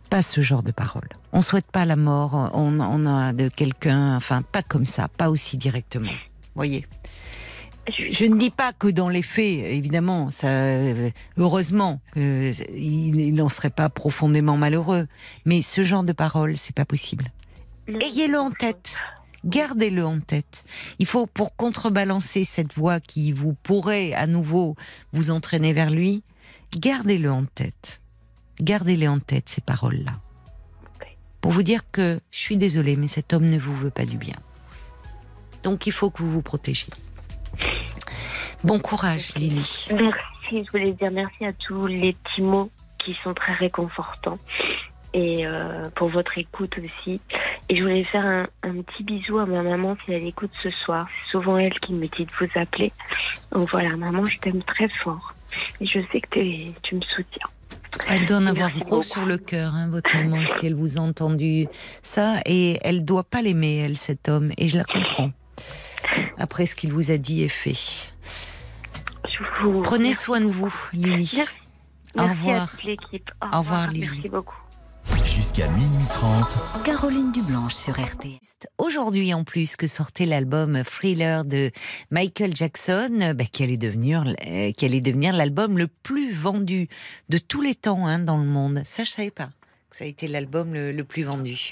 S3: pas ce genre de paroles. On souhaite pas la mort, on, on a de quelqu'un, enfin pas comme ça, pas aussi directement. Voyez. Je ne dis pas que dans les faits, évidemment, ça, heureusement, euh, il n'en serait pas profondément malheureux. Mais ce genre de paroles, c'est pas possible. Ayez-le en tête. Gardez-le en tête. Il faut, pour contrebalancer cette voix qui vous pourrait à nouveau vous entraîner vers lui, gardez-le en tête. Gardez-les en tête, ces paroles-là. Pour vous dire que je suis désolée, mais cet homme ne vous veut pas du bien. Donc il faut que vous vous protégiez. Bon courage, Lily.
S7: Merci, je voulais dire merci à tous les petits mots qui sont très réconfortants. Et euh, pour votre écoute aussi. Et je voulais faire un, un petit bisou à ma maman si elle écoute ce soir. C'est souvent elle qui me dit de vous appeler. Donc voilà, maman, je t'aime très fort. Et je sais que t'es, tu me soutiens.
S3: Elle doit en avoir
S7: Merci
S3: gros
S7: beaucoup.
S3: sur le cœur, hein, votre maman, si elle vous a entendu ça. Et elle doit pas l'aimer, elle, cet homme. Et je la comprends. Après ce qu'il vous a dit et fait.
S7: Je vous...
S3: Prenez
S7: merci.
S3: soin de vous, Lily.
S7: Merci.
S3: Au
S7: Merci
S3: revoir.
S7: à toute l'équipe. Au,
S3: Au revoir, Lily.
S7: Merci beaucoup.
S1: Jusqu'à minuit trente.
S2: Caroline Dublanche sur R T L.
S3: Aujourd'hui, en plus, que sortait l'album Thriller de Michael Jackson, bah, qui allait devenir, euh, qui allait devenir l'album le plus vendu de tous les temps, hein, dans le monde. Ça, je savais pas que ça a été l'album le, le plus vendu.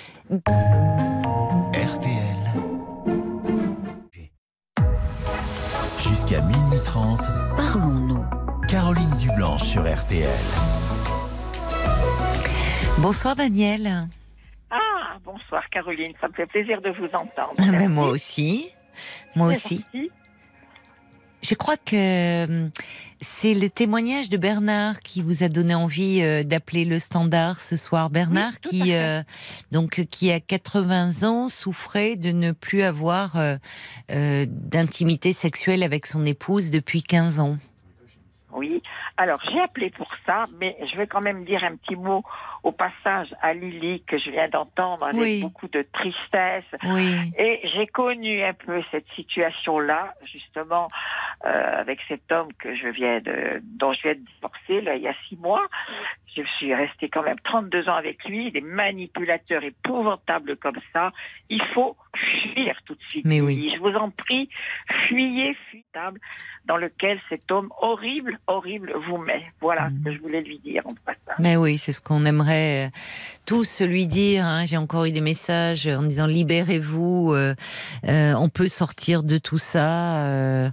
S1: R T L. Jusqu'à minuit trente.
S2: Parlons-nous.
S1: Caroline Dublanche sur R T L.
S3: Bonsoir, Daniel.
S8: Ah, bonsoir Caroline, ça me fait plaisir de vous entendre.
S3: Ah, ben,
S8: Merci.
S3: moi aussi. Moi aussi.
S8: Merci.
S3: Je crois que euh, c'est le témoignage de Bernard qui vous a donné envie euh, d'appeler le standard ce soir. Bernard,
S8: Oui, tout à
S3: qui
S8: fait.
S3: euh, donc qui a quatre-vingts ans, souffrait de ne plus avoir euh, euh, d'intimité sexuelle avec son épouse depuis quinze ans.
S8: Oui, alors j'ai appelé pour ça, mais je vais quand même dire un petit mot au passage à Lily que je viens d'entendre avec
S3: Oui.
S8: beaucoup de tristesse.
S3: Oui.
S8: Et j'ai connu un peu cette situation-là, justement, euh, avec cet homme que je viens de, dont je viens de divorcer, là, il y a six mois. Je suis restée quand même trente-deux ans avec lui, des manipulateurs épouvantables comme ça. Il faut fuir tout de suite.
S3: Mais
S8: Lily.
S3: oui.
S8: Je vous en prie, fuyez, fuitable, dans lequel cet homme horrible, horrible vous met. Voilà
S3: Mm.
S8: ce que je voulais lui dire en passant.
S3: Mais oui, c'est ce qu'on aimerait euh, tous lui dire. Hein. J'ai encore eu des messages en disant libérez-vous, euh, euh, on peut sortir de tout ça, euh,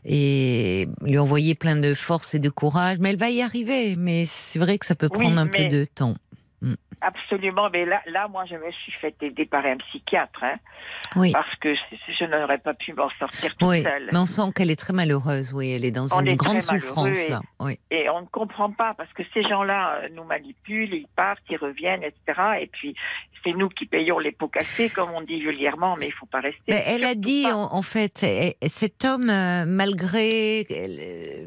S3: et lui envoyer plein de force et de courage. Mais elle va y arriver. Mais c'est vrai que ça peut
S8: Oui,
S3: prendre un
S8: mais-
S3: peu de temps.
S8: Absolument, mais là, là, moi, je me suis fait aider par un psychiatre, hein,
S3: Oui.
S8: parce que c- je n'aurais pas pu m'en sortir toute
S3: Oui,
S8: seule.
S3: mais on sent qu'elle est très malheureuse. Oui, elle est dans
S8: On
S3: une
S8: est
S3: grande
S8: très malheureux
S3: souffrance
S8: et-
S3: là. Oui.
S8: Et on ne comprend pas, parce que ces gens-là euh, nous manipulent, ils partent, ils reviennent, et cetera. Et puis, c'est nous qui payons les pots cassés, comme on dit vulgairement, mais il ne faut pas rester.
S3: Mais elle a
S8: Surtout
S3: dit,
S8: pas.
S3: en, en fait, eh, cet homme, euh, malgré, euh,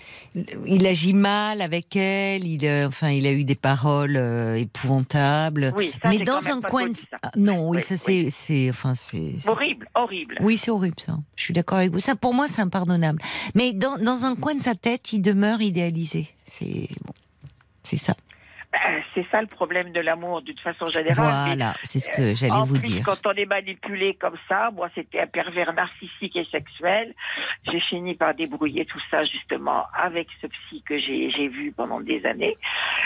S3: il agit mal avec elle. Il, euh, enfin, il a eu des paroles euh, épouvantables.
S8: Oui, ça,
S3: mais
S8: j'ai
S3: dans
S8: quand même
S3: un
S8: pas
S3: coin,
S8: trop
S3: de...
S8: dit ça.
S3: Ah, non, oui,
S8: Oui,
S3: ça
S8: oui.
S3: c'est, c'est, enfin, c'est. c'est-
S8: Horrible, horrible.
S3: Oui, c'est horrible ça. Je suis d'accord avec vous. Ça, pour moi, c'est impardonnable. Mais dans, dans un coin de sa tête, il demeure idéalisé. C'est bon, c'est ça.
S8: Ben, c'est ça le problème de l'amour, d'une façon générale. Mais
S3: Voilà, c'est ce que j'allais
S8: en
S3: vous
S8: plus,
S3: dire.
S8: quand on est manipulé comme ça, moi c'était un pervers narcissique et sexuel. J'ai fini par débrouiller tout ça justement avec ce psy que j'ai j'ai vu pendant des années.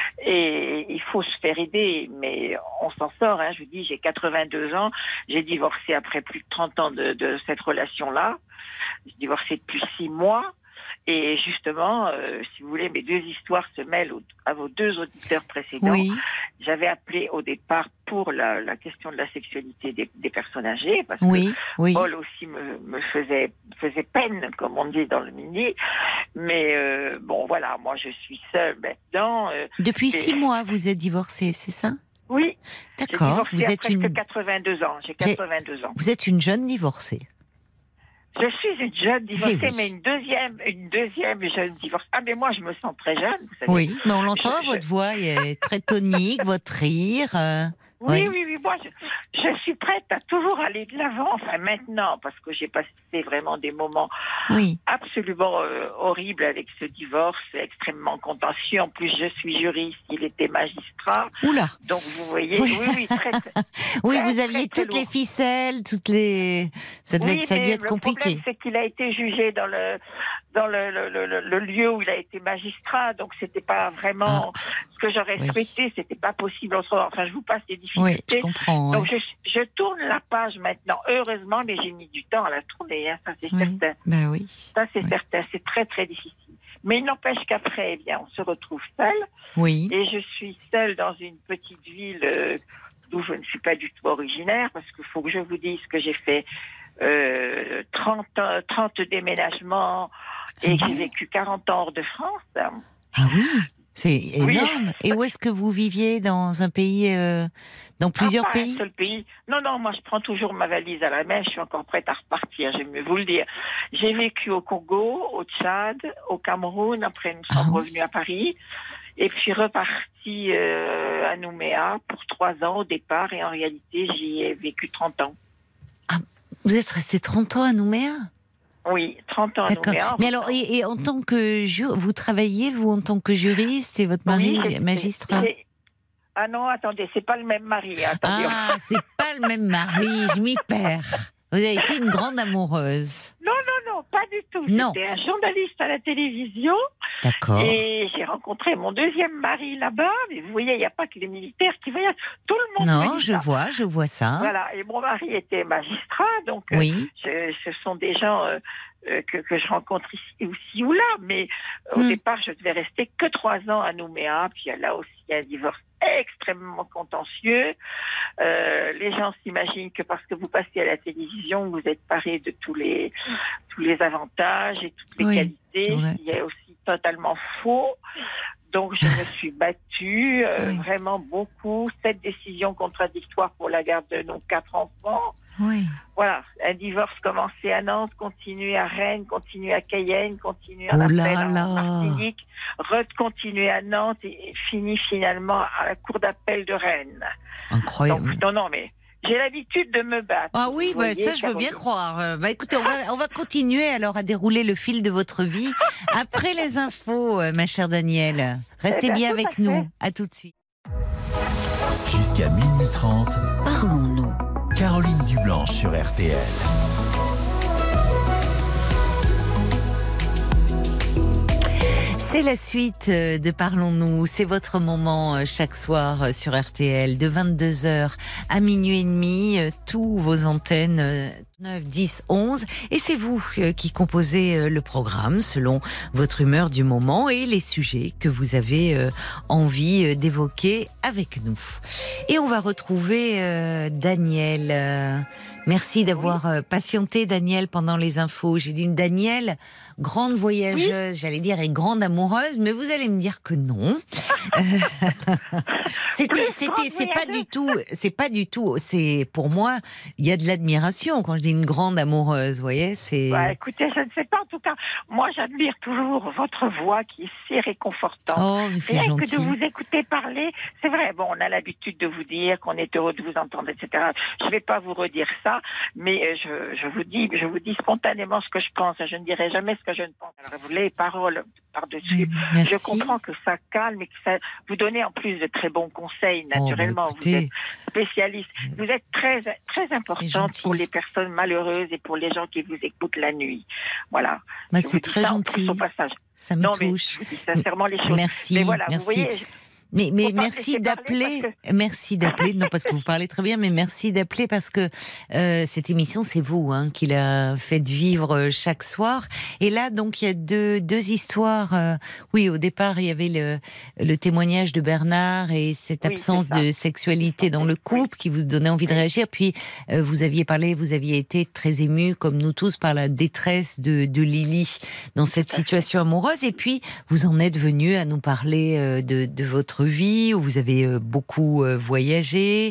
S8: Et il faut se faire aider, mais on s'en sort. Hein. Je vous dis, j'ai quatre-vingt-deux ans, j'ai divorcé après plus de trente ans de, de cette relation-là. J'ai divorcé depuis six mois. Et justement, euh, si vous voulez, mes deux histoires se mêlent au- à vos deux auditeurs précédents.
S3: Oui,
S8: J'avais appelé au départ pour la, la question de la sexualité des, des personnes âgées, parce
S3: oui, oui.
S8: que Paul aussi me, me faisait, faisait peine, comme on dit dans le mini. Mais euh, bon, voilà, moi je suis seule maintenant. euh,
S3: Depuis
S8: c'est-
S3: six mois, vous êtes divorcée, c'est ça?
S8: oui, j'ai
S3: D'accord.
S8: divorcé
S3: Vous
S8: à
S3: êtes
S8: presque
S3: une,
S8: quatre-vingt-deux ans. J'ai
S3: J'ai-
S8: quatre-vingt-deux ans.
S3: vous êtes une jeune divorcée.
S8: Je suis une jeune divorcée,
S3: Eh oui.
S8: mais une deuxième, une deuxième jeune divorcée. Ah, mais moi je me sens très jeune, vous savez.
S3: Oui, mais on l'entend,
S8: Je- je-
S3: votre voix est très tonique, votre rire. euh,
S8: Oui,
S3: Oui.
S8: oui, oui, moi, je, je suis prête à toujours aller de l'avant, enfin maintenant, parce que j'ai passé vraiment des moments
S3: Oui.
S8: absolument euh, horribles avec ce divorce, extrêmement contentieux. En plus, je suis juriste, il était magistrat.
S3: Oula.
S8: Donc vous voyez,
S3: Oui.
S8: oui, oui, très, très
S3: Oui,
S8: très,
S3: vous
S8: très,
S3: aviez
S8: très
S3: toutes les
S8: lourd.
S3: ficelles, toutes les. Ça devait
S8: Oui,
S3: être, ça a dû
S8: mais
S3: être
S8: le
S3: compliqué.
S8: problème, c'est qu'il a été jugé dans le dans le, le, le, le lieu où il a été magistrat, donc c'était pas vraiment
S3: Ah.
S8: ce que j'aurais
S3: Oui.
S8: souhaité. C'était pas possible autrement. Enfin, je vous passe les
S3: Oui,
S8: difficultés.
S3: je comprends.
S8: Donc
S3: ouais.
S8: je, je tourne la page maintenant, heureusement, mais j'ai mis du temps à la tourner, hein, ça c'est
S3: Oui.
S8: certain.
S3: Ben oui.
S8: Ça c'est
S3: Oui.
S8: certain, c'est très très difficile. Mais il n'empêche qu'après, eh bien, on se retrouve seul,
S3: Oui.
S8: et je suis seule dans une petite ville euh, d'où je ne suis pas du tout originaire, parce qu'il faut que je vous dise que j'ai fait euh, trente, trente déménagements et
S3: Ah
S8: que j'ai
S3: bon
S8: vécu quarante ans hors de France.
S3: Ah oui, c'est
S8: Oui.
S3: énorme. Et où est-ce que vous viviez dans un pays, euh, dans plusieurs
S8: Ah, pas
S3: pays
S8: un seul pays. Non, non, moi je prends toujours ma valise à la main, je suis encore prête à repartir, j'aime mieux vous le dire. J'ai vécu au Congo, au Tchad, au Cameroun, après nous sommes
S3: Ah oui.
S8: revenus à Paris, et puis reparti euh, à Nouméa pour trois ans au départ, et en réalité j'y ai vécu trente ans.
S3: Vous êtes resté trente ans à Nouméa?
S8: Oui, trente ans à
S3: D'accord.
S8: Nouméa.
S3: Mais alors, et, et en tant que ju- vous travaillez, vous, en tant que juriste, et votre mari
S8: Oui, c'est-
S3: magistrat?
S8: c'est- Ah non, attendez, c'est pas le même mari. Attendez.
S3: Ah, c'est pas le même mari, je m'y perds. Vous avez été une grande amoureuse.
S8: Non, non, non, pas du tout.
S3: Non.
S8: J'étais un journaliste à la télévision.
S3: D'accord.
S8: Et j'ai rencontré mon deuxième mari là-bas. Mais vous voyez, il n'y a pas que les militaires qui voyagent. Tout le monde
S3: Non,
S8: me dit
S3: je
S8: ça.
S3: vois, je vois ça.
S8: Voilà. Et mon mari était magistrat. Donc, euh,
S3: Oui.
S8: je- ce sont des gens euh, euh, que, que je rencontre ici ou ci ou là. Mais euh, au
S3: Hmm.
S8: départ, je devais rester que trois ans à Nouméa. Puis là aussi, il y a un divorce extrêmement contentieux. Euh, les gens s'imaginent que parce que vous passez à la télévision, vous êtes paré de tous les tous les avantages et toutes les
S3: Oui,
S8: qualités,
S3: ouais.
S8: ce qui est aussi totalement faux. Donc je me suis battue euh,
S3: Oui.
S8: vraiment beaucoup. Sept décisions contradictoires pour la garde de nos quatre enfants.
S3: Oui.
S8: Voilà, un divorce commencé à Nantes, continué à Rennes, continué à Cayenne, continué à
S3: Oh là
S8: Rappel,
S3: là.
S8: en Martinique, recontinué à Nantes et fini finalement à la cour d'appel de Rennes.
S3: Incroyable.
S8: Donc, non, non, mais j'ai l'habitude de me battre.
S3: Ah oui,
S8: vous
S3: bah,
S8: voyez,
S3: ça je veux bien
S8: Caroline.
S3: croire. Euh, Bah écoutez, on va, on va continuer alors à dérouler le fil de votre vie après les infos, euh, ma chère Danielle. Restez
S8: Eh ben,
S3: bien
S8: tout à
S3: avec
S8: fait.
S3: nous. À tout de suite.
S1: Jusqu'à minuit trente,
S2: Parlons-nous.
S1: Caroline Dublanche sur R T L.
S3: C'est la suite euh, de Parlons-nous. C'est votre moment euh, chaque soir euh, sur R T L de vingt-deux heures à minuit et demi. euh, Tous vos antennes euh, neuf, dix, onze. Et c'est vous euh, qui composez euh, le programme selon votre humeur du moment et les sujets que vous avez euh, envie euh, d'évoquer avec nous. Et on va retrouver euh, Daniel. Euh, Merci d'avoir euh, patienté, Daniel, pendant les infos. J'ai dit une Danielle, grande voyageuse, j'allais dire, et grande amoureuse, mais vous allez me dire que non. Euh, c'était, c'était, c'est pas du tout, c'est pas du tout, c'est, pour moi, il y a de l'admiration quand je dis une grande amoureuse, vous voyez, c'est...
S8: Bah, écoutez, je ne sais pas, en tout cas, moi j'admire toujours votre voix qui est si réconfortante.
S3: Oh, mais c'est
S8: Rien
S3: gentil.
S8: que de vous écouter parler, c'est vrai, bon, on a l'habitude de vous dire qu'on est heureux de vous entendre, et cetera. Je ne vais pas vous redire ça, mais euh, je, je vous dis, je vous dis spontanément ce que je pense. Je ne dirai jamais ce que je ne pense. Alors, vous les paroles par-dessus.
S3: Merci.
S8: Je comprends que ça calme et que ça vous donnez en plus de très bons conseils, naturellement.
S3: Oh, bah, écoutez,
S8: vous êtes spécialiste. Vous êtes très, très importante
S3: gentil.
S8: pour les personnes malheureuses et pour les gens qui vous écoutent la nuit. Voilà.
S3: bah,
S8: Je vous
S3: c'est
S8: dis
S3: très
S8: ça en plus
S3: gentil.
S8: au passage.
S3: Ça me
S8: non,
S3: touche.
S8: mais je vous dis sincèrement les choses.
S3: Merci,
S8: mais voilà,
S3: merci.
S8: vous voyez,
S3: Mais, mais
S8: Faut pas me
S3: merci
S8: laisser parler
S3: d'appeler.
S8: parce
S3: Merci d'appeler. Non, parce que vous parlez très bien, mais merci d'appeler parce que euh, cette émission, c'est vous hein, qui l'a fait vivre euh, chaque soir. Et là, donc, il y a deux, deux histoires. euh, oui, au départ, il y avait le, le témoignage de Bernard et cette
S8: Oui,
S3: absence
S8: c'est ça.
S3: de sexualité dans le couple qui vous donnait envie de réagir. Puis, euh, vous aviez parlé, vous aviez été très ému, comme nous tous, par la détresse de, de Lily dans cette situation amoureuse. Et puis, vous en êtes venu à nous parler euh, de, de votre vie, où vous avez euh, beaucoup euh, voyagé.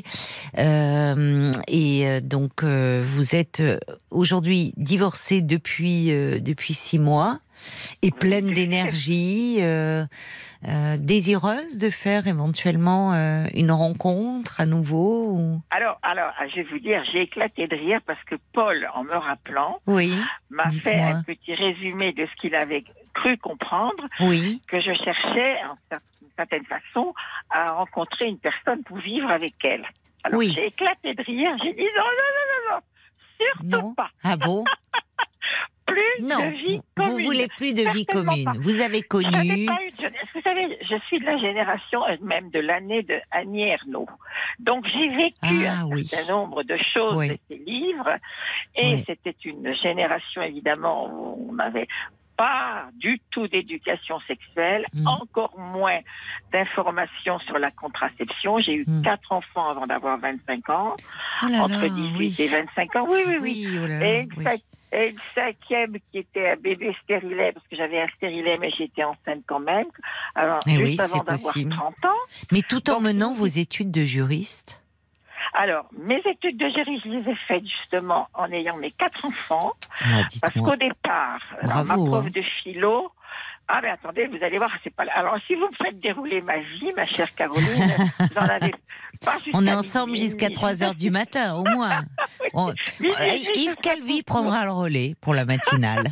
S3: Euh, et euh, donc, euh, vous êtes euh, aujourd'hui divorcé depuis, euh, depuis six mois. Et pleine d'énergie, euh, euh, désireuse de faire éventuellement euh, une rencontre à nouveau ou...
S8: Alors, alors, je vais vous dire, j'ai éclaté de rire parce que Paul, en me rappelant,
S3: Oui,
S8: m'a fait
S3: dites-moi.
S8: un petit résumé de ce qu'il avait cru comprendre,
S3: Oui,
S8: que je cherchais, en cer- d'une certaine façon, à rencontrer une personne pour vivre avec elle. Alors,
S3: Oui.
S8: j'ai éclaté de rire, j'ai dit non, non, non, non, non, surtout
S3: non.
S8: pas,
S3: Ah bon?
S8: plus
S3: Non,
S8: de vie
S3: vous,
S8: commune.
S3: vous voulez plus de vie
S8: Certainement
S3: commune.
S8: pas.
S3: Vous avez
S8: Je n'ai
S3: connu...
S8: pas eu de jeunesse. Vous savez, je suis de la génération, euh, même de l'année de Annie Ernaux. Donc, j'ai vécu
S3: Ah,
S8: un
S3: oui.
S8: certain nombre de choses
S3: Oui.
S8: de ces livres. Et
S3: Oui.
S8: c'était une génération, évidemment, où on n'avait pas du tout d'éducation sexuelle,
S3: Mm.
S8: encore moins d'informations sur la contraception. J'ai eu
S3: Mm.
S8: quatre enfants avant d'avoir vingt-cinq ans,
S3: Oh là
S8: entre
S3: là,
S8: dix-huit
S3: oui.
S8: et vingt-cinq ans. Oui, oui, oui.
S3: Oui, oh là là,
S8: Et une,
S3: oui.
S8: cinq- et une cinquième qui était un bébé stérilet, parce que j'avais un stérilet, mais j'étais enceinte quand même. Alors,
S3: Eh
S8: juste
S3: oui,
S8: avant
S3: c'est
S8: d'avoir
S3: possible.
S8: trente ans.
S3: Mais tout en
S8: Donc,
S3: menant
S8: si vous
S3: vos
S8: dites-
S3: études de juriste.
S8: Alors, mes études de jury, je les ai faites justement en ayant mes quatre enfants.
S3: Ah,
S8: Parce
S3: dites-moi.
S8: qu'au départ, alors, ma
S3: Bravo,
S8: prof
S3: hein.
S8: de philo. Ah, mais attendez, vous allez voir, c'est pas. Alors, si vous me faites dérouler ma vie, ma chère Caroline, vous en avez pas jusqu'à
S3: On est ensemble
S8: minuit,
S3: jusqu'à
S8: minuit.
S3: trois heures du matin, au moins. On-
S8: Minuit,
S3: Euh,
S8: minuit,
S3: Yves
S8: ce sera
S3: Calvi
S8: tout
S3: prendra le relais pour la matinale.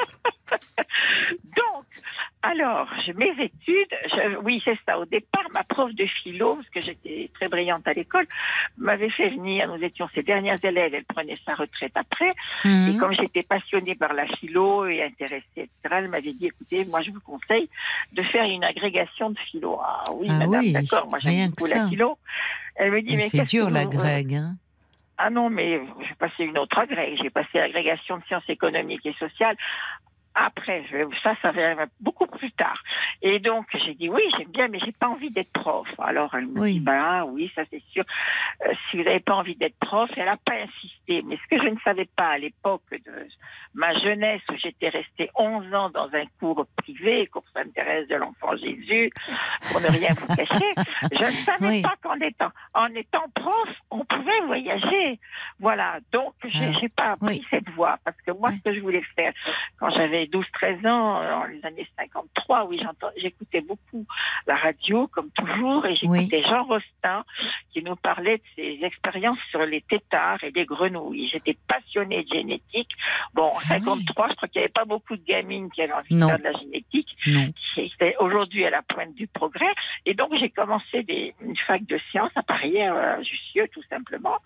S8: Donc, alors, je- mes études, je- oui, c'est ça. Au départ, ma prof de philo, parce que j'étais très brillante à l'école, m'avait fait venir. Nous étions ses dernières élèves. Elle prenait sa retraite après. Et
S3: Mhm.
S8: comme j'étais passionnée par la philo et intéressée, et cetera, elle m'avait dit, écoutez, moi, je vous conseille de faire une agrégation de philo. Ah oui,
S3: Ah
S8: madame,
S3: oui,
S8: d'accord. Moi,
S3: rien
S8: j'aime
S3: que
S8: beaucoup la
S3: ça.
S8: philo. Elle me dit,
S3: Mais
S8: mais
S3: c'est
S8: qu'est-ce
S3: dur
S8: que
S3: la
S8: vous-
S3: Greg. Hein.
S8: Ah non, mais j'ai passé une autre agrég. J'ai passé l'agrégation de sciences économiques et sociales. Après, je- ça, ça va beaucoup plus tard. Et donc, j'ai dit oui, j'aime bien, mais j'ai pas envie d'être prof. Alors, elle me
S3: Oui.
S8: dit, bah oui, ça c'est sûr. Euh, si vous n'avez pas envie d'être prof, elle n'a pas insisté. Mais ce que je ne savais pas à l'époque de ma jeunesse, où j'étais restée onze ans dans un cours privé, cours Sainte-Thérèse de l'Enfant Jésus, pour ne rien vous cacher, je ne savais
S3: Oui.
S8: pas qu'en étant, en étant prof, on pouvait voyager. Voilà. Donc, j'ai
S3: Ah,
S8: j'ai pas appris
S3: oui.
S8: cette voie. Parce que moi,
S3: Oui.
S8: ce que je voulais faire, quand j'avais douze treize ans, dans les années cinquante-trois, oui, j'entends- j'écoutais beaucoup la radio, comme toujours, et j'écoutais Jean Rostand, qui nous parlait de ses expériences sur les têtards et les grenouilles. J'étais passionnée de génétique. Bon, en
S3: Ah
S8: cinquante-trois, je crois qu'il n'y avait pas beaucoup de gamines qui avaient envie
S3: Non.
S8: de faire de la génétique.
S3: Non.
S8: C'était aujourd'hui à la pointe du progrès. Et donc, j'ai commencé des, une fac de sciences à Paris, à Jussieu, tout simplement.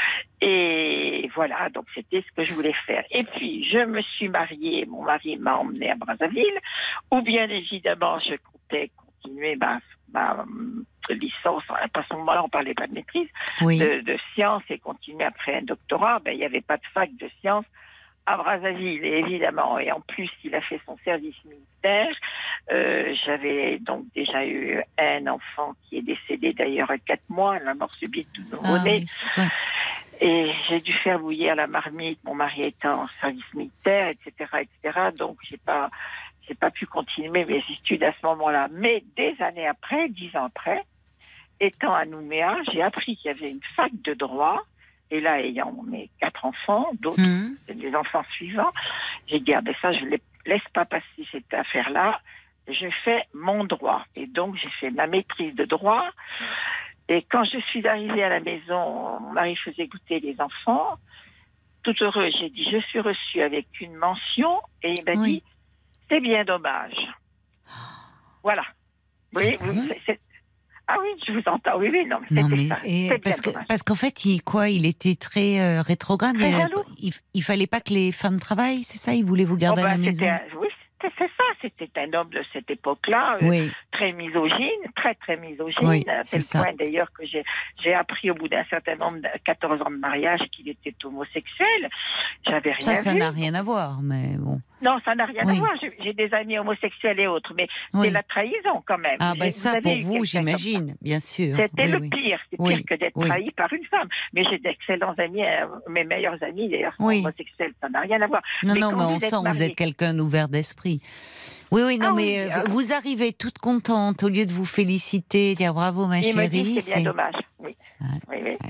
S8: Et voilà, donc c'était ce que je voulais faire. Et puis, je me suis mariée, mon mari m'a emmenée à Brazzaville, où bien évidemment, je comptais continuer ma, ma euh, licence, à ce moment-là, on parlait pas de maîtrise,
S3: Oui.
S8: de, de sciences et continuer après un doctorat. Ben, il n'y avait pas de fac de sciences à Brazzaville, et évidemment. Et en plus, il a fait son service militaire. Euh, j'avais donc déjà eu un enfant qui est décédé d'ailleurs à quatre mois, la mort subite du
S3: Ah,
S8: nouveau-né.
S3: oui. Ouais.
S8: Et j'ai dû faire bouillir la marmite, mon mari étant en service militaire, et cetera, et cetera. Donc, j'ai pas, j'ai pas pu continuer mes études à ce moment-là. Mais des années après, dix ans après, étant à Nouméa, j'ai appris qu'il y avait une fac de droit. Et là, ayant mes quatre enfants, d'autres,
S3: Mhm.
S8: des enfants suivants, j'ai dit, ah ben ça, je ne laisse pas passer cette affaire-là. Je fais mon droit. Et donc, j'ai fait ma maîtrise de droit. Et quand je suis arrivée à la maison, mon mari faisait goûter les enfants. Tout heureux, j'ai dit, je suis reçue avec une mention. Et il m'a
S3: Oui.
S8: dit, c'est bien dommage. Voilà. Oui, vous, c'est- c'est- ah oui, je vous entends. Oui, oui, non, mais
S3: Non
S8: c'était
S3: mais
S8: ça.
S3: et
S8: C'est bien
S3: parce que
S8: dommage.
S3: parce qu'en fait il quoi il était très euh, rétrograde.
S8: Très
S3: il,
S8: jaloux.
S3: il, il fallait pas que les femmes travaillent, c'est ça. Il voulait vous garder
S8: Oh,
S3: à
S8: bah,
S3: la maison.
S8: c'était un- oui, c'était c'est ça. C'était un homme de cette époque-là, euh,
S3: Oui.
S8: très misogyne, très très misogyne,
S3: Oui,
S8: à
S3: c'est
S8: tel
S3: ça.
S8: point d'ailleurs que j'ai j'ai appris au bout d'un certain nombre de quatorze ans de mariage qu'il était homosexuel. J'avais rien
S3: Ça, ça
S8: vu.
S3: n'a rien à voir, mais bon.
S8: Non, ça n'a rien
S3: Oui.
S8: à voir. J'ai j'ai des amis homosexuels et autres, mais
S3: Oui.
S8: c'est la trahison quand même.
S3: Ah
S8: J'ai-
S3: ben
S8: vous
S3: ça
S8: avez
S3: pour
S8: eu
S3: vous,
S8: quelqu'un comme
S3: j'imagine, bien sûr.
S8: ça. C'était
S3: Oui,
S8: le
S3: oui.
S8: pire. C'est
S3: Oui,
S8: pire que d'être
S3: oui.
S8: trahi par une femme. Mais j'ai d'excellents amis, euh, mes meilleurs amis d'ailleurs sont
S3: Oui.
S8: homosexuels. Ça n'a rien à voir.
S3: Non,
S8: Mais
S3: non,
S8: quand
S3: mais
S8: vous
S3: on
S8: êtes
S3: sent que vous
S8: marié-
S3: êtes quelqu'un d'ouvert d'esprit. Oui, oui, non,
S8: Ah
S3: mais
S8: oui,
S3: euh,
S8: ah.
S3: vous arrivez toute contente, au lieu de vous féliciter, dire bravo ma
S8: Il me
S3: chérie.
S8: dit c'est bien dommage. Oui.
S3: Ouais.
S8: Oui, oui.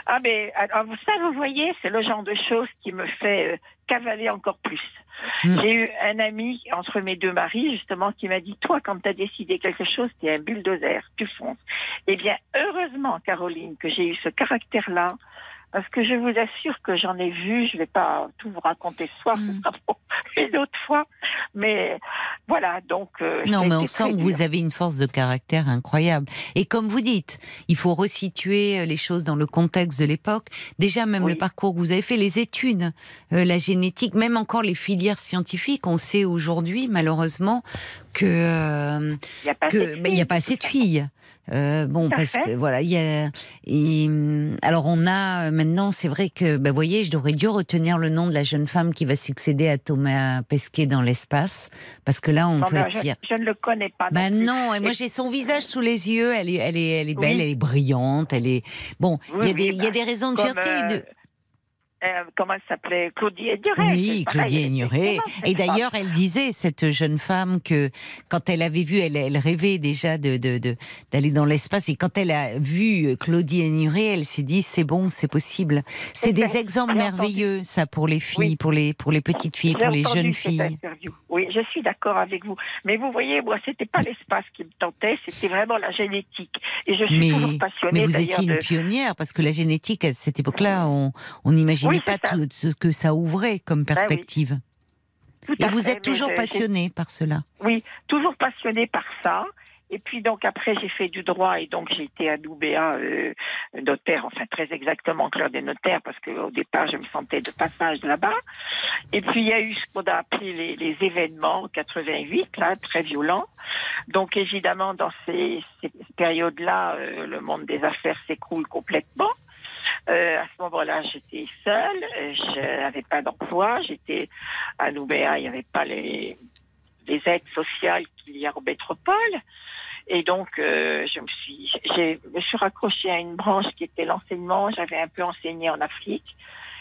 S8: Ah, mais alors, ça, vous voyez, c'est le genre de choses qui me fait euh, cavaler encore plus. Mmh. J'ai eu un ami entre mes deux maris, justement, qui m'a dit, toi, quand tu as décidé quelque chose, tu es un bulldozer, tu fonces. Eh bien, heureusement, Caroline, que j'ai eu ce caractère-là, parce que je vous assure que j'en ai vu, je ne vais pas tout vous raconter ce soir,
S3: mmh.
S8: ce sera pour une autre fois, mais voilà, donc... Euh,
S3: non, mais on sent que vous avez une force de caractère incroyable. Et comme vous dites, il faut resituer les choses dans le contexte de l'époque. Déjà, même oui. le parcours que vous avez fait, les études, euh, la génétique, même encore les filières scientifiques, on sait aujourd'hui, malheureusement, que euh,
S8: il n'y a pas
S3: que, bah, y a pas assez de filles. Euh, bon,
S8: Tout
S3: parce
S8: fait.
S3: que voilà, il y a. Et, alors on a maintenant, c'est vrai que, ben, vous voyez, je devrais dû retenir le nom de la jeune femme qui va succéder à Thomas Pesquet dans l'espace, parce que là, on
S8: non,
S3: peut
S8: ben,
S3: être
S8: je,
S3: fier.
S8: Je ne le connais pas.
S3: Ben
S8: non,
S3: non, et moi
S8: et...
S3: j'ai son visage sous les yeux. Elle est, elle est, elle est belle,
S8: oui.
S3: elle est brillante, elle est. Bon, il
S8: oui,
S3: y a des,
S8: oui,
S3: il y a des raisons de
S8: comme,
S3: fierté.
S8: Euh...
S3: De...
S8: Euh, comment elle s'appelait, Claudie Aigneret.
S3: Oui, Claudie Aigneret. Et d'ailleurs, elle disait, cette jeune femme, que quand elle avait vu, elle, elle rêvait déjà de, de, de, d'aller dans l'espace. Et quand elle a vu Claudie Aigneret, elle s'est dit, c'est bon, c'est possible. C'est, c'est des fait. exemples merveilleux, entendu. Ça, pour les filles, oui. pour, les, pour les petites filles,
S8: J'ai
S3: pour les jeunes
S8: cette
S3: filles.
S8: Interview. Oui, je suis d'accord avec vous. Mais vous voyez, moi, c'était pas l'espace qui me tentait, c'était vraiment la génétique. Et je suis
S3: mais,
S8: toujours passionnée.
S3: Mais vous
S8: d'ailleurs,
S3: étiez une
S8: de...
S3: pionnière, parce que la génétique, à cette époque-là, on n'imaginait
S8: oui,
S3: pas
S8: ça.
S3: tout ce que ça ouvrait comme perspective.
S8: Ben oui.
S3: Et vous
S8: fait,
S3: êtes toujours
S8: je,
S3: passionnée par cela.
S8: Oui, toujours passionnée par ça. Et puis donc après j'ai fait du droit et donc j'ai été à Nouméa euh, notaire, enfin très exactement clerc des notaires parce qu'au départ je me sentais de passage là-bas. Et puis il y a eu ce qu'on a appelé les, les événements en quatre-vingt-huit, là, très violents. Donc évidemment dans ces, ces périodes-là, euh, le monde des affaires s'écroule complètement. Euh, à ce moment-là, j'étais seule, je n'avais pas d'emploi, j'étais à Nouméa, il n'y avait pas les, les aides sociales qu'il y a en métropole. Et donc, euh, je me suis, j'ai, me suis raccrochée à une branche qui était l'enseignement. J'avais un peu enseigné en Afrique.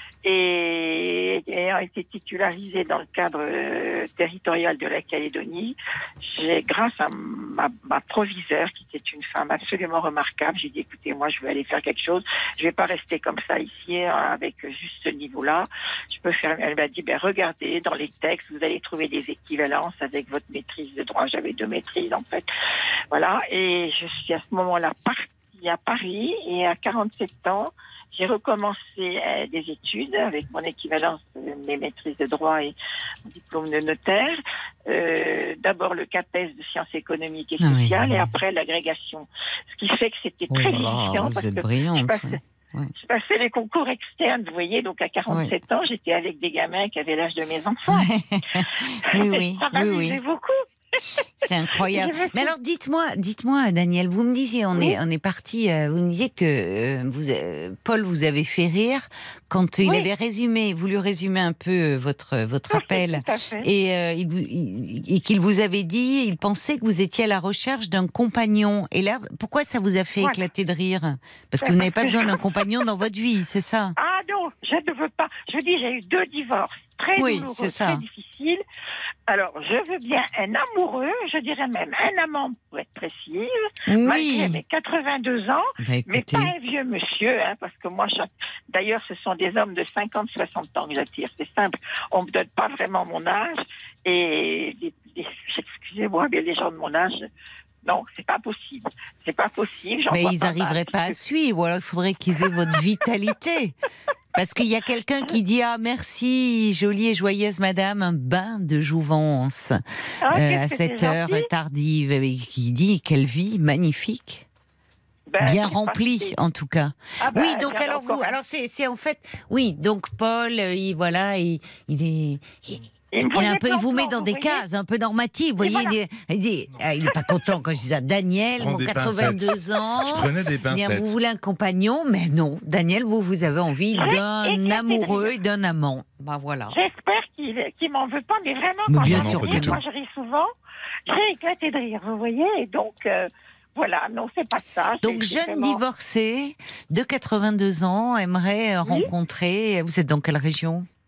S8: Et ayant été titularisée dans le cadre euh, territorial de la Calédonie, j'ai, grâce à ma, ma proviseure, qui était une femme absolument remarquable, j'ai dit, écoutez, moi, je vais aller faire quelque chose. Je vais pas rester comme ça ici, hein, avec juste ce niveau-là. Je peux faire, elle m'a dit, ben, regardez, dans les textes, vous allez trouver des équivalences avec votre maîtrise de droit. J'avais deux maîtrises, en fait. Voilà. Et je suis à ce moment-là partie à Paris, et à quarante-sept ans, j'ai recommencé euh, des études avec mon équivalence de mes maîtrises de droit et mon diplôme de notaire. Euh, d'abord le CAPES de sciences économiques et sociales, oui. Et après l'agrégation. Ce qui fait que c'était oh très
S3: là,
S8: difficile.
S3: Vous
S8: parce
S3: êtes
S8: que
S3: brillante.
S8: Je passais, oui. je passais les concours externes, vous voyez, donc à quarante-sept oui. ans, j'étais avec des gamins qui avaient l'âge de mes enfants.
S3: oui, oui.
S8: Ça m'amusait
S3: oui, oui.
S8: beaucoup.
S3: C'est incroyable. Mais alors, dites-moi, dites-moi, Daniel, vous me disiez, on oui. est, on est parti. Euh, vous me disiez que euh, vous, euh, Paul vous avait fait rire quand oui. il avait résumé, voulu résumer un peu votre votre
S8: tout
S3: appel,
S8: fait,
S3: et, euh, il, il, et qu'il vous avait dit, il pensait que vous étiez à la recherche d'un compagnon. Et là, pourquoi ça vous a fait voilà. éclater de rire? Parce que vous n'avez pas besoin d'un compagnon dans votre vie, c'est ça?
S8: Ah non, je ne veux pas. Je dis, j'ai eu deux divorces très
S3: oui,
S8: douloureux,
S3: c'est ça.
S8: très difficiles. Alors, je veux bien un amoureux, je dirais même un amant pour être précise,
S3: oui.
S8: malgré mes quatre-vingt-deux ans,
S3: bah,
S8: mais pas un vieux monsieur, hein, parce que moi, je... d'ailleurs, ce sont des hommes de cinquante à soixante ans que j'attire, c'est simple. On ne me donne pas vraiment mon âge, et les, les... excusez-moi, mais les gens de mon âge... Non, c'est pas possible. C'est pas possible.
S3: Mais ils n'arriveraient pas à suivre, ou alors il faudrait qu'ils aient votre vitalité. Parce qu'il y a quelqu'un qui dit « Ah, merci, jolie et joyeuse madame, un bain de jouvence
S8: ah,
S3: euh, à cette heure gentil. tardive. » Et qui dit « Quelle vie magnifique !» Ben, bien remplie, en tout cas. Ah ben, oui, donc alors vous, alors c'est, c'est en fait, oui, donc Paul, il, voilà, il, il est... Il, Il, il, un peu, il vous met dans vous des voyez cases un peu normatives. Vous voyez, voilà. il, est, il, dit, ah, il est pas content quand je dis ça. Daniel, mon quatre-vingt-deux ans.
S5: Je prenais des pincettes.
S3: Bien, vous voulez un compagnon, mais non. Daniel, vous, vous avez envie d'un amoureux et d'un amant. Ben voilà.
S8: J'espère qu'il qu'il m'en veut pas, mais vraiment,
S3: mais
S8: quand
S3: bien
S8: je
S3: sûr,
S8: ris, moi je ris souvent. J'ai éclaté de rire, vous voyez, et donc. Euh, Voilà, non, c'est pas ça.
S3: Donc,
S8: c'est,
S3: jeune
S8: c'est vraiment...
S3: divorcé de quatre-vingt-deux ans, aimerait oui. rencontrer. Vous êtes dans quelle région?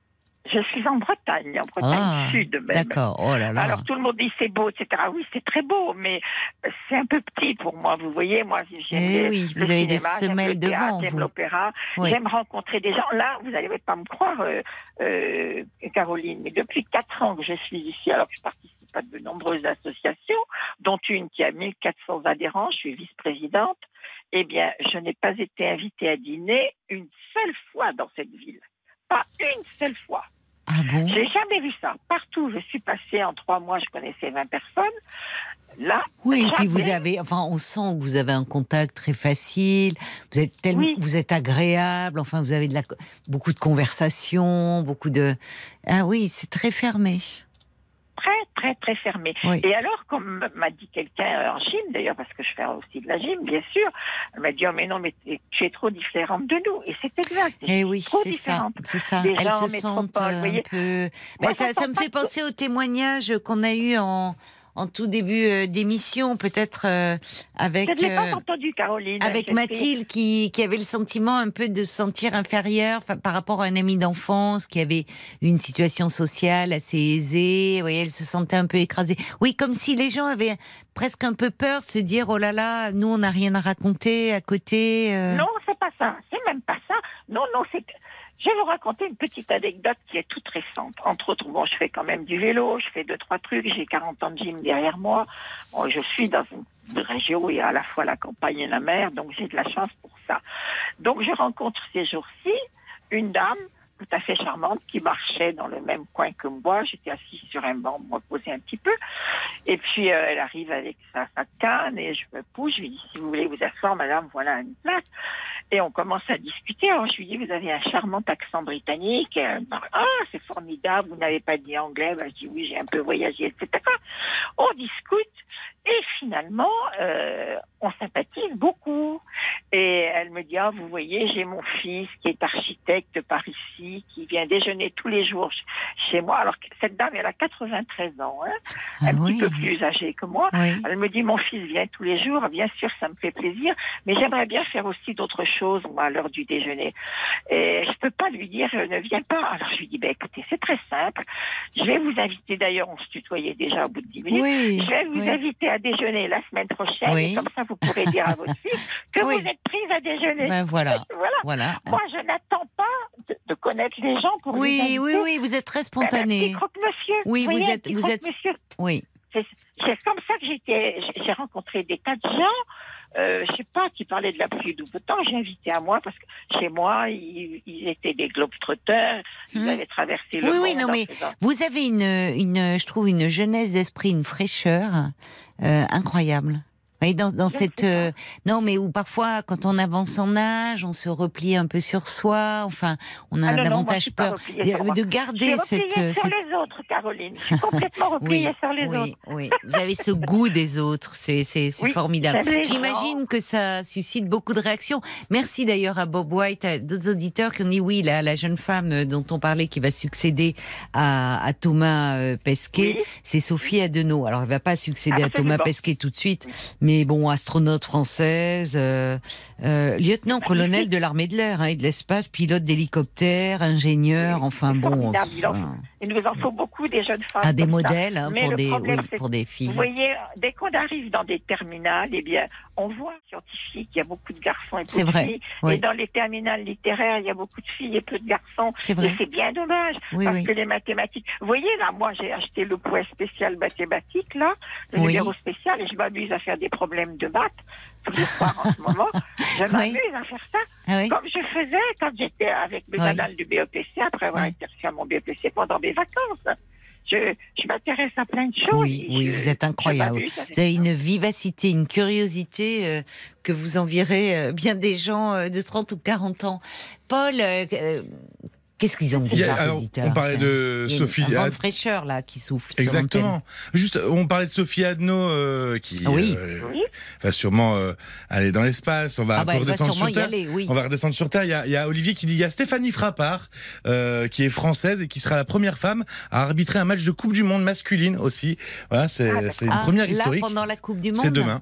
S8: Je suis en Bretagne, en Bretagne
S3: Ah,
S8: Sud même.
S3: d'accord, oh là là.
S8: Alors tout le monde dit c'est beau, et cetera. Oui, c'est très beau, mais c'est un peu petit pour moi. Vous voyez, moi j'aime
S3: Eh
S8: les-
S3: oui,
S8: le
S3: vous avez des
S8: cinéma, j'aime
S3: semelles
S8: le théâtre,
S3: devant,
S8: j'aime
S3: vous.
S8: l'opéra,
S3: Oui.
S8: j'aime rencontrer des gens. Là, vous n'allez pas me croire, euh, euh, Caroline, mais depuis quatre ans que je suis ici, alors que je participe à de nombreuses associations, dont une qui a mille quatre cents adhérents, je suis vice-présidente. Eh bien, je n'ai pas été invitée à dîner une seule fois dans cette ville. Pas une seule fois.
S3: Ah bon?
S8: J'ai jamais vu ça. Partout où je suis passée, en trois mois, je connaissais vingt personnes. Là,
S3: Oui, et puis vous
S8: jamais.
S3: avez, enfin, on sent que vous avez un contact très facile. Vous êtes tellement,
S8: Oui.
S3: vous êtes agréable. Enfin, vous avez de la, beaucoup de conversations, beaucoup de. Ah oui, c'est très fermé.
S8: Très, très, très fermé.
S3: Oui.
S8: Et alors, comme m'a dit quelqu'un en gym, d'ailleurs, parce que je fais aussi de la gym, bien sûr, elle m'a dit, oh, mais non, mais t'es- tu es trop différente de nous. Et c'est exact. je
S3: Eh
S8: suis
S3: oui,
S8: trop
S3: c'est ça,
S8: différente.
S3: c'est ça.
S8: Des
S3: Elles
S8: gens en
S3: se sentent
S8: métropole,
S3: un
S8: vous voyez.
S3: peu.
S8: Moi,
S3: Ben, ça, ça
S8: j'entends
S3: me
S8: pas
S3: fait
S8: tout.
S3: penser au témoignage qu'on a eu en, en tout début euh, d'émission, peut-être euh, avec.
S8: Je ne l'ai pas
S3: euh,
S8: entendu, Caroline.
S3: Avec
S8: J'ai
S3: Mathilde qui, qui avait le sentiment un peu de se sentir inférieure enfin, par rapport à un ami d'enfance qui avait une situation sociale assez aisée. Vous voyez, elle se sentait un peu écrasée. Oui, comme si les gens avaient presque un peu peur de se dire oh là là, nous on n'a rien à raconter à côté. euh.
S8: Non, c'est pas ça. C'est même pas ça. Non, non, c'est. Je vais vous raconter une petite anecdote qui est toute récente. Entre autres, bon, je fais quand même du vélo, je fais deux, trois trucs, j'ai quarante ans de gym derrière moi. Bon, je suis dans une région où il y a à la fois la campagne et la mer, donc j'ai de la chance pour ça. Donc je rencontre ces jours-ci une dame tout à fait charmante qui marchait dans le même coin que moi. J'étais assise sur un banc, me reposer un petit peu. Et puis euh, elle arrive avec sa, sa canne et je me pousse. Je lui dis, si vous voulez vous asseoir, madame, voilà une place. Et on commence à discuter. Alors je lui dis, vous avez un charmant accent britannique. Et elle me dit, ah, c'est formidable, vous n'avez pas dit anglais. Ben, je dis, oui, j'ai un peu voyagé, et cetera. On discute. Et finalement, euh, on sympathise beaucoup. Et elle me dit, ah, vous voyez, j'ai mon fils qui est architecte par ici, qui vient déjeuner tous les jours chez moi. Alors, cette dame, elle a quatre-vingt-treize ans, hein,
S3: Ah
S8: un
S3: oui.
S8: petit peu plus âgée que moi.
S3: Oui.
S8: Elle me dit, mon fils vient tous les jours. Bien sûr, ça me fait plaisir, mais j'aimerais bien faire aussi d'autres choses, moi, à l'heure du déjeuner. Et je peux pas lui dire, je ne viens pas. Alors, je lui dis, ben, écoutez, c'est très simple. Je vais vous inviter, d'ailleurs, on se tutoyait déjà au bout de dix minutes.
S3: Oui,
S8: Je vais vous
S3: oui.
S8: inviter à déjeuner la semaine prochaine.
S3: Oui.
S8: Et comme ça, vous pourrez dire à votre fils que
S3: Oui.
S8: vous êtes prise à déjeuner.
S3: Ben voilà,
S8: Voilà.
S3: voilà.
S8: Moi, je n'attends pas de, de connaître les gens pour les
S3: Oui,
S8: inviter.
S3: oui, oui, vous êtes très
S8: Ben, un
S3: spontané.
S8: petit croque-monsieur.
S3: Oui, vous
S8: voyez, un
S3: êtes-
S8: petit
S3: vous êtes-
S8: croque-monsieur.
S3: Oui.
S8: C'est c'est comme ça que j'étais. J'ai rencontré des tas de gens, euh, je sais pas, qui parlaient de la pluie du beau temps. J'ai invité à moi parce que chez moi, ils, ils étaient des globetrotters. Ils
S3: Hmm.
S8: avaient traversé le
S3: Oui,
S8: monde.
S3: oui, non,
S8: en
S3: mais
S8: faisant-
S3: vous avez une, une, je trouve, une jeunesse d'esprit, une fraîcheur euh, incroyable. Et dans, dans
S8: Je
S3: cette,
S8: sais
S3: euh, non, mais où parfois, quand on avance en âge, on se replie un peu sur soi. Enfin, on a
S8: Ah non, non, moi, je
S3: davantage
S8: suis pas
S3: peur
S8: repliée sur moi.
S3: de
S8: Je
S3: garder
S8: suis
S3: cette,
S8: repliée
S3: euh,
S8: sur
S3: cette-
S8: les autres, Caroline. Je suis complètement repliée
S3: oui,
S8: sur les
S3: oui,
S8: autres.
S3: oui. Vous avez ce goût des autres, c'est c'est c'est
S8: Oui,
S3: formidable.
S8: j'aime les
S3: J'imagine que ça suscite beaucoup de réactions. Merci d'ailleurs à Bob White, à d'autres auditeurs qui ont dit oui, la, la jeune femme dont on parlait qui va succéder à, à Thomas euh, Pesquet,
S8: Oui.
S3: c'est Sophie Adenau. Alors elle va pas succéder à
S8: Absolument.
S3: Thomas Pesquet tout de suite, mais bon, astronaute française, euh, euh, lieutenant-colonel de l'armée de l'air hein, et de l'espace, pilote d'hélicoptère, ingénieur,
S8: Oui,
S3: enfin
S8: c'est
S3: bon.
S8: formidable. Il en
S3: enfin,
S8: Il nous en faut beaucoup des jeunes femmes.
S3: à des
S8: comme ça.
S3: modèles hein,
S8: Mais
S3: pour
S8: le
S3: des,
S8: problème,
S3: oui,
S8: c'est
S3: pour des
S8: Vous
S3: filles.
S8: voyez, dès qu'on arrive dans des terminales, eh bien, on voit scientifiques, il y a beaucoup de garçons et peu
S3: C'est
S8: de
S3: vrai,
S8: filles.
S3: oui.
S8: Et dans les terminales littéraires, il y a beaucoup de filles et peu de garçons.
S3: C'est vrai.
S8: Et c'est bien dommage,
S3: Oui,
S8: parce
S3: oui.
S8: que les mathématiques... Vous voyez, là, moi, j'ai acheté le point spécial mathématiques, là, le
S3: Oui.
S8: numéro spécial, et je m'amuse à faire des problèmes de maths tous les soirs en ce moment. Je m'amuse à faire ça,
S3: Ah oui.
S8: comme je faisais quand j'étais avec le
S3: Oui.
S8: banal du B E P C, après avoir
S3: Oui.
S8: été reçu à mon B E P C pendant mes vacances. Je, je m'intéresse à plein de choses.
S3: Oui,
S8: et
S3: oui,
S8: je-
S3: vous êtes incroyable.
S8: je m'amuse avec
S3: Vous avez
S8: ça.
S3: une vivacité, une curiosité euh, que vous envierez euh, bien des gens euh, de trente ou quarante ans. Paul, euh, euh, qu'est-ce qu'ils ont dit
S5: Il y a-
S3: les
S5: alors,
S3: auditeurs
S5: on parlait
S3: C'est-
S5: de
S3: il y a
S5: Sophie
S3: un vent de
S5: Ad-
S3: fraîcheur là qui souffle sur
S5: Exactement.
S3: l'antenne.
S5: Juste, on parlait de Sophie Adno euh, qui
S3: Oui.
S5: euh,
S8: Oui.
S5: va sûrement euh, aller dans l'espace. On va
S3: Ah
S5: un
S3: bah,
S5: peu
S3: il va
S5: redescendre
S3: sûrement
S5: sur
S3: y
S5: Terre.
S3: aller, oui.
S5: On va redescendre sur Terre. Il y a, il y a Olivier qui dit il y a Stéphanie Frappard euh, qui est française et qui sera la première femme à arbitrer un match de Coupe du Monde masculine aussi. Voilà, c'est
S8: Ah, d'accord.
S5: c'est une
S3: Ah,
S5: première
S3: là,
S5: historique.
S3: pendant la Coupe du Monde.
S5: C'est demain.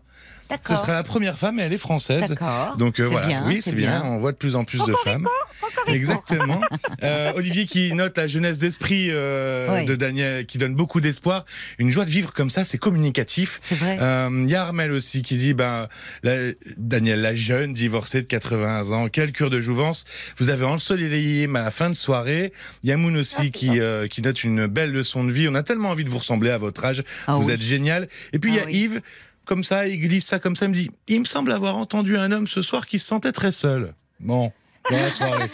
S3: D'accord.
S5: Ce sera la première femme et elle est française.
S3: D'accord.
S5: Donc euh,
S3: C'est
S5: voilà,
S3: bien,
S5: oui,
S3: c'est
S5: c'est bien.
S3: bien.
S5: On voit de plus en plus de femmes. Exactement. Euh, Olivier qui note la jeunesse d'esprit euh,
S3: Oui.
S5: de Daniel, qui donne beaucoup d'espoir. Une joie de vivre comme ça, c'est communicatif.
S3: C'est vrai.
S5: Euh, Il y a Armel aussi qui dit, ben, la- Daniel, la jeune divorcée de quatre-vingts ans, quelle cure de jouvence. Vous avez ensoleillé ma fin de soirée. Il y a Moon aussi qui, euh, qui note une belle leçon de vie. On a tellement envie de vous ressembler à votre âge.
S3: Ah
S5: vous
S3: oui.
S5: êtes génial. Et puis il y
S3: Ah
S5: a
S3: oui.
S5: Yves, comme ça, il glisse ça comme ça, il me dit, il me semble avoir entendu un homme ce soir qui se sentait très seul. Bon, dans la soirée.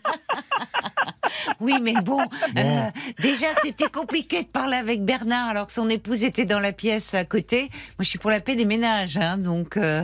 S3: Oui, mais bon,
S5: Bon.
S3: euh, déjà, c'était compliqué de parler avec Bernard alors que son épouse était dans la pièce à côté. Moi, je suis pour la paix des ménages, hein, donc... euh,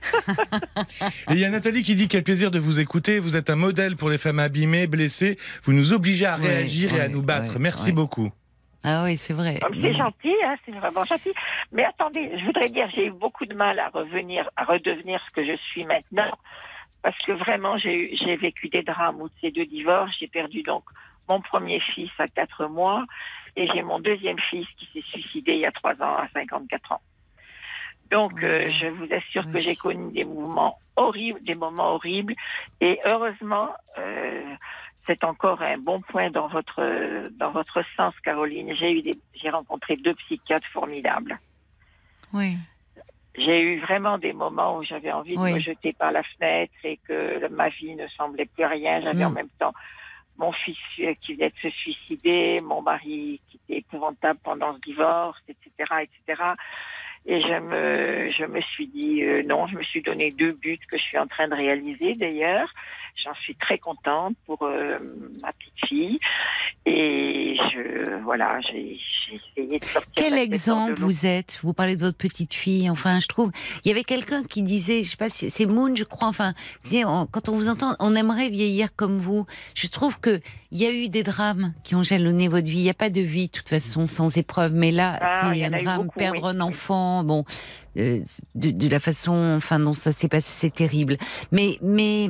S5: Et il y a Nathalie qui dit quel plaisir de vous écouter. Vous êtes un modèle pour les femmes abîmées, blessées. Vous nous obligez à
S3: Ouais,
S5: réagir et à
S3: ouais,
S5: nous battre.
S3: ouais,
S5: Merci
S3: ouais.
S5: beaucoup.
S3: Ah oui, c'est vrai.
S8: Ah, C'est gentil, hein, c'est vraiment gentil. Mais attendez, je voudrais dire, j'ai eu beaucoup de mal à revenir, à redevenir ce que je suis maintenant, parce que vraiment, j'ai eu, j'ai vécu des drames ou de ces deux divorces. J'ai perdu donc mon premier fils à quatre mois, et j'ai mon deuxième fils qui s'est suicidé il y a trois ans, à cinquante-quatre ans. Donc, euh, je vous assure que
S3: Oui.
S8: j'ai connu des mouvements horribles, des moments horribles, et heureusement, euh, c'est encore un bon point dans votre dans votre sens, Caroline. J'ai eu des, j'ai rencontré deux psychiatres formidables.
S3: Oui.
S8: J'ai eu vraiment des moments où j'avais envie de
S3: Oui.
S8: me jeter par la fenêtre et que ma vie ne semblait plus rien. J'avais
S3: Mm.
S8: en même temps mon fils euh, qui venait de se suicider, mon mari qui était épouvantable pendant ce divorce, et cetera, et cetera. Et je me, je me suis dit euh, non, je me suis donné deux buts que je suis en train de réaliser d'ailleurs. J'en suis très contente pour euh, ma petite fille. Et je, voilà, j'ai, j'ai essayé de sortir.
S3: Quel
S8: la tête hors
S3: exemple
S8: de l'eau.
S3: vous êtes? Vous parlez de votre petite fille. Enfin, je trouve. Il y avait quelqu'un qui disait, je sais pas si c'est Moon, je crois. Enfin, qui disait, on- quand on vous entend, on aimerait vieillir comme vous. Je trouve que il y a eu des drames qui ont jalonné votre vie. Il n'y a pas de vie, de toute façon, sans épreuve. Mais là,
S8: Ah, il
S3: c'est
S8: y
S3: un
S8: en a eu
S3: drame.
S8: beaucoup,
S3: Perdre
S8: oui,
S3: un
S8: oui.
S3: enfant, bon, euh, de, de la façon, enfin, dont ça s'est passé, c'est terrible. Mais, mais.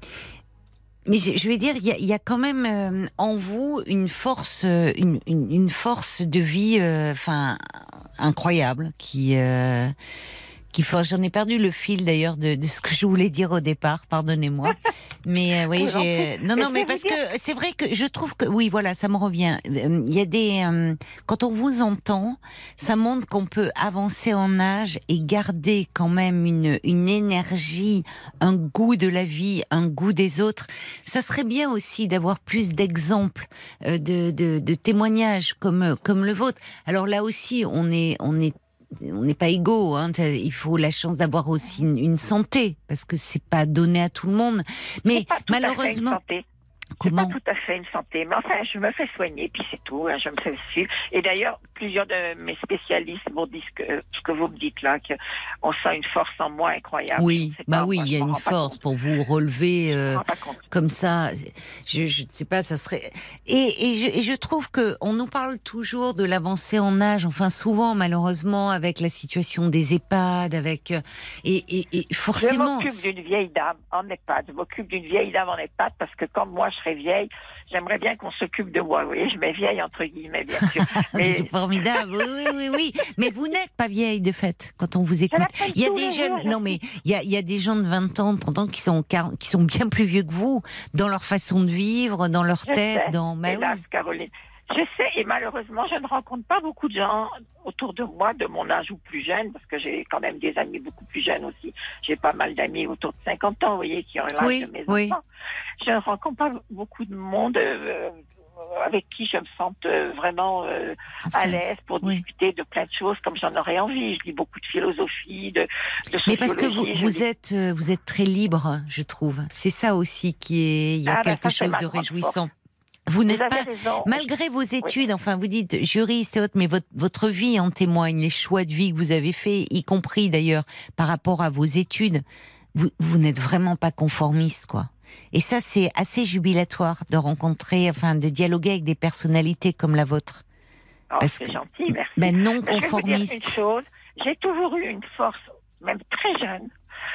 S3: Mais je, je vais dire, il y a, il y a quand même euh, en vous une force, euh, une, une, une force de vie, euh, enfin incroyable, qui, euh, qui fait. J'en ai perdu le fil d'ailleurs de, de ce que je voulais dire au départ. Pardonnez-moi. Mais euh, oui,
S8: Vous en
S3: j'ai.
S8: prie.
S3: Non,
S8: Mais
S3: non,
S8: je
S3: mais
S8: vais
S3: parce
S8: vous dire-
S3: que c'est vrai que je trouve que oui, voilà, ça me revient. Euh, Il y a des. euh, quand on vous entend, ça montre qu'on peut avancer en âge et garder quand même une une énergie, un goût de la vie, un goût des autres. Ça serait bien aussi d'avoir plus d'exemples, euh, de, de, de témoignages comme comme le vôtre. Alors là aussi, on est on est on n'est pas égaux, hein. Il faut la chance d'avoir aussi une, une santé, parce que c'est pas donné à tout le monde. Mais
S8: C'est pas tout à fait une
S3: malheureusement,
S8: santé.
S3: comment
S8: C'est pas tout à fait une santé, mais enfin, je me fais soigner, puis c'est tout, hein, je me fais suivre. Et d'ailleurs, plusieurs de mes spécialistes m'ont dit ce que, ce que vous me dites là, qu'on sent une force en moi incroyable.
S3: oui,
S8: Je sais
S3: bah
S8: pas,
S3: oui,
S8: moi,
S3: il
S8: je
S3: y a
S8: m'en
S3: une
S8: rends pas
S3: force
S8: compte.
S3: pour vous relever
S8: Je
S3: euh,
S8: m'en rends pas compte.
S3: comme ça. Je, je ne sais pas, ça serait. Et, et, je, et je trouve que on nous parle toujours de l'avancée en âge. Enfin, souvent, malheureusement, avec la situation des EHPAD, avec euh, et, et, et
S8: Je
S3: forcément.
S8: m'occupe d'une vieille dame en EHPAD. Je m'occupe d'une vieille dame en EHPAD parce que comme moi je serais vieille, j'aimerais bien qu'on s'occupe de moi. Vous voyez, je mets vieille entre guillemets, bien sûr. Mais
S3: C'est formidable, oui, oui, oui, oui. Mais vous n'êtes pas vieille de fait quand on vous écoute.
S8: l'appelle
S3: Il y a
S8: tous
S3: des
S8: les
S3: jeunes,
S8: jours,
S3: non mais il y a, il y a des gens de vingt ans, trente ans qui sont quarante qui sont bien plus vieux que vous dans leur façon de vivre, dans leur
S8: je
S3: tête,
S8: sais,
S3: dans. Mais
S8: hélas,
S3: oui.
S8: Caroline. Je sais, et malheureusement, je ne rencontre pas beaucoup de gens autour de moi, de mon âge ou plus jeunes, parce que j'ai quand même des amis beaucoup plus jeunes aussi. J'ai pas mal d'amis autour de cinquante ans, vous voyez, qui ont l'âge
S3: Oui,
S8: de mes
S3: oui.
S8: enfants. Je ne rencontre pas beaucoup de monde euh, avec qui je me sente euh, vraiment euh,
S3: Enfin,
S8: à l'aise pour
S3: oui.
S8: discuter de plein de choses comme j'en aurais envie. Je lis beaucoup de philosophie, de, de
S3: Mais parce que vous,
S8: sociologie. Je
S3: vous
S8: lis-
S3: êtes, euh, vous êtes très libre, je trouve. C'est ça aussi qui est. Il y a
S8: Ah, ben,
S3: quelque
S8: ça, c'est
S3: chose
S8: ma
S3: de
S8: grande
S3: réjouissant. Vous n'êtes
S8: Vous avez
S3: pas.
S8: raison.
S3: Malgré vos études, enfin, vous dites juriste et autres, mais votre, votre vie en témoigne, les choix de vie que vous avez faits, y compris d'ailleurs par rapport à vos études. Vous, vous n'êtes vraiment pas conformiste, quoi. Et ça, c'est assez jubilatoire de rencontrer, enfin, de dialoguer avec des personnalités comme la vôtre.
S8: Oh,
S3: parce
S8: c'est
S3: que-
S8: gentil, merci.
S3: Ben, non
S8: Je vais vous dire une
S3: conformiste.
S8: chose, j'ai toujours eu une force, même très jeune.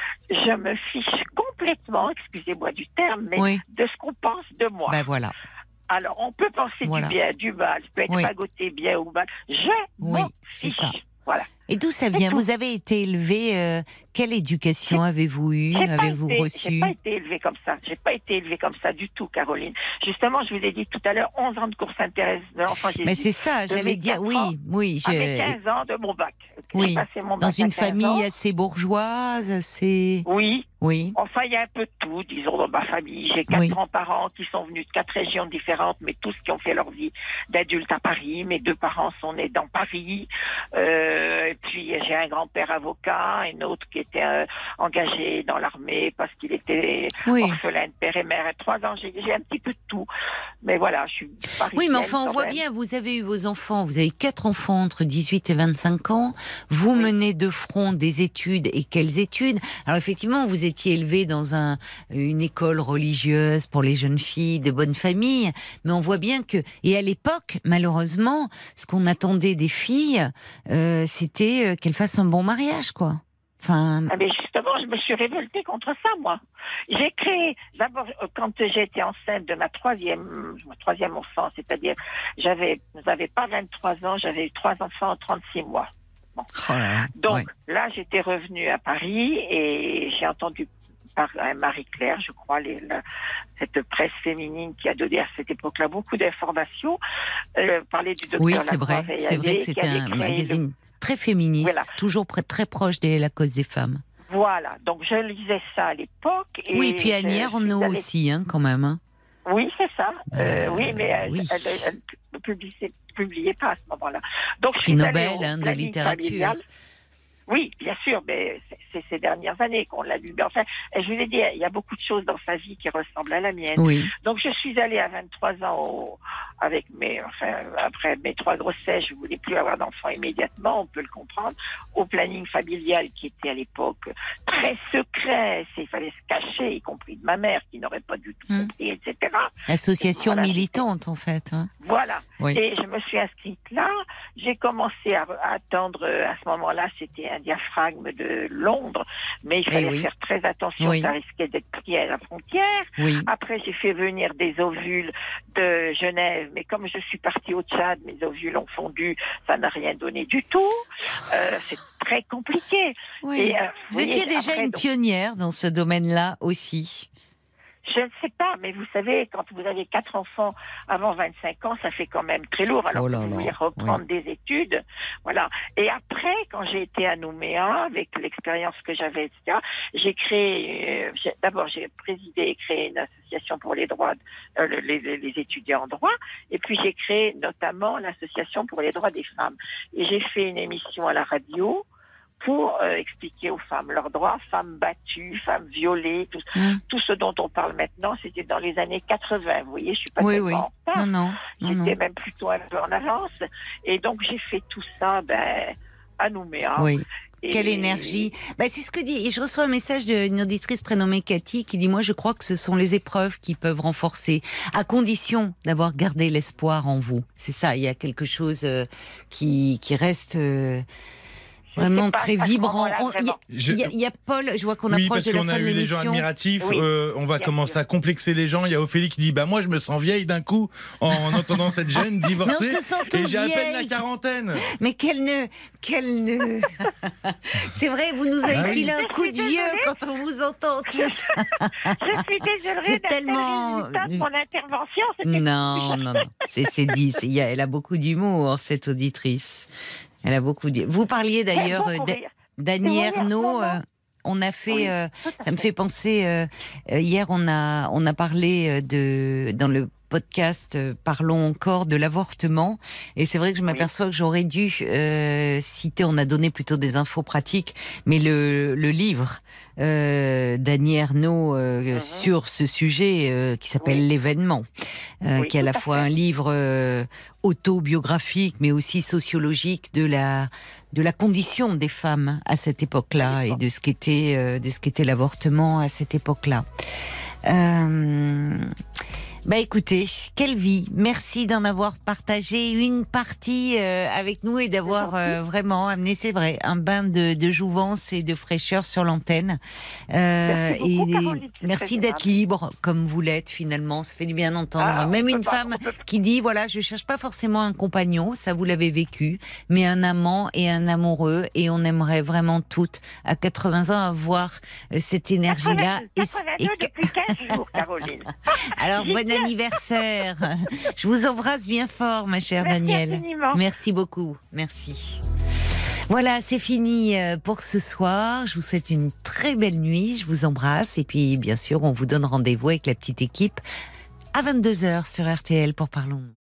S8: Je me fiche complètement, excusez-moi du terme, mais
S3: Oui.
S8: de ce qu'on pense de moi.
S3: Ben voilà.
S8: Alors, on peut penser
S3: Voilà.
S8: du bien, du mal, je peux être
S3: Oui.
S8: fagoté bien ou mal. Je
S3: Oui,
S8: m'en
S3: c'est
S8: fiche.
S3: ça.
S8: Voilà.
S3: Et d'où ça vient? Vous avez été élevée, euh, quelle éducation avez-vous eue? Avez-vous reçu?
S8: J'ai pas été élevée comme ça. J'ai pas été élevée comme ça du tout, Caroline. Justement, je vous l'ai dit tout à l'heure, onze ans de course intéressante de l'enfant Jésus.
S3: Mais c'est ça, j'allais dire, oui, oui.
S8: Avec quinze ans de mon bac.
S3: Oui,
S8: mon bac
S3: dans une famille
S8: ans.
S3: assez bourgeoise, assez...
S8: Oui.
S3: Oui.
S8: Enfin, il y a un peu de tout, disons, dans ma famille. J'ai quatre
S3: oui.
S8: grands-parents qui sont venus de quatre régions différentes, mais tous qui ont fait leur vie d'adulte à Paris. Mes deux parents sont nés dans Paris. Euh, et puis, j'ai un grand-père avocat, un autre qui était euh, engagé dans l'armée parce qu'il était oui. orphelin de père et mère. Et trois ans, j'ai, j'ai un petit peu de tout. Mais voilà, je suis parisienne.
S3: Oui, mais enfin, on voit même. bien, vous avez eu vos enfants, vous avez quatre enfants entre dix-huit et vingt-cinq ans. Vous oui. menez de front des études. Et quelles études? Alors, effectivement, vous étiez élevée dans un, une école religieuse pour les jeunes filles de bonne famille, mais on voit bien que, et à l'époque, malheureusement, ce qu'on attendait des filles, euh, c'était qu'elles fassent un bon mariage, quoi. Enfin...
S8: Ah mais justement, je me suis révoltée contre ça, moi. J'ai créé, d'abord, quand j'ai été enceinte de ma troisième, ma troisième enfant, c'est-à-dire, j'avais, j'avais pas vingt-trois ans, j'avais eu trois enfants en trente-six mois. Bon. Oh là, Donc ouais. là, j'étais revenue à Paris et j'ai entendu par Marie-Claire, je crois, les, la, cette presse féminine qui a donné à cette époque-là beaucoup d'informations, euh, parler du docteur
S3: Oui, c'est vrai, c'est vrai que c'était un magazine le... très féministe, voilà. toujours près, très proche de la cause des femmes.
S8: Voilà, donc je lisais ça à l'époque. Et
S3: oui, et puis Annie Ernaux allée... aussi, hein, quand même. Hein.
S8: Oui, c'est ça. Euh, euh, oui, mais elle,
S3: oui.
S8: elle, elle, elle ne publiait, publiait pas à ce moment-là. Donc,
S3: Prix
S8: je suis
S3: Nobel hein, de littérature. Familiale.
S8: Oui, bien sûr, mais c'est ces dernières années qu'on l'a lu. Mais enfin, je vous ai dit, il y a beaucoup de choses dans sa vie qui ressemblent à la mienne.
S3: Oui.
S8: Donc, je suis allée à vingt-trois ans au, avec mes, enfin, après mes trois grossesses, je voulais plus avoir d'enfants immédiatement, on peut le comprendre, au planning familial qui était à l'époque très secret. Il fallait se cacher, y compris de ma mère qui n'aurait pas du tout
S3: hum.
S8: compris, et cetera.
S3: Association voilà, militante, en fait. Hein.
S8: Voilà.
S3: Oui.
S8: Et je me suis inscrite là. J'ai commencé à, à attendre, à ce moment-là, c'était un diaphragme de Londres, mais il fallait
S3: oui.
S8: faire très attention,
S3: oui.
S8: ça risquait d'être pris à la frontière.
S3: Oui.
S8: Après, j'ai fait venir des ovules de Genève, mais comme je suis partie au Tchad, mes ovules ont fondu, ça n'a rien donné du tout. Euh, c'est très compliqué.
S3: Oui.
S8: Et, euh,
S3: vous, vous étiez
S8: voyez,
S3: déjà
S8: après,
S3: une
S8: donc,
S3: pionnière dans ce domaine-là aussi.
S8: Je ne sais pas, mais vous savez, quand vous avez quatre enfants avant vingt-cinq ans, ça fait quand même très lourd. Alors,
S3: oh là
S8: vous voulez
S3: là,
S8: reprendre
S3: oui.
S8: des études. Voilà. Et après, quand j'ai été à Nouméa, avec l'expérience que j'avais, et cetera, j'ai créé, euh, j'ai, d'abord, j'ai présidé et créé une association pour les droits, euh, les, les, les étudiants en droit. Et puis, j'ai créé notamment l'association pour les droits des femmes. Et j'ai fait une émission à la radio pour euh, expliquer aux femmes leurs droits, femmes battues, femmes violées, tout, mmh. tout ce dont on parle maintenant, c'était dans les années quatre-vingts. Vous voyez, je suis pas
S3: oui,
S8: tellement
S3: oui.
S8: en retard.
S3: Non, non, non,
S8: J'étais
S3: non.
S8: même plutôt un peu en avance. Et donc, j'ai fait tout ça ben, à Nouméa.
S3: Oui.
S8: Et...
S3: Quelle énergie. Ben, c'est ce que dit. Et je reçois un message d'une auditrice prénommée Cathy qui dit « Moi, je crois que ce sont les épreuves qui peuvent renforcer, à condition d'avoir gardé l'espoir en vous. » C'est ça, il y a quelque chose euh, qui, qui reste... Euh, Vraiment très vibrant. Il y, y, y a Paul, je vois qu'on
S5: oui,
S3: approche de la fin de l'émission.
S5: Oui, parce qu'on a eu les gens admiratifs.
S8: Oui.
S5: Euh, on va commencer sûr. à complexer les gens. Il y a Ophélie qui dit bah moi je me sens vieille d'un coup en entendant cette jeune divorcée.
S3: Mais on se sent tous
S5: et j'ai à
S3: vieilles.
S5: peine la quarantaine.
S3: Mais qu'elle ne, qu'elle ne. C'est vrai, vous nous avez ah, filé oui. un coup de vieux quand on vous entend tous.
S8: Je suis désolée.
S3: C'est tellement.
S8: De mon intervention.
S3: Non, non, non. C'est, c'est dit. C'est, y a, elle a beaucoup d'humour cette auditrice. Elle a beaucoup dit. Vous parliez d'ailleurs d'Annie Ernaux. Euh, on a fait. Oui, euh, ça me fait penser. Euh, hier, on a on a parlé de dans le podcast euh, Parlons encore de l'avortement. Et c'est vrai que je m'aperçois oui. que j'aurais dû euh, citer. On a donné plutôt des infos pratiques, mais le le livre euh, d'Annie Ernaux euh, mm-hmm. sur ce sujet euh, qui s'appelle oui. L'événement, euh, oui, qui est à la fois un livre euh, autobiographique, mais aussi sociologique de la de la condition des femmes à cette époque-là et de ce qu'était euh, de ce qu'était l'avortement à cette époque-là. Euh, Bah écoutez, quelle vie. Merci d'en avoir partagé une partie euh, avec nous et d'avoir euh, vraiment amené, c'est vrai, un bain de, de jouvence et de fraîcheur sur l'antenne. Euh,
S8: Merci beaucoup,
S3: et
S8: Caroline, c'est
S3: merci
S8: très
S3: d'être
S8: aimable.
S3: libre comme vous l'êtes finalement. Ça fait du bien d'entendre.
S8: Ah, on
S3: Même
S8: peut
S3: une
S8: pas-
S3: femme
S8: on peut-
S3: qui dit, voilà, je cherche pas forcément un compagnon, ça vous l'avez vécu, mais un amant et un amoureux. Et on aimerait vraiment toutes, à quatre-vingts ans, avoir euh, cette énergie-là. Et,
S8: quatre-vingt-deux
S3: et-
S8: depuis quinze jours, Caroline.
S3: Alors, bon anniversaire. Je vous embrasse bien fort, ma chère
S8: Merci
S3: Danielle.
S8: infiniment.
S3: Merci beaucoup. Merci. Voilà, c'est fini euh, pour ce soir. Je vous souhaite une très belle nuit. Je vous embrasse. Et puis, bien sûr, on vous donne rendez-vous avec la petite équipe à vingt-deux heures sur R T L pour Parlons.